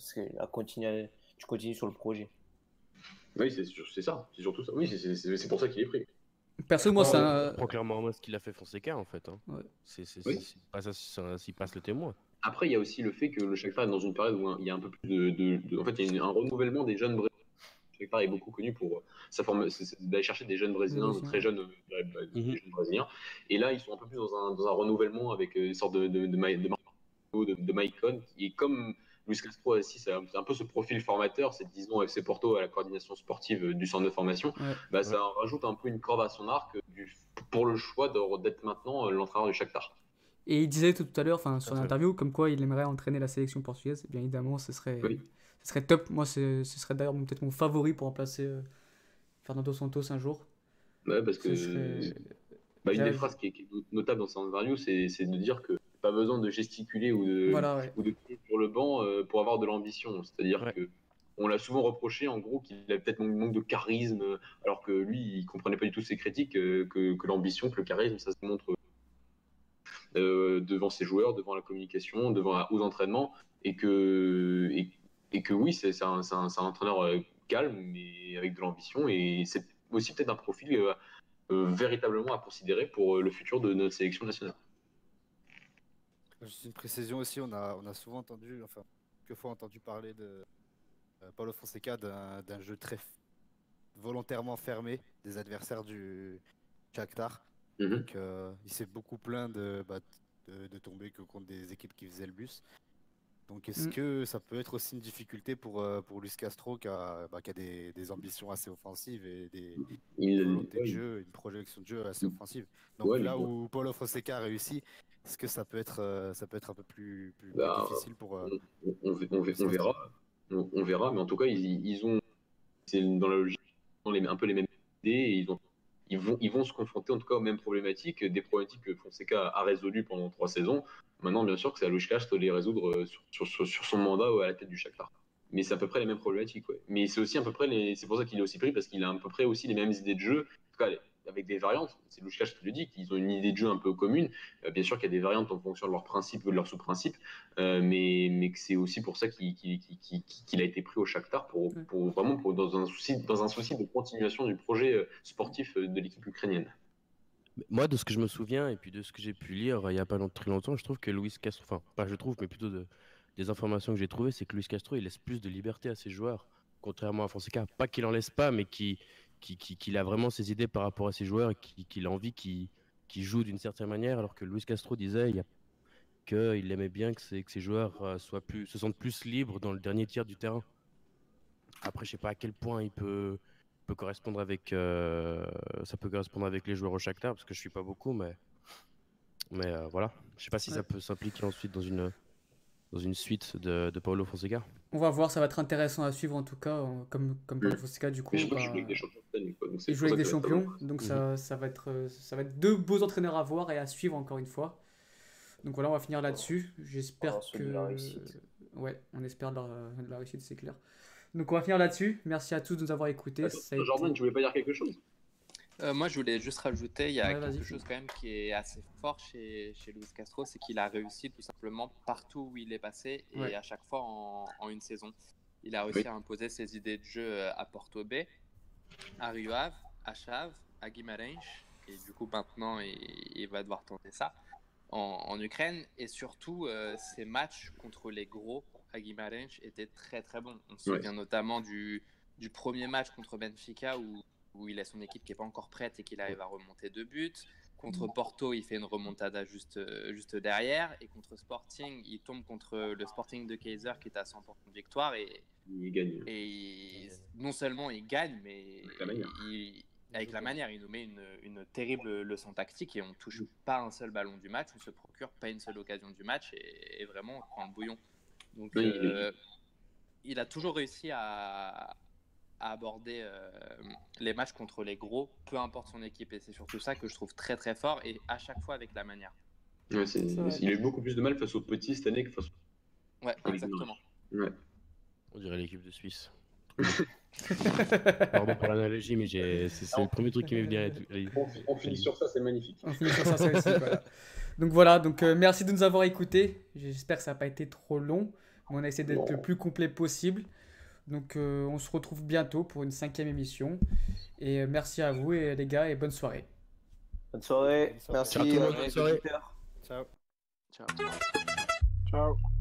le projet. Oui, c'est ça. C'est surtout ça. Oui, c'est pour ça qu'il est pris. Perso, moi, c'est un. Prends clairement en main ce qu'il a fait Fonseca en fait. Hein. Ouais. C'est pas ça s'il passe le témoin. Après, il y a aussi le fait que le Shakhtar est dans une période où il y a un peu plus en fait, il y a un renouvellement des jeunes Brésiliens. Le Shakhtar est beaucoup connu pour sa forme, c'est d'aller chercher des jeunes Brésiliens, très jeunes, des jeunes Brésiliens. Et là, ils sont un peu plus dans un renouvellement avec une sorte de Maicon, qui est comme Luis Castro aussi, c'est un peu ce profil formateur, c'est disons FC Porto à la coordination sportive du centre de formation. Ouais. Ça rajoute un peu une corde à son arc pour le choix d'être maintenant l'entraîneur du Shakhtar. Et il disait tout à l'heure, sur l'interview, comme quoi il aimerait entraîner la sélection portugaise. Bien évidemment, ce serait top. Moi, ce serait d'ailleurs peut-être mon favori pour remplacer Fernando Santos un jour. Ouais, parce que une des phrases qui est notable dans cette interview, c'est de dire que pas besoin de gesticuler ou de crier sur le banc pour avoir de l'ambition. C'est-à-dire que on l'a souvent reproché en gros qu'il avait peut-être manque de charisme, alors que lui, il comprenait pas du tout ces critiques, que l'ambition, que le charisme, ça se montre devant ses joueurs, devant la communication, aux entraînements, et que oui, c'est un entraîneur calme, mais avec de l'ambition, et c'est aussi peut-être un profil véritablement à considérer pour le futur de notre sélection nationale. Juste une précision aussi, on a souvent entendu, enfin, quelquefois entendu parler de Paulo Fonseca d'un jeu très volontairement fermé des adversaires du Shakhtar. Donc, il s'est beaucoup plaint de tomber que contre des équipes qui faisaient le bus. Donc, est-ce que ça peut être aussi une difficulté pour Luis Castro qui a des ambitions assez offensives et une projection de jeu assez offensive. Donc, là où Paulo Fonseca a réussi, est-ce que ça peut être un peu plus difficile pour... on verra. On verra, mais en tout cas, c'est dans la logique, un peu les mêmes idées, et ils vont se confronter en tout cas aux mêmes problématiques, des problématiques que Fonseca a résolues pendant 3 saisons. Maintenant, bien sûr que c'est à Luis Castro de les résoudre sur son mandat à la tête du Shakhtar. Mais c'est à peu près les mêmes problématiques, ouais. Mais c'est aussi à peu près c'est pour ça qu'il est aussi pris, parce qu'il a à peu près aussi les mêmes idées de jeu. En tout cas, avec des variantes, c'est Luis Castro qui le dit, qu'ils ont une idée de jeu un peu commune. Bien sûr qu'il y a des variantes en fonction de leurs principes ou de leurs sous-principes, mais que c'est aussi pour ça qu'il a été pris au Shakhtar dans un souci de continuation du projet sportif de l'équipe ukrainienne. Moi, de ce que je me souviens et puis de ce que j'ai pu lire il n'y a pas très longtemps, je trouve que Luis Castro, enfin, pas je trouve, mais plutôt des informations que j'ai trouvées, c'est que Luis Castro, il laisse plus de liberté à ses joueurs, contrairement à Fonseca. Pas qu'il en laisse pas, mais qu'il a vraiment ses idées par rapport à ses joueurs et qu'il a envie qu'ils jouent d'une certaine manière, alors que Luis Castro disait qu'il aimait bien que ses joueurs se sentent plus libres dans le dernier tiers du terrain. Après, je sais pas à quel point ça peut correspondre avec les joueurs au Shakhtar, parce que je suis pas beaucoup, mais voilà. Je sais pas si ça peut s'impliquer ensuite dans une suite de Paulo Fonseca. On va voir, ça va être intéressant à suivre en tout cas, comme Paulo Fonseca du coup. Il joue avec des champions, il joue avec des champions, donc ça va être 2 beaux entraîneurs à voir et à suivre encore une fois. Donc voilà, on va finir là-dessus. J'espère ouais, on espère de la réussite, c'est clair. Donc on va finir là-dessus. Merci à tous de nous avoir écoutés. Jordan, tu voulais pas dire quelque chose? Moi, je voulais juste rajouter, il y a quelque chose quand même qui est assez fort chez Luis Castro, c'est qu'il a réussi tout simplement partout où il est passé et à chaque fois en une saison. Il a réussi à imposer ses idées de jeu à Porto B, à Rio Ave, à Chaves, à Guimarães, et du coup maintenant il va devoir tenter ça en Ukraine. Et surtout, ses matchs contre les gros à Guimarães étaient très très bons. On se souvient notamment du premier match contre Benfica où il a son équipe qui n'est pas encore prête et qu'il arrive à remonter 2 buts. Contre Porto, il fait une remontada juste derrière. Et contre Sporting, il tombe contre le Sporting de Kaiser qui est à 100% de victoire. Et il gagne. Et non seulement il gagne, mais avec la manière, il nous met une terrible leçon tactique et on ne touche pas un seul ballon du match, on ne se procure pas une seule occasion du match et vraiment on prend le bouillon. Donc il a toujours réussi à aborder les matchs contre les gros, peu importe son équipe, et c'est surtout ça que je trouve très très fort et à chaque fois avec la manière. Ouais, il a eu beaucoup plus de mal face aux petits cette année que face aux... Ouais, exactement. Ouais. On dirait l'équipe de Suisse. Pardon pour l'analogie, mais c'est le premier truc qui m'est venu. On finit sur ça, c'est magnifique. On finit sur ça, c'est aussi, voilà. Donc merci de nous avoir écoutés. J'espère que ça n'a pas été trop long. On a essayé d'être le plus complet possible. Donc on se retrouve bientôt pour une 5e émission. Et merci à vous et les gars et bonne soirée. Bonne soirée. Merci. Ciao tout le monde, bonne soirée. Ciao. Ciao.